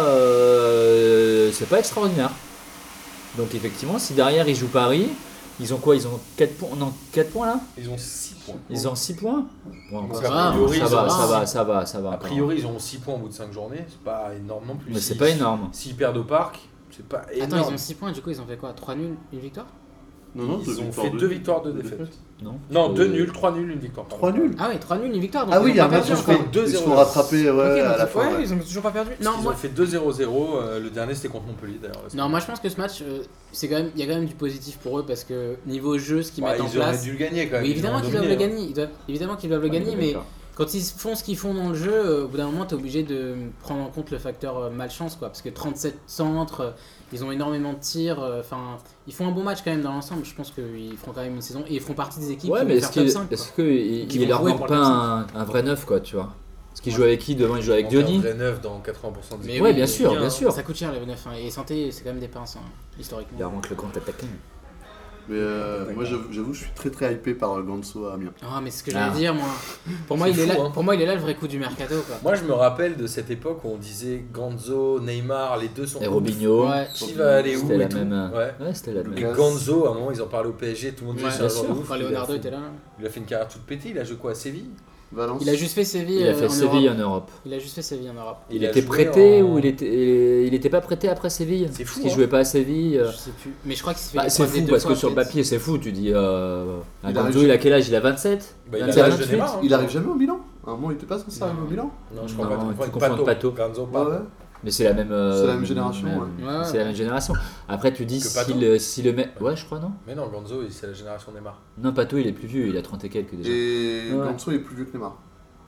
euh, c'est pas extraordinaire. Donc effectivement, si derrière ils jouent Paris, ils ont quoi? Ils ont quatre points, non, quatre points là? Ils ont six points. Ils ont six points? Bon, Donc, ça, a va, priori, ça, ils va, ont ça six- va, ça va, ça va. A priori, ils ont six points au bout de cinq journées. C'est pas énorme non plus. mais Si- c'est pas énorme. S'ils perdent au parc, c'est pas énorme. Attends, ils ont six points, du coup, ils ont fait quoi? trois nuls, une victoire? Non, non, Ils deux ont victoires, fait deux victoires, deux défaites. Non, Non, Euh, deux nuls, trois nuls, une victoire. pardon. trois nuls. Ah ouais, trois nuls, une victoire. Donc Ah ils oui, ont il y a un pas match perdu où fait encore. deux ils se zéro. font rattraper ouais, Ok, à donc- la fin. ouais, ouais. ils ont toujours pas perdu. Non, Non, ils moi, ont fait deux zéro zéro. euh, le dernier, c'était contre Montpellier d'ailleurs. la semaine non, moi je pense que ce match, euh, c'est quand même, il y a quand même du positif pour eux parce que niveau jeu, ce qu'ils Ouais, mettent en ils auraient place. dû le gagner quand même. Oui, ils évidemment ont qu'ils doivent dominé, le hein. gagner. Ils doivent, évidemment qu'ils doivent le gagner, mais quand ils font ce qu'ils font dans le jeu, euh, au bout d'un moment, tu es obligé de prendre en compte le facteur euh, malchance, quoi. Parce que trente-sept centres, euh, ils ont énormément de tirs. Enfin, ils font un bon match quand même dans l'ensemble. Je pense qu'ils feront quand même une saison et ils feront partie des équipes Ouais, qui mais vont est-ce faire top qu'il cinq. quoi. est-ce que il, Qui il vont leur jouer manque pour pas le top un, un vrai neuf, quoi, tu vois? Parce qu'ils jouent avec qui? Devant, ils jouent avec Il manque un Diony. vrai neuf dans quatre-vingts pour cent des Mais équipes. Ouais, oui, bien mais sûr, bien, bien sûr. Ça coûte cher les neuf. Hein. Et Santé, c'est quand même des pinces, hein, historiquement. Il leur manque le compte attaquant. Mais euh, moi, j'avoue, j'avoue, je suis très très hypé par euh, Ganso à Amiens. Ah, mais c'est ce que Ah. j'allais dire, moi. Pour moi, C'est il est fou, là, hein. pour moi, il est là le vrai coup du mercato, quoi. Moi, je me rappelle de cette époque où on disait Ganzo, Neymar, les deux sont Et ouf. Robinho. Ouais. Qui va aller où C'était et la tout. même. euh, Ouais. Ouais, c'était la Et même. Lucas. Ganzo, à un moment, ils en parlaient au P S G, tout le monde disait Ouais, c'est un bien joueur sûr. de ouf. Enfin, il, a Leonardo fait, était là. il a fait une carrière toute pétée, il a joué quoi à Séville? Valence. Il a juste fait Séville. Il a euh, fait en Séville Europe. en Europe. Il a juste fait Séville en Europe. Il, Il a était joué prêté en- ou il était, il était pas prêté après Séville? C'est fou, Parce qu'il hein. jouait pas à Séville. euh. Je sais plus. Mais je crois qu'il s'est fait Bah, c'est écraser fou deux parce fois, que sur le peut-être. papier c'est fou. Tu dis, euh, un Il Ganzo, arrive- il a quel âge? Il a vingt-sept? Bah, il a vingt-sept, l'âge de vingt-huit? Neymar. hein. Il arrive jamais au Milan. À un moment, il était pas censé arriver au Non. Milan. Non, je crois Non, pas. Tu tu confonds confonds avec Pato. Pato. Ganzo, Ouais, pas. ouais. Mais c'est la même. euh, C'est la même génération, même- ouais. Ouais, C'est ouais. la même génération. Après, tu dis Que si Pato le, si le mec. Ouais, je crois, non? Mais non, Ganzo, c'est la génération Neymar. Non, Pato, il est plus vieux, il a trente et quelques déjà. Et Ouais. Ganso est plus vieux que Neymar.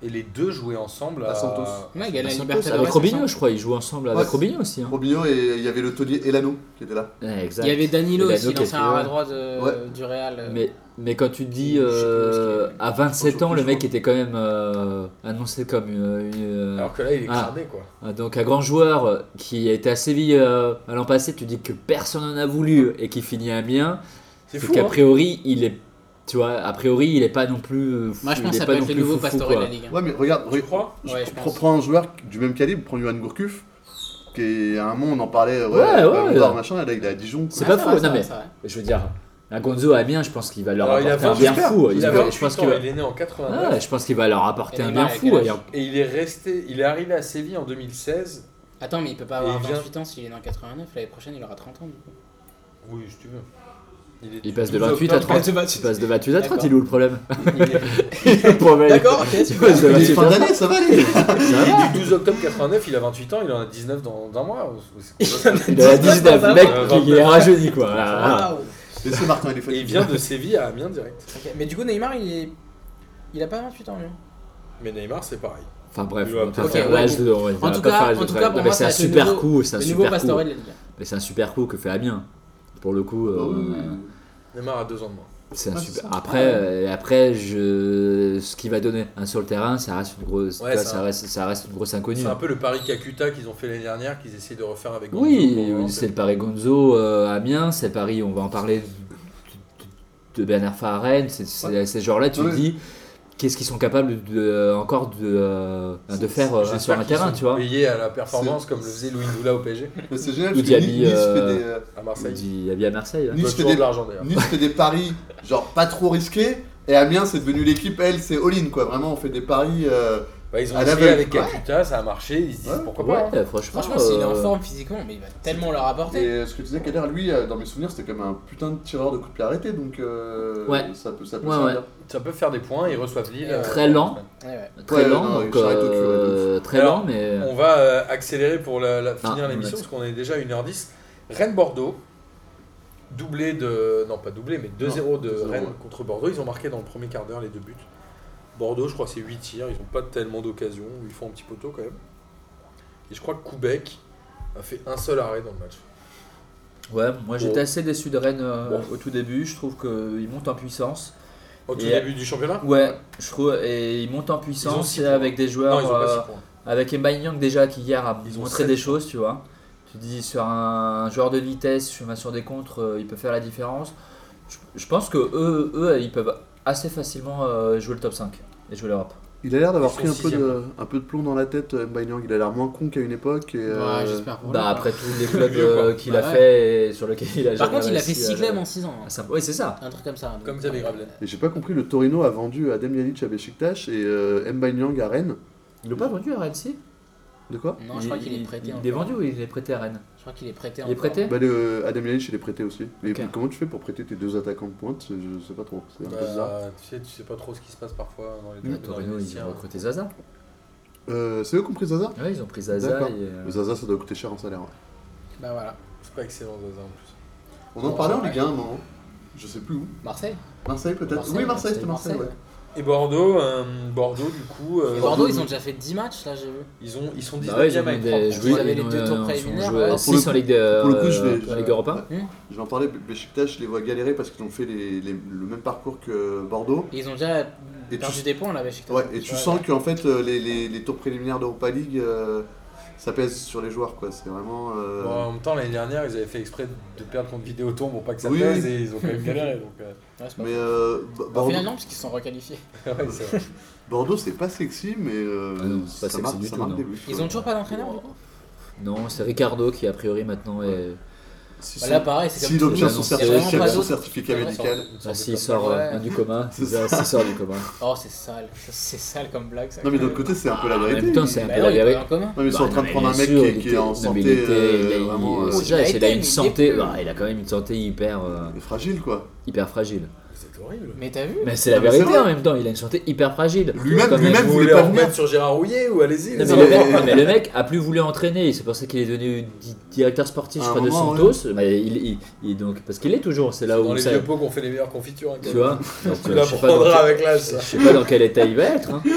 Et les deux jouaient ensemble à, À Santos. Ouais, il y a la Santos, Libertadores. avec Robinho, ensemble. je crois, ils jouent ensemble avec Ouais, Robinho aussi. Hein. Robinho et il y avait le taulier Elano qui était là. Ouais, exact. Il y avait Danilo Et aussi, Danilo qui l'ancien était- arrière droit de, Ouais. du Real. euh. Mais, mais quand tu dis Je sais plus euh, ce qu'il y à vingt-sept Je ans, sais le plus, mec je était quand même euh, annoncé comme une. une- Alors que là, il est Ah. cramé, quoi. euh, donc un grand joueur euh, qui a été à Séville euh, à l'an passé, tu dis que personne n'en a voulu et qui finit à Amiens. C'est C'est fou, qu'a hein. priori, il est. Tu vois, a priori, il est pas non plus. euh, Moi, je il pense que est ça pas peut non être le plus nouveau foufou, Pastore de quoi. la Ligue. hein. Ouais, mais regarde, Tu re- crois je Ouais, je prends- pense. prends un joueur du même calibre, prends Johan Gourcuff, qui est à un moment on en parlait, ouais, Ouais, ouais, ouais, ouais. ouais, machin, et là il est à Dijon. C'est quoi. pas Ouais, fou, vrai, non, mais- c'est vrai, Je veux dire, un Gonzo à Amiens, je pense qu'il va leur Alors, il a apporter un vingt- bien j'espère. fou. Il Il a va- vingt-huit je pense ans, qu'il va. il est né en quatre-vingt-neuf. Ouais, je pense qu'il va leur apporter Et un Neymar, bien il a fou. quel âge d'ailleurs. Et il est resté, il est arrivé à Séville en deux mille seize. Attends, mais il peut pas Et avoir il vient- vingt-huit ans s'il est né en quatre-vingt-neuf. L'année prochaine, il aura trente ans. Du coup. Oui, si tu veux. est Il du passe de douze vingt-huit à octobre. trente. de vingt-huit. Il passe de vingt-huit à trente, D'accord. il est où le problème Il est- Le problème. D'accord, ok, Il super. passe de Il est vingt-huit fin à trente. d'année, ça va aller. Ça va. Il est du douze octobre quatre-vingt-neuf, il a vingt-huit ans, il en a dix-neuf dans un mois. C'est quoi ça Il a dix-neuf, le Euh, mec vingt-neuf. qui est rajeuni quoi. Voilà. Waouh. Laissez Martin, il est Et fatigué. il vient de Séville à Amiens direct. Ok, mais du coup, Neymar, il est. Il a pas vingt-huit ans, lui. Mais Neymar, c'est pareil. Enfin bref, Il va on va pas pas faire faire- l'âge de. on va- on En va tout pas cas- faire l'âge en de tout Travis. cas, pour Non, moi, mais c'est ça un va être le super nouveau- coup, c'est un Le nouveau super Pastore coup. de la Ligue. Mais c'est un super coup que fait Amiens. Pour le coup, Ah euh, oui, oui, oui. Neymar a deux ans de moins. c'est un Ouais, super. c'est ça. Après, euh, après, je, ce qu'il va donner hein, sur le terrain, ça reste une grosse, Ouais, tu vois, ça- ça reste, ça reste une grosse inconnue. C'est un peu le pari Kakuta qu'ils ont fait l'année dernière, qu'ils essayent de refaire avec Gonzo Oui, pour oui, relancer. c'est le Paris Gonzo euh, à Amiens, c'est le Paris, on va en parler de, de Bernard Fa à Rennes, c'est, c'est, Ouais. ces genres-là, tu Ouais. te dis qu'est-ce qu'ils sont capables de, euh, encore de, euh, de C'est- faire euh, J'espère sur un qu'ils terrain, sont tu vois. payés à la performance comme le faisait Louis Ndoula au P S G Mais c'est génial Ou parce que Diaby, Nice, Nice euh, fait des, euh, à Marseille. Il y a bien à Marseille. hein. Nice Nice fait toujours des- de l'argent d'ailleurs. Nice fait des paris genre pas trop risqués. Et Amiens, c'est devenu l'équipe, elle, c'est all-in quoi. Vraiment, on fait des paris. euh, Ouais, ils ont À essayé l'aveugle. avec Kakuta, ça a marché, ils se disent Ouais. pourquoi pas. hein. Ouais, franchement, Franchement, s'il est en euh, forme physiquement, mais il va tellement leur Et apporter. euh, ce que tu disais, Kader, lui, euh, dans mes souvenirs, c'était quand même un putain de tireur de coups de pied arrêté. Donc euh, Ouais. ça peut, ça peut Ouais, servir. Ça peut faire des points, ils reçoivent Lille. Euh, Très lent. Ouais, ouais. très Ouais, lent, non, donc, il s'arrête au cul, ouais, de euh, très Alors, lent, mais On va euh, accélérer pour la, la- Ah, finir on l'émission va- parce qu'on est déjà à une heure dix. Rennes-Bordeaux, doublé de. Non, pas doublé, mais deux zéro de deux zéro, Rennes ouais. contre Bordeaux. Ils ont marqué dans le premier quart d'heure les deux buts. Bordeaux, je crois, c'est huit tirs. Ils n'ont pas tellement d'occasions. Ils font un petit poteau quand même. Et je crois que Koubek a fait un seul arrêt dans le match. ouais, moi j'étais Bon. assez déçu de Rennes euh, Bon. au tout début. Je trouve qu'ils montent en puissance. Au tout Et- début du championnat Ouais, je trouve, et ils montent en Ils ont puissance six et points. avec des joueurs. Non, ils ont pas euh, six points. Avec Mbanyang déjà qui hier a Ils ont montré sept des points. choses, tu vois. Tu dis sur un joueur de vitesse, sur sur des contres, euh, il peut faire la différence. Je, je pense que eux, eux, ils peuvent assez facilement euh, jouer le top cinq et jouer l'Europe. Il a l'air d'avoir Ils pris sont un peu, de, sixième. un peu de plomb dans la tête, euh, Mbanyang. Il a l'air moins con qu'à une époque. Et, euh, Ouais, j'espère pour lui. Bah quoi. après tous les clubs Mieux, quoi. euh, qu'il Bah a ouais. fait et sur lesquels il a Par jamais contre, il a fait réussi six à- clubs en six ans. hein. à s'imp- Oui, c'est ça. Un truc comme ça. donc, Comme Xavier euh, Gravelaine. Et j'ai pas compris, le Torino a vendu Adem Jalic à Beşiktaş et euh, Mbanyang à Rennes. Ils l'ont pas vendu à Rennes, si De quoi Non, je crois qu'il est prêté. Il est encore. vendu ou il est prêté à Rennes? Je crois qu'il est prêté. Il est encore. prêté Bah, le, Adem Jalic, il est prêté aussi. Et Ok. comment tu fais pour prêter tes deux attaquants de pointe? Je sais pas trop. C'est un peu bizarre. Bah, tu sais, tu sais pas trop ce qui se passe parfois dans les Bah, dans les Torino, ils vestiaires. ont recruté Zaza. Euh, c'est eux qui ont pris Zaza? Ouais, ils ont pris Zaza. D'accord. et, euh, Le Zaza, ça doit coûter cher en salaire. ouais. Bah voilà. C'est pas excellent Zaza en plus. On en Bon, parlait en ouais. Ligue un, un moment. Je sais plus où. Marseille. Marseille peut-être? Oui, Marseille, c'était Marseille, ouais. Et Bordeaux, euh, Bordeaux du coup. euh, Et Bordeaux, ils ont déjà fait dix matchs là, j'ai vu. Ils ont, ils sont Bah ouais, ils ont dix-neuvième avec des- trois points. joué- Ils avaient les ils ont- deux tours ils ont préliminaires, joué ouais. à Pour six le en coup- Ligue de- pour le coup, je euh, vais- en Ligue je- Europa. Je vais en parler, Beşiktaş, je les vois galérer parce qu'ils ont fait les- les- le même parcours que Bordeaux. Et ils ont déjà Et perdu tu- des points là, Beşiktaş. Ouais, et tu sens qu'en fait, euh, les, les, les tours préliminaires d'Europa League, euh, ça pèse sur les joueurs, quoi. C'est vraiment. euh, Bon, en même temps, l'année dernière, ils avaient fait exprès de perdre contre Vidéoton pour pas que ça Oui, pèse oui. et ils ont quand même galéré. Donc, euh, Ouais, c'est pas Mais faux. euh, Bo- Au Bordeaux, final, non, parce qu'ils se sont requalifiés. ouais, c'est vrai. Bordeaux, c'est pas sexy, mais euh, Ah non, c'est pas ça sexy marque, du ça tout, marque non. des buts. Ils ont toujours pas d'entraîneur du coup. Non, c'est Ricardo qui a priori maintenant est. Si, Bah si- là, pareil, c'est S'il comme obtient Toulouse, son il y a certificat, vraiment pas son d'autres- certificat c'est vrai, médical. Ah, s'il sort Ouais. euh, du coma, C'est s'il s'il sort du coma. Oh, c'est sale. Ça, C'est sale comme blague ça. Non, mais de l'autre côté, c'est un peu la En vérité. même temps, c'est un Bah peu non, la il est pas vérité. en commun. Non, mais ils sont Bah, en train non, de mais prendre un bien mec sûr, qui, il qui était- est en non, mais santé. il était- euh, il a- il- vraiment, c'est euh, Oh, déjà, il a c'est- il été, a mais une il santé, était- bah, il a quand même une santé hyper, euh, il est fragile, quoi. hyper fragile. C'est horrible. Mais t'as vu Mais c'est la Non, mais c'est vérité vrai. en même temps, il a une santé hyper fragile. Lui-même, Comme lui-même, il- Vous voulait voulez pas en venir. remettre sur Gérard Rouillet ou allez-y Non, les mais, le enfants. mec, non, mais le mec a plus voulu entraîner, c'est pour ça qu'il est devenu di- directeur sportif, À je un crois, de moment, Santos. mais il, il, il- donc, parce qu'il est toujours, c'est là Dans où les ça. vieux pots qu'on fait les meilleures confitures. hein, Tu vois donc, Tu euh, je sais pas dans l'apprendras quel- avec l'âge, ça. Je sais pas dans quel état il va être. Hein.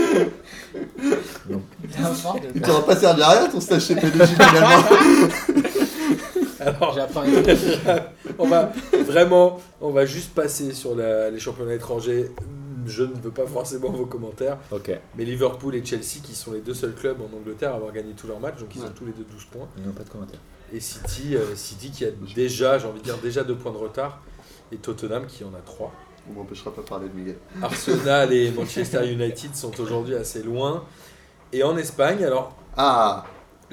N'importe Tu quoi. n'auras pas servi à rien ton stage chez P D G finalement. Alors, J'apprends des trucs. on va vraiment, on va juste passer sur la- les championnats étrangers. Je ne veux pas forcément vos commentaires. Ok. Mais Liverpool et Chelsea, qui sont les deux seuls clubs en Angleterre à avoir gagné tous leurs matchs, donc ils Ouais. ont tous les deux douze points. Non, pas de commentaire. Et City, euh, City qui a déjà, j'ai envie de dire, déjà deux points de retard. Et Tottenham qui en a trois. On m'empêchera pas de parler de Miguel. Arsenal et Manchester United sont aujourd'hui assez loin. Et en Espagne, alors, Ah,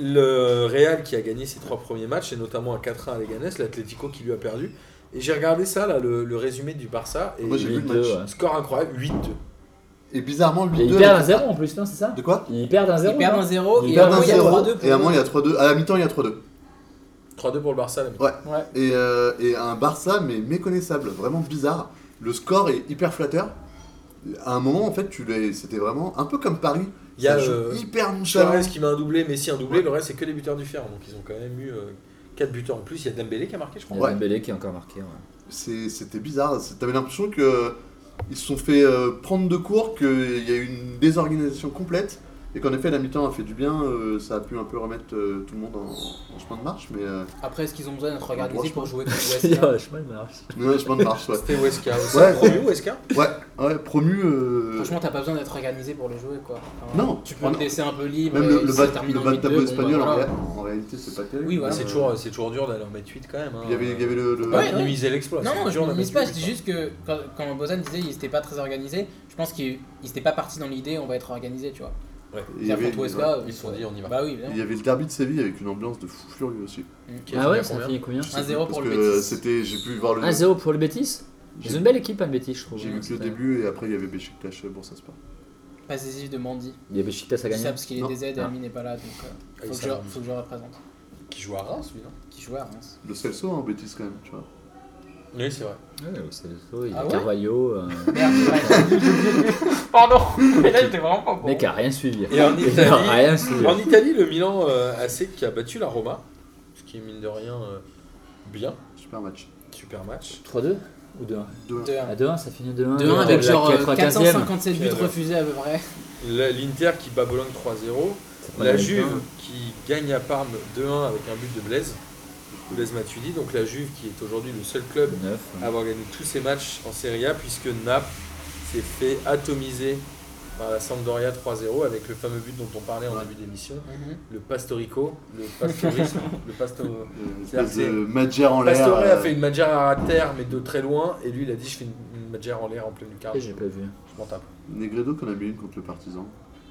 le Real qui a gagné ses trois premiers matchs, et notamment un quatre un à Leganés, l'Atlético qui lui a perdu. Et j'ai regardé ça, là, le, le résumé du Barça. Et moi j'ai vu le huit deux, match. ouais. score incroyable, huit deux. Et bizarrement, le Et huit deux. ils perdent un avec- zéro en plus, non, c'est ça De quoi Ils perdent un zéro. Ils perdent non un zéro Ils et à un perdent moment un il y a zéro, trois deux. Et à un moment, il y a trois deux. À la mi-temps, il y a trois deux. trois deux pour le Barça, la mi-temps. Ouais. Ouais. Et, euh, et un Barça, mais méconnaissable, vraiment bizarre. Le score est hyper flatteur. À un moment, en fait, tu l'as- c'était vraiment un peu comme Paris. Il y a Ça joue euh, hyper nonchalant. Suarez qui met un doublé, Messi un doublé, Ouais. le reste c'est que les buteurs du fer. Donc ils ont quand même eu quatre buteurs en plus. Il y a Dembélé qui a marqué, je crois. Il y a Ouais. Dembélé qui a encore marqué. Ouais. C'est- C'était bizarre. C'est- T'avais l'impression que ils se sont fait euh, prendre de court, qu'il y a eu une désorganisation complète. Et qu'en effet, la mi-temps a fait du bien. euh, ça a pu un peu remettre euh, tout le monde en, en chemin de marche. Mais euh, Après, est-ce qu'ils ont besoin d'être organisés Franchement. pour jouer contre Il y West a Ham? vachement de marche. ouais, chemin de marche, ouais. C'était Weska aussi. Ouais. Promu Weska. Ouais, ouais, promu. euh, Franchement, t'as pas besoin d'être organisé pour le jouer quoi. Enfin, Non. Tu peux Ah te non. laisser un peu libre. Même et le, le si bas, ça termine le en bas de huit deux, tableau bon, bah, espagnol, en, voilà. ré- en réalité, c'est pas terrible. Oui, voilà. C'est Euh, toujours, c'est toujours dur d'aller en mettre huit quand même. hein. Il y avait, il y avait le. le- Faut pas Ouais, ouais. minimiser l'exploit. Non, c'est non, dur je d'en ne dis mettre pas, je huit, dis juste que quand, quand Bozan disait qu'ils n'étaient pas très organisés, je pense qu'ils n'étaient pas partis dans l'idée on va être organisé, tu vois. Ouais. il y avait, Contre Huesca, Ils se sont dit on y va. Bah oui, il évidemment. y avait le derby de Séville avec une ambiance de fou furieux aussi. Qui a Ah fini ouais, à ça combien finit combien Je sais un zéro plus, pour parce le que Betis. c'était, j'ai pu voir le. un zéro pour le Betis. J'ai- Ils ont une belle équipe, hein, le Betis, je trouve. J'ai hein, vu que le c'était- début et après il y avait Beşiktaş Bursaspor. Pas décisif de Mandy. Il y avait Beşiktaş à Je dis gagner. ça parce qu'il est Non. D Z et Ah. Ami n'est pas là, donc euh, Ah, faut, il que je, s'est- faut que je représente. Qui joue à Reims, lui, non Qui joue à Reims. Le Celso en Betis quand même, tu vois. Oui, c'est vrai. Ouais, c'est ça, il y a Ah ouais Carvalho. euh, Merde, c'est vrai. Pardon, mais là j'étais vraiment pas Le mec a rien suivi. Et en Il a Italie, rien suivi. en Italie, le Milan euh, A C qui a battu la Roma, ce qui est mine de rien euh, bien. Super match. Super match. trois deux ou deux un deux un. deux un. À deux un, ça finit deux un. deux un avec La genre euh, quatre-vingt-quinzième. quatre cent cinquante-sept buts Quelle- refusés à peu près. La- L'Inter qui bat Bologne trois zéro. Ouais, La ouais. Juve qui gagne à Parme deux un avec un but de Blaise. Blaise Matuidi. Donc la Juve qui est aujourd'hui le seul club neuf. à avoir gagné tous ses matchs en Serie A puisque Naples s'est fait atomiser par la Sampdoria trois zéro avec le fameux but dont on parlait en Ouais. début d'émission. Le Pastorico, le Pastorisme, le Pasto... Une C'est-à-dire espèce que de Madjer en l'air. Pastore a euh, fait une Maggiara à terre mais de très loin et lui il a dit je fais une, une Maggiara en l'air en pleine lucarne. Et j'ai pas vu. Je m'en tape. Negredo qu'on a mis une contre le Partizan.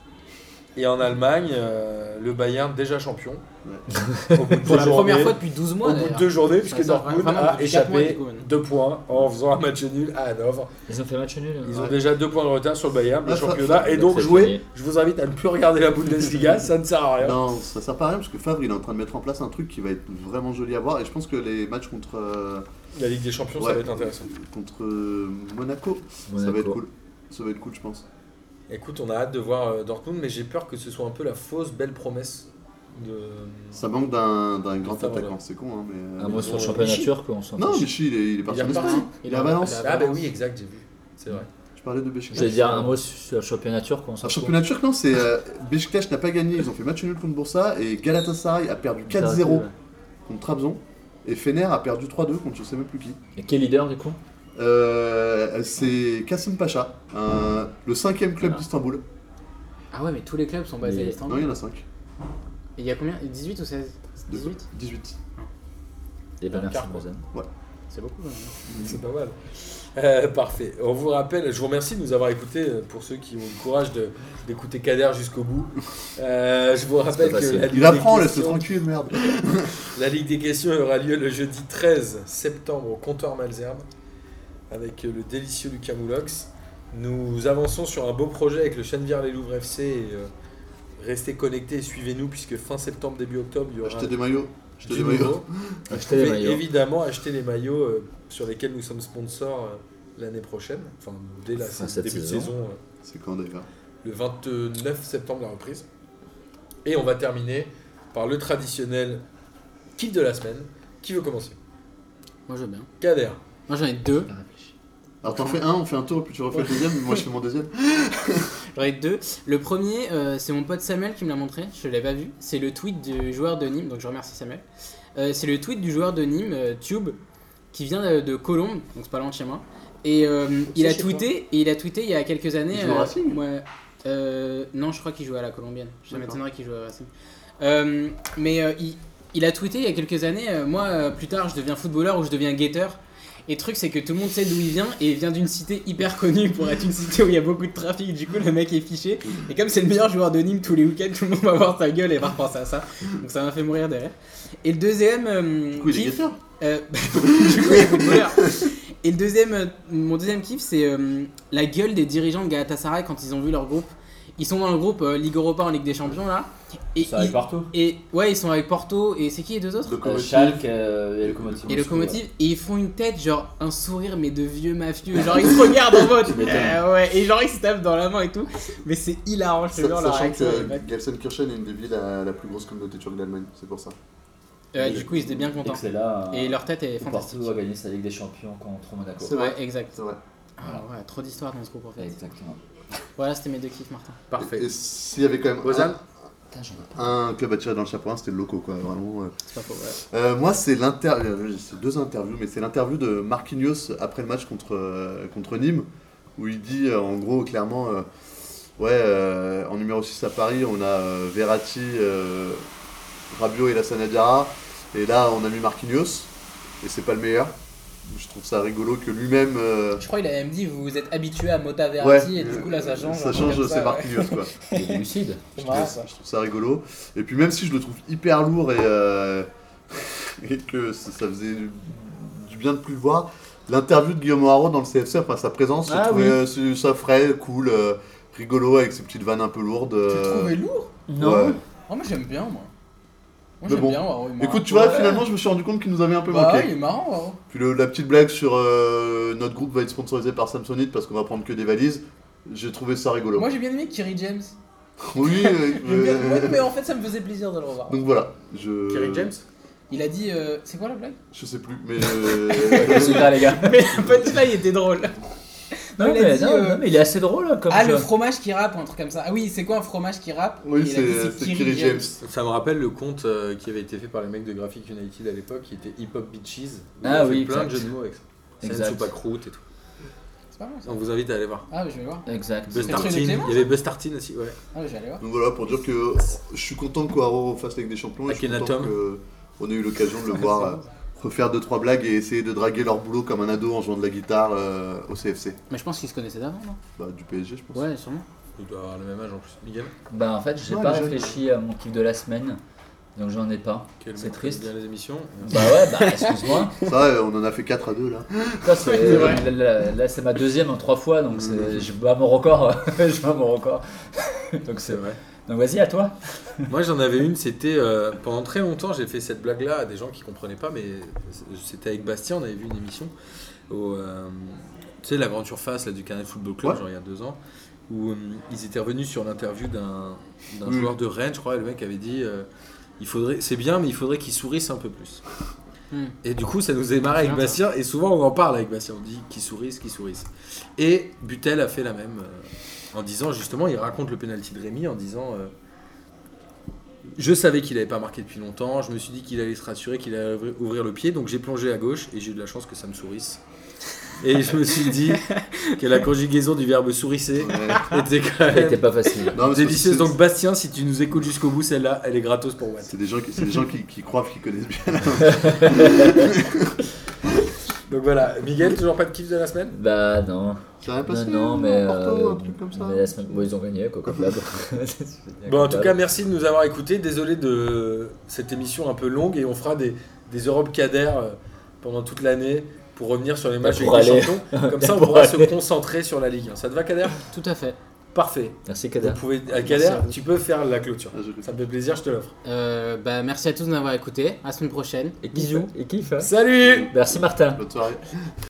Et en Allemagne, euh, le Bayern déjà champion. Ouais. Au bout de Pour deux la journées- première fois depuis douze mois Au bout de d'ailleurs. deux journées, puisque Ça, ça, Dortmund vraiment, a depuis quatre mois, échappé du coup, maintenant. deux points en faisant un match nul à Hanovre. Ils ont fait match nul. Ils hein. ont déjà deux points de retard sur le Bayern, le Ah, ça- championnat. Et ça, donc c'est jouer, fini. je vous invite à ne plus regarder la Bundesliga, ça ne sert à rien. Non, ça sert pas à rien parce que Favre il est en train de mettre en place un truc qui va être vraiment joli à voir et je pense que les matchs contre, euh, La Ligue des Champions, ça Ouais. va être intéressant. contre euh, Monaco, ça va Monaco. être cool. Ça va être cool, je pense. Écoute, on a hâte de voir euh, Dortmund, mais j'ai peur que ce soit un peu la fausse belle promesse de. Ça manque d'un d'un grand Favre, attaquant, ouais. c'est con, hein, mais. Un mot sur le Ils ont- championnat Michi. turc, on s'en Non, fiche. Michi, il est, il est parti Il est en reparti. Espagne. Il est à Valence. Ah, bah oui, exact, j'ai vu. C'est vrai. Je parlais de Beşiktaş. Je vais dire un mot sur le championnat turc, on s'en Un fout. championnat turc, non, c'est euh, Beşiktaş n'a pas gagné, ils ont fait match nul contre Bursa et Galatasaray a perdu quatre zéro contre Trabzon et Fener a perdu trois deux contre je sais même plus qui. Et quel leader du coup? Euh, c'est Kasım Pacha, un- le cinquième club Voilà. d'Istanbul. Ah ouais, mais tous les clubs sont basés Mais- à Non, Istanbul. il y en a cinq. Et il y a combien dix-huit ou seize dix-huit dix-huit. Et ben merci Quart, quoi. Bozan. C'est beaucoup quand même. C'est pas mal. Euh, parfait. On vous rappelle, je vous remercie de nous avoir écoutés, euh, pour ceux qui ont le courage de- d'écouter Kader jusqu'au bout. Euh, je vous rappelle pas que facile. la Ligue, Il apprend, des laisse-le questions, tranquille, merde. la Ligue des questions aura lieu le jeudi treize septembre au comptoir Malzerbe avec euh, le délicieux Lucas Moulox. Nous avançons sur un beau projet avec le Chennevières-les-Louvres F C et euh, restez connectés et suivez-nous puisque fin septembre, début octobre, il y aura Achetez des maillots. Achetez du des maillots. nouveau. Achetez Vous les pouvez maillots. évidemment acheter les maillots euh, sur lesquels nous sommes sponsors euh, l'année prochaine, enfin dès la Fin début cette de saison. saison, euh, C'est quand d'ailleurs? le vingt-neuf septembre la reprise. Et on va terminer par le traditionnel kiff de la semaine. Qui veut commencer? Moi je veux bien. Kader. Moi j'en ai deux. Alors t'en fais un, on fait un tour, puis tu refais le deuxième, moi je fais mon deuxième. J'en ai deux. Le premier, euh, c'est mon pote Samuel qui me l'a montré, je l'ai pas vu. C'est le tweet du joueur de Nîmes, donc je remercie Samuel. Euh, c'est le tweet du joueur de Nîmes, euh, Tube, qui vient de, de Colombes, donc c'est pas loin de chez moi. Et euh, il a chez tweeté, et il a tweeté il y a quelques années. Il joue au Racing ouais, euh, Non, je crois qu'il jouait à la Colombienne. Je D'accord. m'étonnerais qu'il joue au Racing. Euh, mais euh, il, il a tweeté il y a quelques années. euh, moi, euh, plus tard, je deviens footballeur ou je deviens guetteur. Et le truc, c'est que tout le monde sait d'où il vient, et il vient d'une cité hyper connue pour être une cité où il y a beaucoup de trafic. Du coup, le mec est fiché. Et comme c'est le meilleur joueur de Nîmes tous les week-ends, tout le monde va voir sa gueule et va repenser à ça. Donc ça m'a fait mourir de rire. Et le deuxième. Euh, Du coup, il est kiff, guetteur. euh, du coup, il est footballeur. Et le deuxième, euh, mon deuxième kiff, c'est euh, la gueule des dirigeants de Galatasaray quand ils ont vu leur groupe. Ils sont dans le groupe euh, Ligue Europa en Ligue des Champions là. Et, Ça arrive ils- partout. et ouais, ils sont avec Porto. Et c'est qui les deux autres? Euh, Locomotive. Schalke euh, et Locomotive. Et Moscou, Locomotive, et ils font une tête, genre un sourire, mais de vieux mafieux. Genre ils se regardent en mode. Tu m'étonnes. euh, ouais, et genre ils se tapent dans la main et tout. Mais c'est hilarant, je te Sa- jure, leur Sachant réaction. est que bête. Gelsenkirchen est une des villes à la plus grosse communauté turque d'Allemagne, c'est pour ça. Euh, du coup, ils étaient bien ouais. Et contents. que c'est là. Et euh, leur tête est où fantastique. Porto a gagné sa Ligue des Champions contre Monaco. C'est vrai. Ouais, exact. C'est vrai. Ah ouais, trop d'histoires dans ce groupe en fait. Exactement. Voilà, c'était mes deux kiffs, Martin. Parfait. Et, et s'il y avait quand même Ozan Putain, j'en ai pas. un, un club à tirer dans le chapeau, c'était le Loco, quoi, vraiment. euh. C'est pas faux, ouais. Euh, moi, c'est l'interview, c'est deux interviews, mais c'est l'interview de Marquinhos après le match contre, euh, contre Nîmes, où il dit euh, en gros clairement, euh, ouais, euh, en numéro six à Paris, on a euh, Verratti, euh, Rabiot et Lassana Diarra, et là on a mis Marquinhos, et c'est pas le meilleur. Je trouve ça rigolo que lui-même. euh, Je crois qu'il a même dit vous vous êtes habitué à Mota Verratti Ouais. et du coup là ça change. Ça un truc change, comme c'est ça, Marquinhos, quoi. Il est lucide. C'est Je marrant trouve, ça. je trouve ça rigolo. Et puis même si je le trouve hyper lourd et, euh, et que ça, ça faisait du bien de plus le voir, l'interview de Guillaume Haro dans le C F C, enfin sa présence, Ah je trouvais oui. euh, c'est- ça frais, cool, euh, rigolo avec ses petites vannes un peu lourdes. Tu euh, le trouvais lourd? Non. ouais. Oh, moi j'aime bien moi. Moi Mais j'aime bon. bien Waro, il est marrant. Écoute, tu vois, Ouais. finalement, je me suis rendu compte qu'il nous avait un peu Bah ouais, manqué. il est marrant Waro. Puis le- la petite blague sur euh, notre groupe va être sponsorisé par Samsonite parce qu'on va prendre que des valises, j'ai trouvé ça rigolo. Moi j'ai bien aimé Kerry James. Oui, euh, J'aime bien- euh, ouais, mais en fait ça me faisait plaisir de le revoir. donc voilà. Je... Kerry James. Il a dit. euh, C'est quoi la blague? Je sais plus, mais. euh, C'est là, les gars. Mais la punchline il était drôle. Non, Non, il a mais, dit, non, euh, non, mais il est assez drôle hein, comme Ah, jeu. le fromage qui rappe ou un truc comme ça. Ah oui, c'est quoi un fromage qui rappe? Oui, Et il a dit, c'est c'est Kerry James. Ça me rappelle le conte euh, qui avait été fait par les mecs de Graphic United à l'époque, qui était Hip Hop Beaches. Où Ah ils ont oui, fait plein de exact. jeux de mots avec ça. C'est une Exact. soupe à croûte et tout. C'est pas mal ça. On vous invite à aller voir. Ah, mais je vais voir. Exact. Buzz le truc de Tartine, Clément, il y avait Buzz Tartine aussi, ouais. Ah, mais je vais aller voir. Donc voilà, pour dire que je suis content que Haro fasse avec des champions et je suis content Akhenaton. qu'on ait eu l'occasion de le voir euh, refaire deux trois blagues et essayer de draguer leur boulot comme un ado en jouant de la guitare euh, au C F C. Mais je pense qu'ils se connaissaient d'avant, non? Bah, du P S G, je pense. Ouais, sûrement. Il doit avoir le même âge en plus. Miguel, Bah en fait, j'ai Non, pas les jeunes. réfléchi à mon kiff de la semaine, donc j'en ai pas. quel C'est mec triste. aime bien les émissions. Bah ouais, bah excuse-moi. Ça, euh, on en a fait quatre à deux là. Ça, c'est- là, là, là, c'est ma deuxième en trois fois, donc c'est- je bats mon record. je bats mon record. donc c'est C'est vrai. Donc vas-y, à toi. Moi j'en avais une, c'était euh, pendant très longtemps j'ai fait cette blague là à des gens qui comprenaient pas, mais c'était avec Bastien, on avait vu une émission au, euh, tu sais, la grande surface là, du Canal Football Club, Ouais. genre il y a deux ans, où euh, ils étaient revenus sur l'interview d'un, d'un Oui. joueur de Rennes, je crois, et le mec avait dit euh, il faudrait, c'est bien, mais il faudrait qu'il sourisse un peu plus. Hmm. Et du coup ça nous est marré avec C'est bien, Bastien, et souvent on en parle avec Bastien, on dit qu'il sourisse, qu'il sourisse. Et Butel a fait la même. euh, En disant justement, il raconte le penalty de Rémi en disant euh, je savais qu'il n'avait pas marqué depuis longtemps, je me suis dit qu'il allait se rassurer, qu'il allait ouvrir- ouvrir le pied, donc j'ai plongé à gauche et j'ai eu de la chance que ça me sourisse. Et je me suis dit que la conjugaison du verbe sourisser Ouais. était quand C'était même pas facile. Non, mais c'est- délicieuse. c'est- Donc Bastien, si tu nous écoutes jusqu'au bout, celle-là, elle est gratos pour Watt. C'est des gens qui, c'est des gens qui, qui croient qu'ils connaissent bien. Donc voilà, Miguel, toujours pas de kiff de la semaine? Bah non. C'est rien Non, passé non, euh, mais. Porto, euh, un truc comme ça. mais la semaine... bon, ils ont gagné, quoi, comme d'hab. Bon, en tout cas, merci de nous avoir écoutés. Désolé de cette émission un peu longue et on fera des, des Europe Kader euh, pendant toute l'année pour revenir sur les matchs pour avec les aller. champions. Comme ça, on Pour pourra se aller. concentrer sur la Ligue un. Ça te va, Kader? Tout à fait. Parfait. Merci, Vous Kader. pouvez, à Merci Kader, à vous. tu peux faire la clôture. Ah, je- Ça me fait plaisir, je te l'offre. Euh, bah, merci à tous de m'avoir écouté. À la semaine prochaine. Et kiff, Bisous. Et kiff. hein. Salut! Merci, Martin. Bonne soirée.